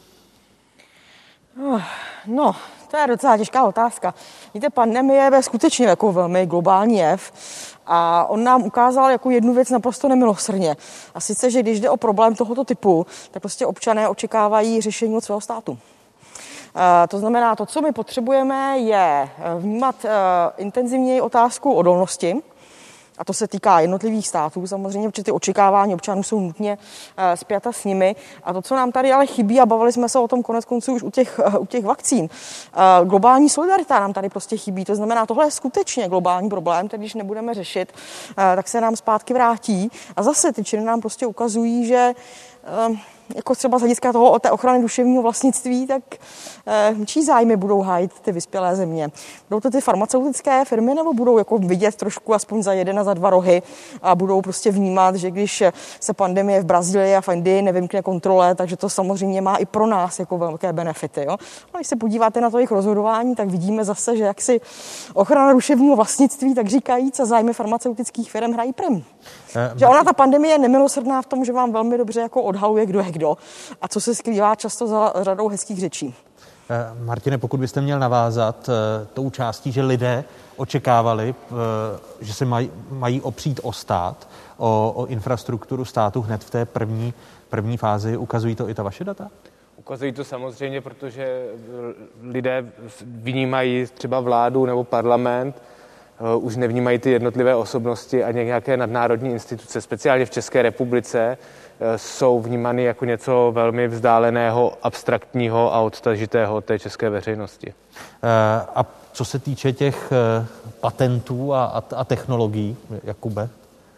No, to je docela těžká otázka. Víte, pandemie je skutečně jako velmi globální jev a on nám ukázal jako jednu věc naprosto nemilosrdně. A sice, že když jde o problém tohoto typu, tak prostě občané očekávají řešení od svého státu. To znamená, to, co my potřebujeme, je vnímat intenzivněji otázku odolnosti. A to se týká jednotlivých států samozřejmě, protože ty očekávání občanů jsou nutně spjata s nimi. A to, co nám tady ale chybí, a bavili jsme se o tom koneckonců už u těch vakcín, globální solidarita nám tady prostě chybí. To znamená, tohle je skutečně globální problém, který když nebudeme řešit, tak se nám zpátky vrátí. A zase ty činy nám prostě ukazují, že jako třeba z hlediska toho té ochrany duševního vlastnictví, tak čí zájmy budou hájit ty vyspělé země? Budou to ty farmaceutické firmy, nebo budou jako vidět trošku aspoň za jeden a za dva rohy a budou prostě vnímat, že když se pandemie v Brazílii a v Indii nevymkne kontrole, takže to samozřejmě má i pro nás jako velké benefity. Jo? A když se podíváte na to jejich rozhodování, tak vidíme zase, že jaksi ochrana duševního vlastnictví, tak říkajíc, a zájmy farmaceutických firm hrají prim. Že ona, ta pandemie, je nemilosrdná v tom, že vám velmi dobře jako odhaluje, kdo je kdo a co se skrývá často za řadou hezkých řečí. Martine, pokud byste měl navázat tou částí, že lidé očekávali, že se mají opřít o stát, o infrastrukturu státu hned v té první fázi, ukazují to i ta vaše data? Ukazují to samozřejmě, protože lidé vnímají třeba vládu nebo parlament, už nevnímají ty jednotlivé osobnosti a nějaké nadnárodní instituce, speciálně v České republice, jsou vnímány jako něco velmi vzdáleného, abstraktního a odtažitého od té české veřejnosti. A co se týče těch patentů a technologií, Jakube?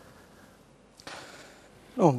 No,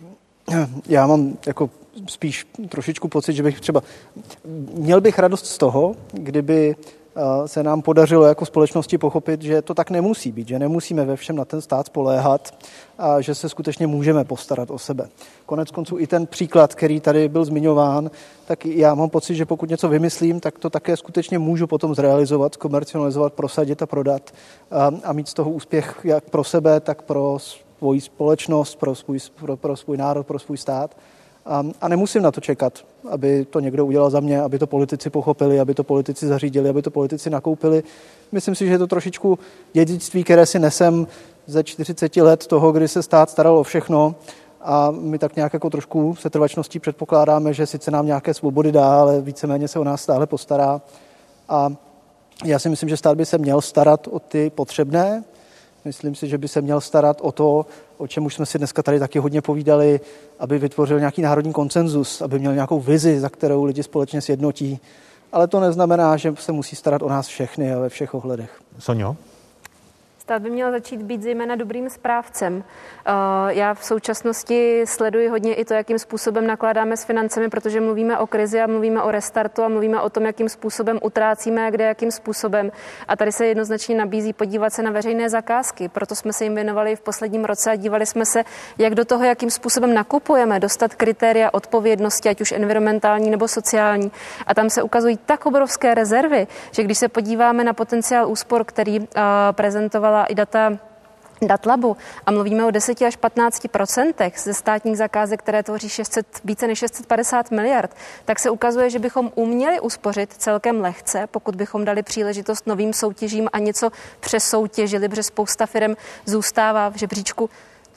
já mám jako spíš trošičku pocit, že měl bych radost z toho, kdyby se nám podařilo jako společnosti pochopit, že to tak nemusí být, že nemusíme ve všem na ten stát spoléhat a že se skutečně můžeme postarat o sebe. Konec konců i ten příklad, který tady byl zmiňován, tak já mám pocit, že pokud něco vymyslím, tak to také skutečně můžu potom zrealizovat, komercializovat, prosadit a prodat a mít z toho úspěch jak pro sebe, tak pro svoji společnost, pro svůj národ, pro svůj stát. A nemusím na to čekat, aby to někdo udělal za mě, aby to politici pochopili, aby to politici zařídili, aby to politici nakoupili. Myslím si, že je to trošičku dědictví, které si nesem ze 40 let toho, kdy se stát staral o všechno a my tak nějak jako trošku setrvačností předpokládáme, že sice nám nějaké svobody dá, ale víceméně se o nás stále postará. A já si myslím, že stát by se měl starat o ty potřebné. Myslím si, že by se měl starat o to, o čem už jsme si dneska tady taky hodně povídali, aby vytvořil nějaký národní konsenzus, aby měl nějakou vizi, za kterou lidi společně sjednotí. Ale to neznamená, že se musí starat o nás všechny a ve všech ohledech. Sonjo? Stát by měl začít být zejména dobrým správcem. Já v současnosti sleduji hodně i to, jakým způsobem nakládáme s financemi, protože mluvíme o krizi a mluvíme o restartu a mluvíme o tom, jakým způsobem utrácíme a kde jakým způsobem. A tady se jednoznačně nabízí podívat se na veřejné zakázky. Proto jsme se jim věnovali v posledním roce a dívali jsme se, jak do toho, jakým způsobem nakupujeme, dostat kritéria odpovědnosti, ať už environmentální nebo sociální. A tam se ukazují tak obrovské rezervy, že když se podíváme na potenciál úspor, který prezentovala i data Datlabu a mluvíme o 10 až 15% ze státních zakázek, které tvoří více než 650 miliard, tak se ukazuje, že bychom uměli uspořit celkem lehce, pokud bychom dali příležitost novým soutěžím a něco přesoutěžili, protože spousta firm zůstává v žebříčku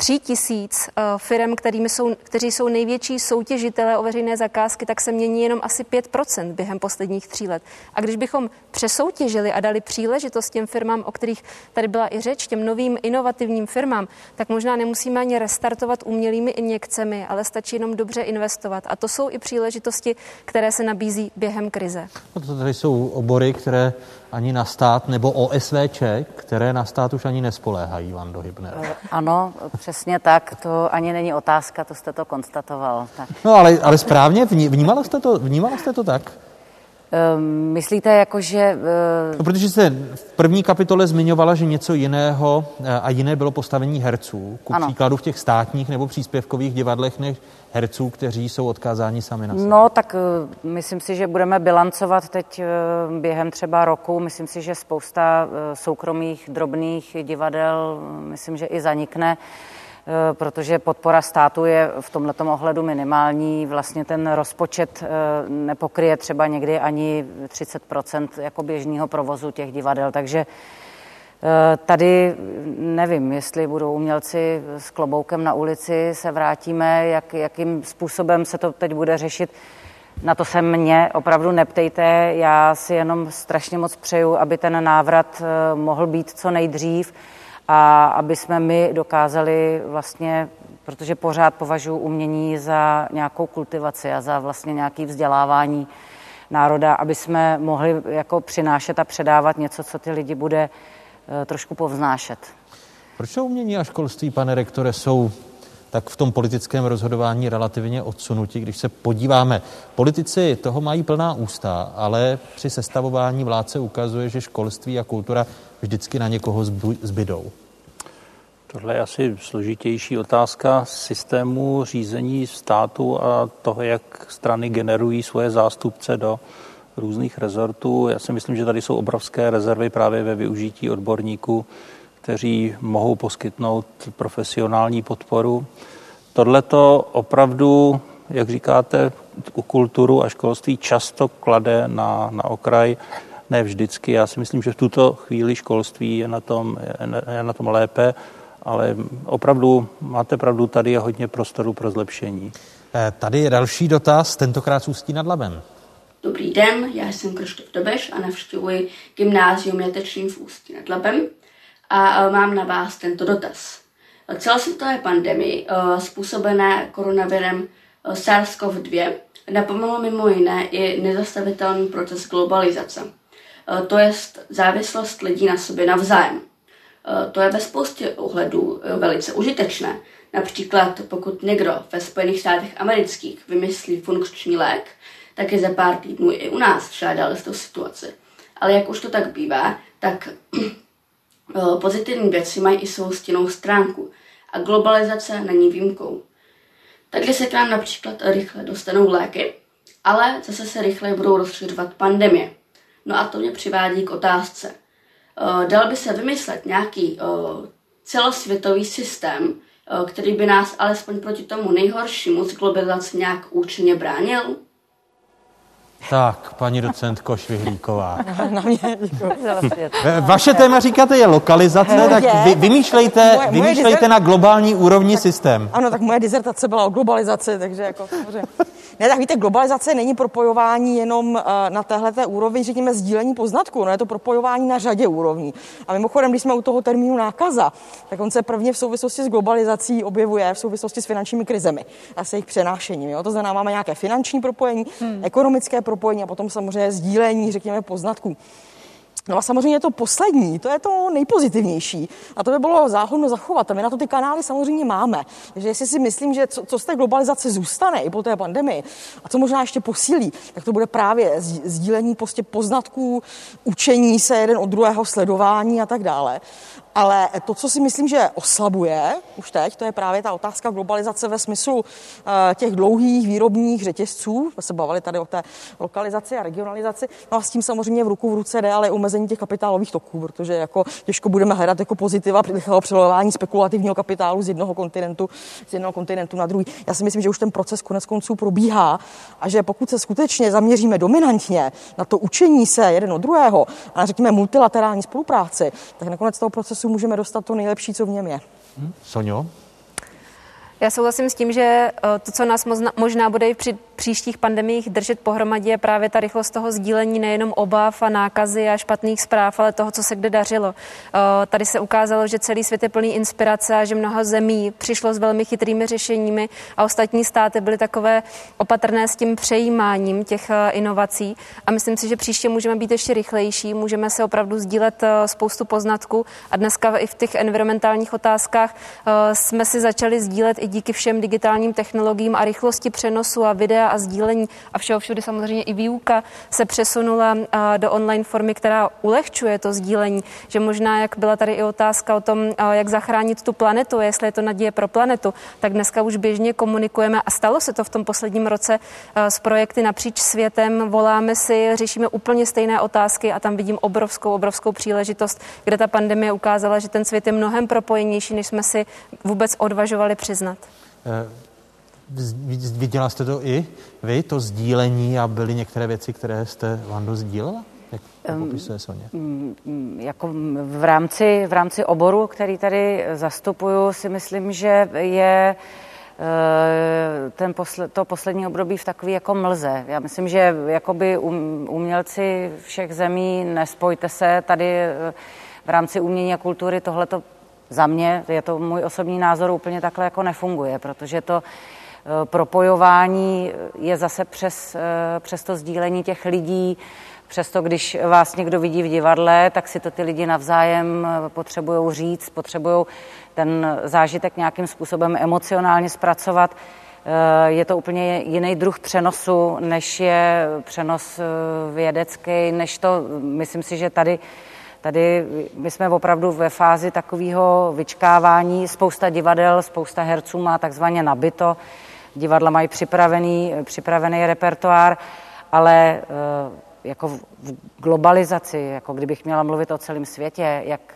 3 000 firm, kteří jsou největší soutěžitelé o veřejné zakázky, tak se mění jenom asi 5% během posledních 3 let. A když bychom přesoutěžili a dali příležitost těm firmám, o kterých tady byla i řeč, těm novým inovativním firmám, tak možná nemusíme ani restartovat umělými injekcemi, ale stačí jenom dobře investovat. A to jsou i příležitosti, které se nabízí během krize. To tady jsou obory, které ani na stát, nebo OSVČ, které na stát už ani nespoléhají, Vando Hybner. Ano, přesně tak, to ani není otázka, to jste to konstatoval. Tak. No ale správně, vnímala jste to tak? Myslíte jako, že... No, protože jste v první kapitole zmiňovala, že něco jiného a jiné bylo postavení herců, ku příkladu v těch státních nebo příspěvkových divadlech, než herců, kteří jsou odkázáni sami na sebe. No tak myslím si, že budeme bilancovat teď během třeba roku. Myslím si, že spousta soukromých drobných divadel, myslím, že i zanikne, protože podpora státu je v tomhletom ohledu minimální. Vlastně ten rozpočet nepokryje třeba někdy ani 30% jako běžného provozu těch divadel, takže tady nevím, jestli budou umělci s kloboukem na ulici, se vrátíme, jakým způsobem se to teď bude řešit. Na to se mě opravdu neptejte, já si jenom strašně moc přeju, aby ten návrat mohl být co nejdřív a aby jsme my dokázali vlastně, protože pořád považuji umění za nějakou kultivaci a za vlastně nějaké vzdělávání národa, aby jsme mohli jako přinášet a předávat něco, co ty lidi bude trošku povznášet. Proč umění a školství, pane rektore, jsou tak v tom politickém rozhodování relativně odsunutí? Když se podíváme, politici toho mají plná ústa, ale při sestavování vládce ukazuje, že školství a kultura vždycky na někoho zbydou. Tohle je asi složitější otázka systému řízení státu a toho, jak strany generují svoje zástupce do různých rezortů. Já si myslím, že tady jsou obrovské rezervy právě ve využití odborníků, kteří mohou poskytnout profesionální podporu. Tohle to opravdu, jak říkáte, u kulturu a školství často klade na okraj, ne vždycky. Já si myslím, že v tuto chvíli školství je na tom lépe, ale opravdu máte pravdu, tady je hodně prostoru pro zlepšení. Tady je další dotaz, tentokrát z Ústí nad Labem. Dobrý den, já jsem Krištof Dobeš a navštěvuji gymnázium Jateční v Ústí nad Labem a mám na vás tento dotaz. Celosvětové pandemii způsobené koronavirem SARS-CoV-2 napomohlo mimo jiné i nezastavitelný proces globalizace, to jest závislost lidí na sobě navzájem. To je ve spoustě ohledů velice užitečné. Například pokud někdo ve Spojených státech amerických vymyslí funkční lék, tak je za pár týdnů i u nás všádali z toho situaci. Ale jak už to tak bývá, tak pozitivní věci mají i svou stinnou stránku a globalizace není výjimkou. Takže se k nám například rychle dostanou léky, ale zase se rychle budou rozšiřovat pandemie. No a to mě přivádí k otázce. Dal by se vymyslet nějaký celosvětový systém, který by nás alespoň proti tomu nejhoršímu z globalizace nějak účinně bránil? Tak, paní docentko Švihlíková. Na mě, děkuji. Vaše téma, říkáte, je lokalizace, tak vymýšlejte na globální úrovni systém. Ano, tak moje dizertace byla o globalizaci, takže jako samozřejmě. Ne, tak víte, globalizace není propojování jenom na téhleté úrovni, řekněme, sdílení poznatků, no je to propojování na řadě úrovní. A mimochodem, když jsme u toho termínu nákaza, tak on se prvně v souvislosti s globalizací objevuje v souvislosti s finančními krizemi a se jejich přenášením. Jo? To znamená, máme nějaké finanční propojení, ekonomické propojení a potom samozřejmě sdílení, řekněme, poznatků. No a samozřejmě to poslední, to je to nejpozitivnější. A to by bylo záhodno zachovat. A my na to ty kanály samozřejmě máme. Takže jestli si myslím, že co z té globalizace zůstane i po té pandemii a co možná ještě posílí, tak to bude právě sdílení prostě poznatků, učení se jeden od druhého, sledování a tak dále. Ale to, co si myslím, že oslabuje už teď, to je právě ta otázka globalizace ve smyslu těch dlouhých výrobních řetězců. Se bavili tady o té lokalizaci a regionalizaci. No a s tím samozřejmě v ruku v ruce jde ale omezení těch kapitálových toků, protože jako těžko budeme hledat jako pozitiva při přelévání spekulativního kapitálu z jednoho kontinentu na druhý. Já si myslím, že už ten proces konec konců probíhá a že pokud se skutečně zaměříme dominantně na to učení se jeden od druhého a na, řekněme, multilaterální spolupráci, tak nakonec toho procesu můžeme dostat to nejlepší, co v něm je. Soňo? Já souhlasím s tím, že to, co nás možná bude i při příštích pandemiích držet pohromadě, je právě ta rychlost toho sdílení nejenom obav a nákazy a špatných zpráv, ale toho, co se kde dařilo. Tady se ukázalo, že celý svět je plný inspirace a že mnoho zemí přišlo s velmi chytrými řešeními a ostatní státy byly takové opatrné s tím přejímáním těch inovací. A myslím si, že příště můžeme být ještě rychlejší, můžeme se opravdu sdílet spoustu poznatků a dneska i v těch environmentálních otázkách jsme si začali sdílet i díky všem digitálním technologiím a rychlosti přenosu a videa a sdílení a všeho všude samozřejmě i výuka se přesunula do online formy, která ulehčuje to sdílení, že možná, jak byla tady i otázka o tom, jak zachránit tu planetu, jestli je to naděje pro planetu, tak dneska už běžně komunikujeme a stalo se to v tom posledním roce s projekty napříč světem, voláme si, řešíme úplně stejné otázky a tam vidím obrovskou příležitost, kde ta pandemie ukázala, že ten svět je mnohem propojenější, než jsme si vůbec odvažovali přiznat. Viděla jste to i vy, to sdílení a byly některé věci, které jste, Vando, sdílela? Jak to popisuje Soně? Jako v rámci oboru, který tady zastupuju, si myslím, že je to poslední období v takový jako mlze. Já myslím, že jakoby umělci všech zemí, nespojte se tady v rámci umění a kultury, tohleto za mě, je to můj osobní názor, úplně takhle jako nefunguje, protože to propojování je zase přes to sdílení těch lidí, přesto když vás někdo vidí v divadle, tak si to ty lidi navzájem potřebujou říct, potřebujou ten zážitek nějakým způsobem emocionálně zpracovat. Je to úplně jiný druh přenosu, než je přenos vědecký, než to, myslím si, že tady my jsme opravdu ve fázi takového vyčkávání. Spousta divadel, spousta herců má takzvaně nabito. Divadla mají připravený repertoár, ale jako v globalizaci, jako kdybych měla mluvit o celém světě, jak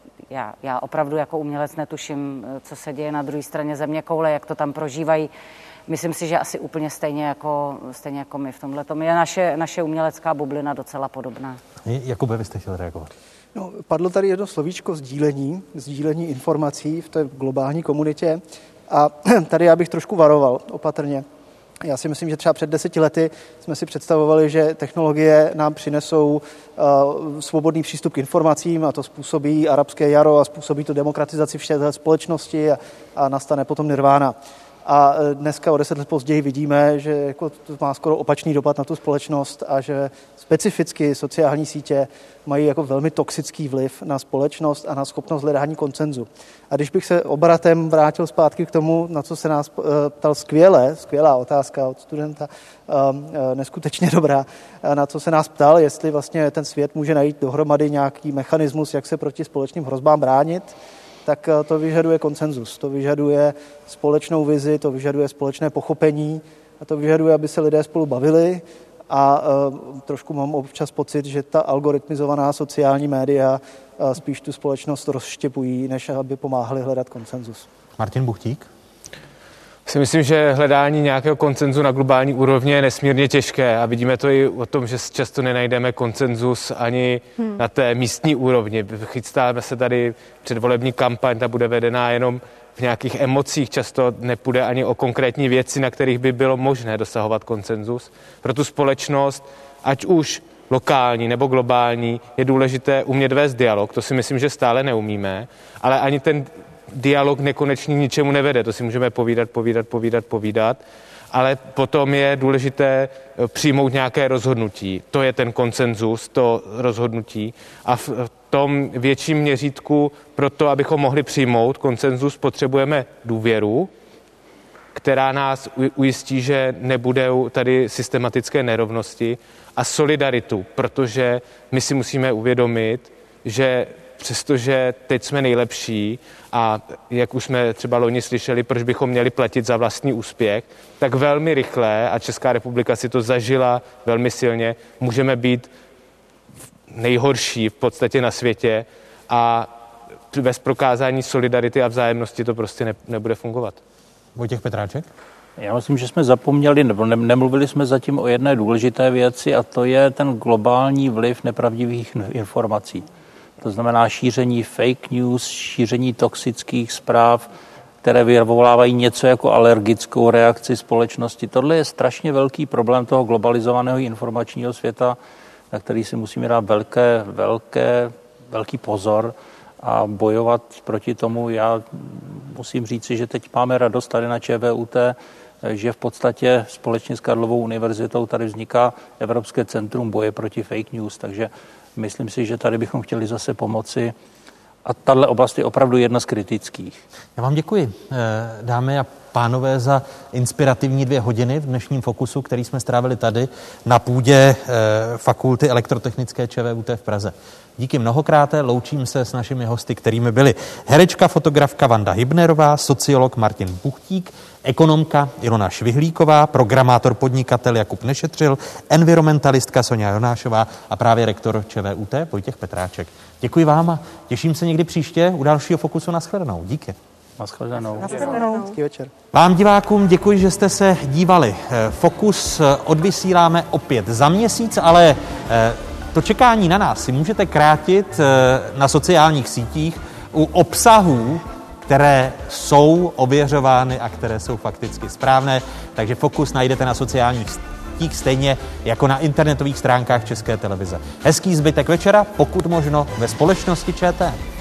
já opravdu jako umělec netuším, co se děje na druhé straně zeměkoule, jak to tam prožívají. Myslím si, že asi úplně stejně jako my v tomhletom je naše umělecká bublina docela podobná. Jakube, vy jste chtěl reagovat? No, padlo tady jedno slovíčko sdílení informací v té globální komunitě a tady já bych trošku varoval opatrně. Já si myslím, že třeba před 10 lety jsme si představovali, že technologie nám přinesou svobodný přístup k informacím a to způsobí arabské jaro a způsobí to demokratizaci všech společnosti a nastane potom nirvána. A dneska o 10 let později vidíme, že jako to má skoro opačný dopad na tu společnost a že specificky sociální sítě mají jako velmi toxický vliv na společnost a na schopnost hledání konsenzu. A když bych se obratem vrátil zpátky k tomu, na co se nás ptal skvělá otázka od studenta, neskutečně dobrá, na co se nás ptal, jestli vlastně ten svět může najít dohromady nějaký mechanismus, jak se proti společným hrozbám bránit, tak to vyžaduje konsenzus, to vyžaduje společnou vizi, to vyžaduje společné pochopení a to vyžaduje, aby se lidé spolu bavili a trošku mám občas pocit, že ta algoritmizovaná sociální média spíš tu společnost rozštěpují, než aby pomáhali hledat konsenzus. Martin Buchtík? Si myslím, že hledání nějakého konsenzu na globální úrovni je nesmírně těžké a vidíme to i o tom, že často nenajdeme konsenzus ani na té místní úrovni. Chystáme se tady předvolební kampaň, ta bude vedená jenom v nějakých emocích, často nepůjde ani o konkrétní věci, na kterých by bylo možné dosahovat konsenzus. Pro tu společnost, ať už lokální nebo globální, je důležité umět vést dialog, to si myslím, že stále neumíme, ale ani ten dialog nekonečný ničemu nevede, to si můžeme povídat, ale potom je důležité přijmout nějaké rozhodnutí. To je ten konsenzus, to rozhodnutí a v tom větším měřítku pro to, abychom mohli přijmout konsenzus, potřebujeme důvěru, která nás ujistí, že nebudou tady systematické nerovnosti a solidaritu, protože my si musíme uvědomit, že přestože teď jsme nejlepší a jak už jsme třeba loni slyšeli, proč bychom měli platit za vlastní úspěch, tak velmi rychle, a Česká republika si to zažila velmi silně, můžeme být nejhorší v podstatě na světě a bez prokázání solidarity a vzájemnosti to prostě nebude fungovat. Vojtěch Petráček? Já myslím, že jsme zapomněli, nebo nemluvili jsme zatím o jedné důležité věci a to je ten globální vliv nepravdivých informací. To znamená šíření fake news, šíření toxických zpráv, které vyvolávají něco jako alergickou reakci společnosti. Tohle je strašně velký problém toho globalizovaného informačního světa, na který si musíme dát velký pozor a bojovat proti tomu. Já musím říci, že teď máme radost tady na ČVUT, že v podstatě společně s Karlovou univerzitou tady vzniká Evropské centrum boje proti fake news, takže myslím si, že tady bychom chtěli zase pomoci. A tahle oblast je opravdu jedna z kritických. Já vám děkuji, dámy a pánové, za inspirativní 2 hodiny v dnešním Fokusu, který jsme strávili tady na půdě Fakulty elektrotechnické ČVUT v Praze. Díky mnohokrát, loučím se s našimi hosty, kterými byli herečka, fotografka Vanda Hybnerová, sociolog Martin Buchtík, ekonomka Ilona Švihlíková, programátor podnikatel Jakub Nešetřil, environmentalistka Sonja Jonášová a právě rektor ČVUT Vojtěch Petráček. Děkuji vám a těším se někdy příště u dalšího Fokusu. Nashledanou. Díky. Nashledanou. Hezký večer. Vám divákům děkuji, že jste se dívali. Fokus odvysíláme opět za měsíc, ale to čekání na nás si můžete krátit na sociálních sítích u obsahů, které jsou ověřovány a které jsou fakticky správné. Takže Fokus najdete na sociálních sítích stejně jako na internetových stránkách České televize. Hezký zbytek večera, pokud možno ve společnosti ČT.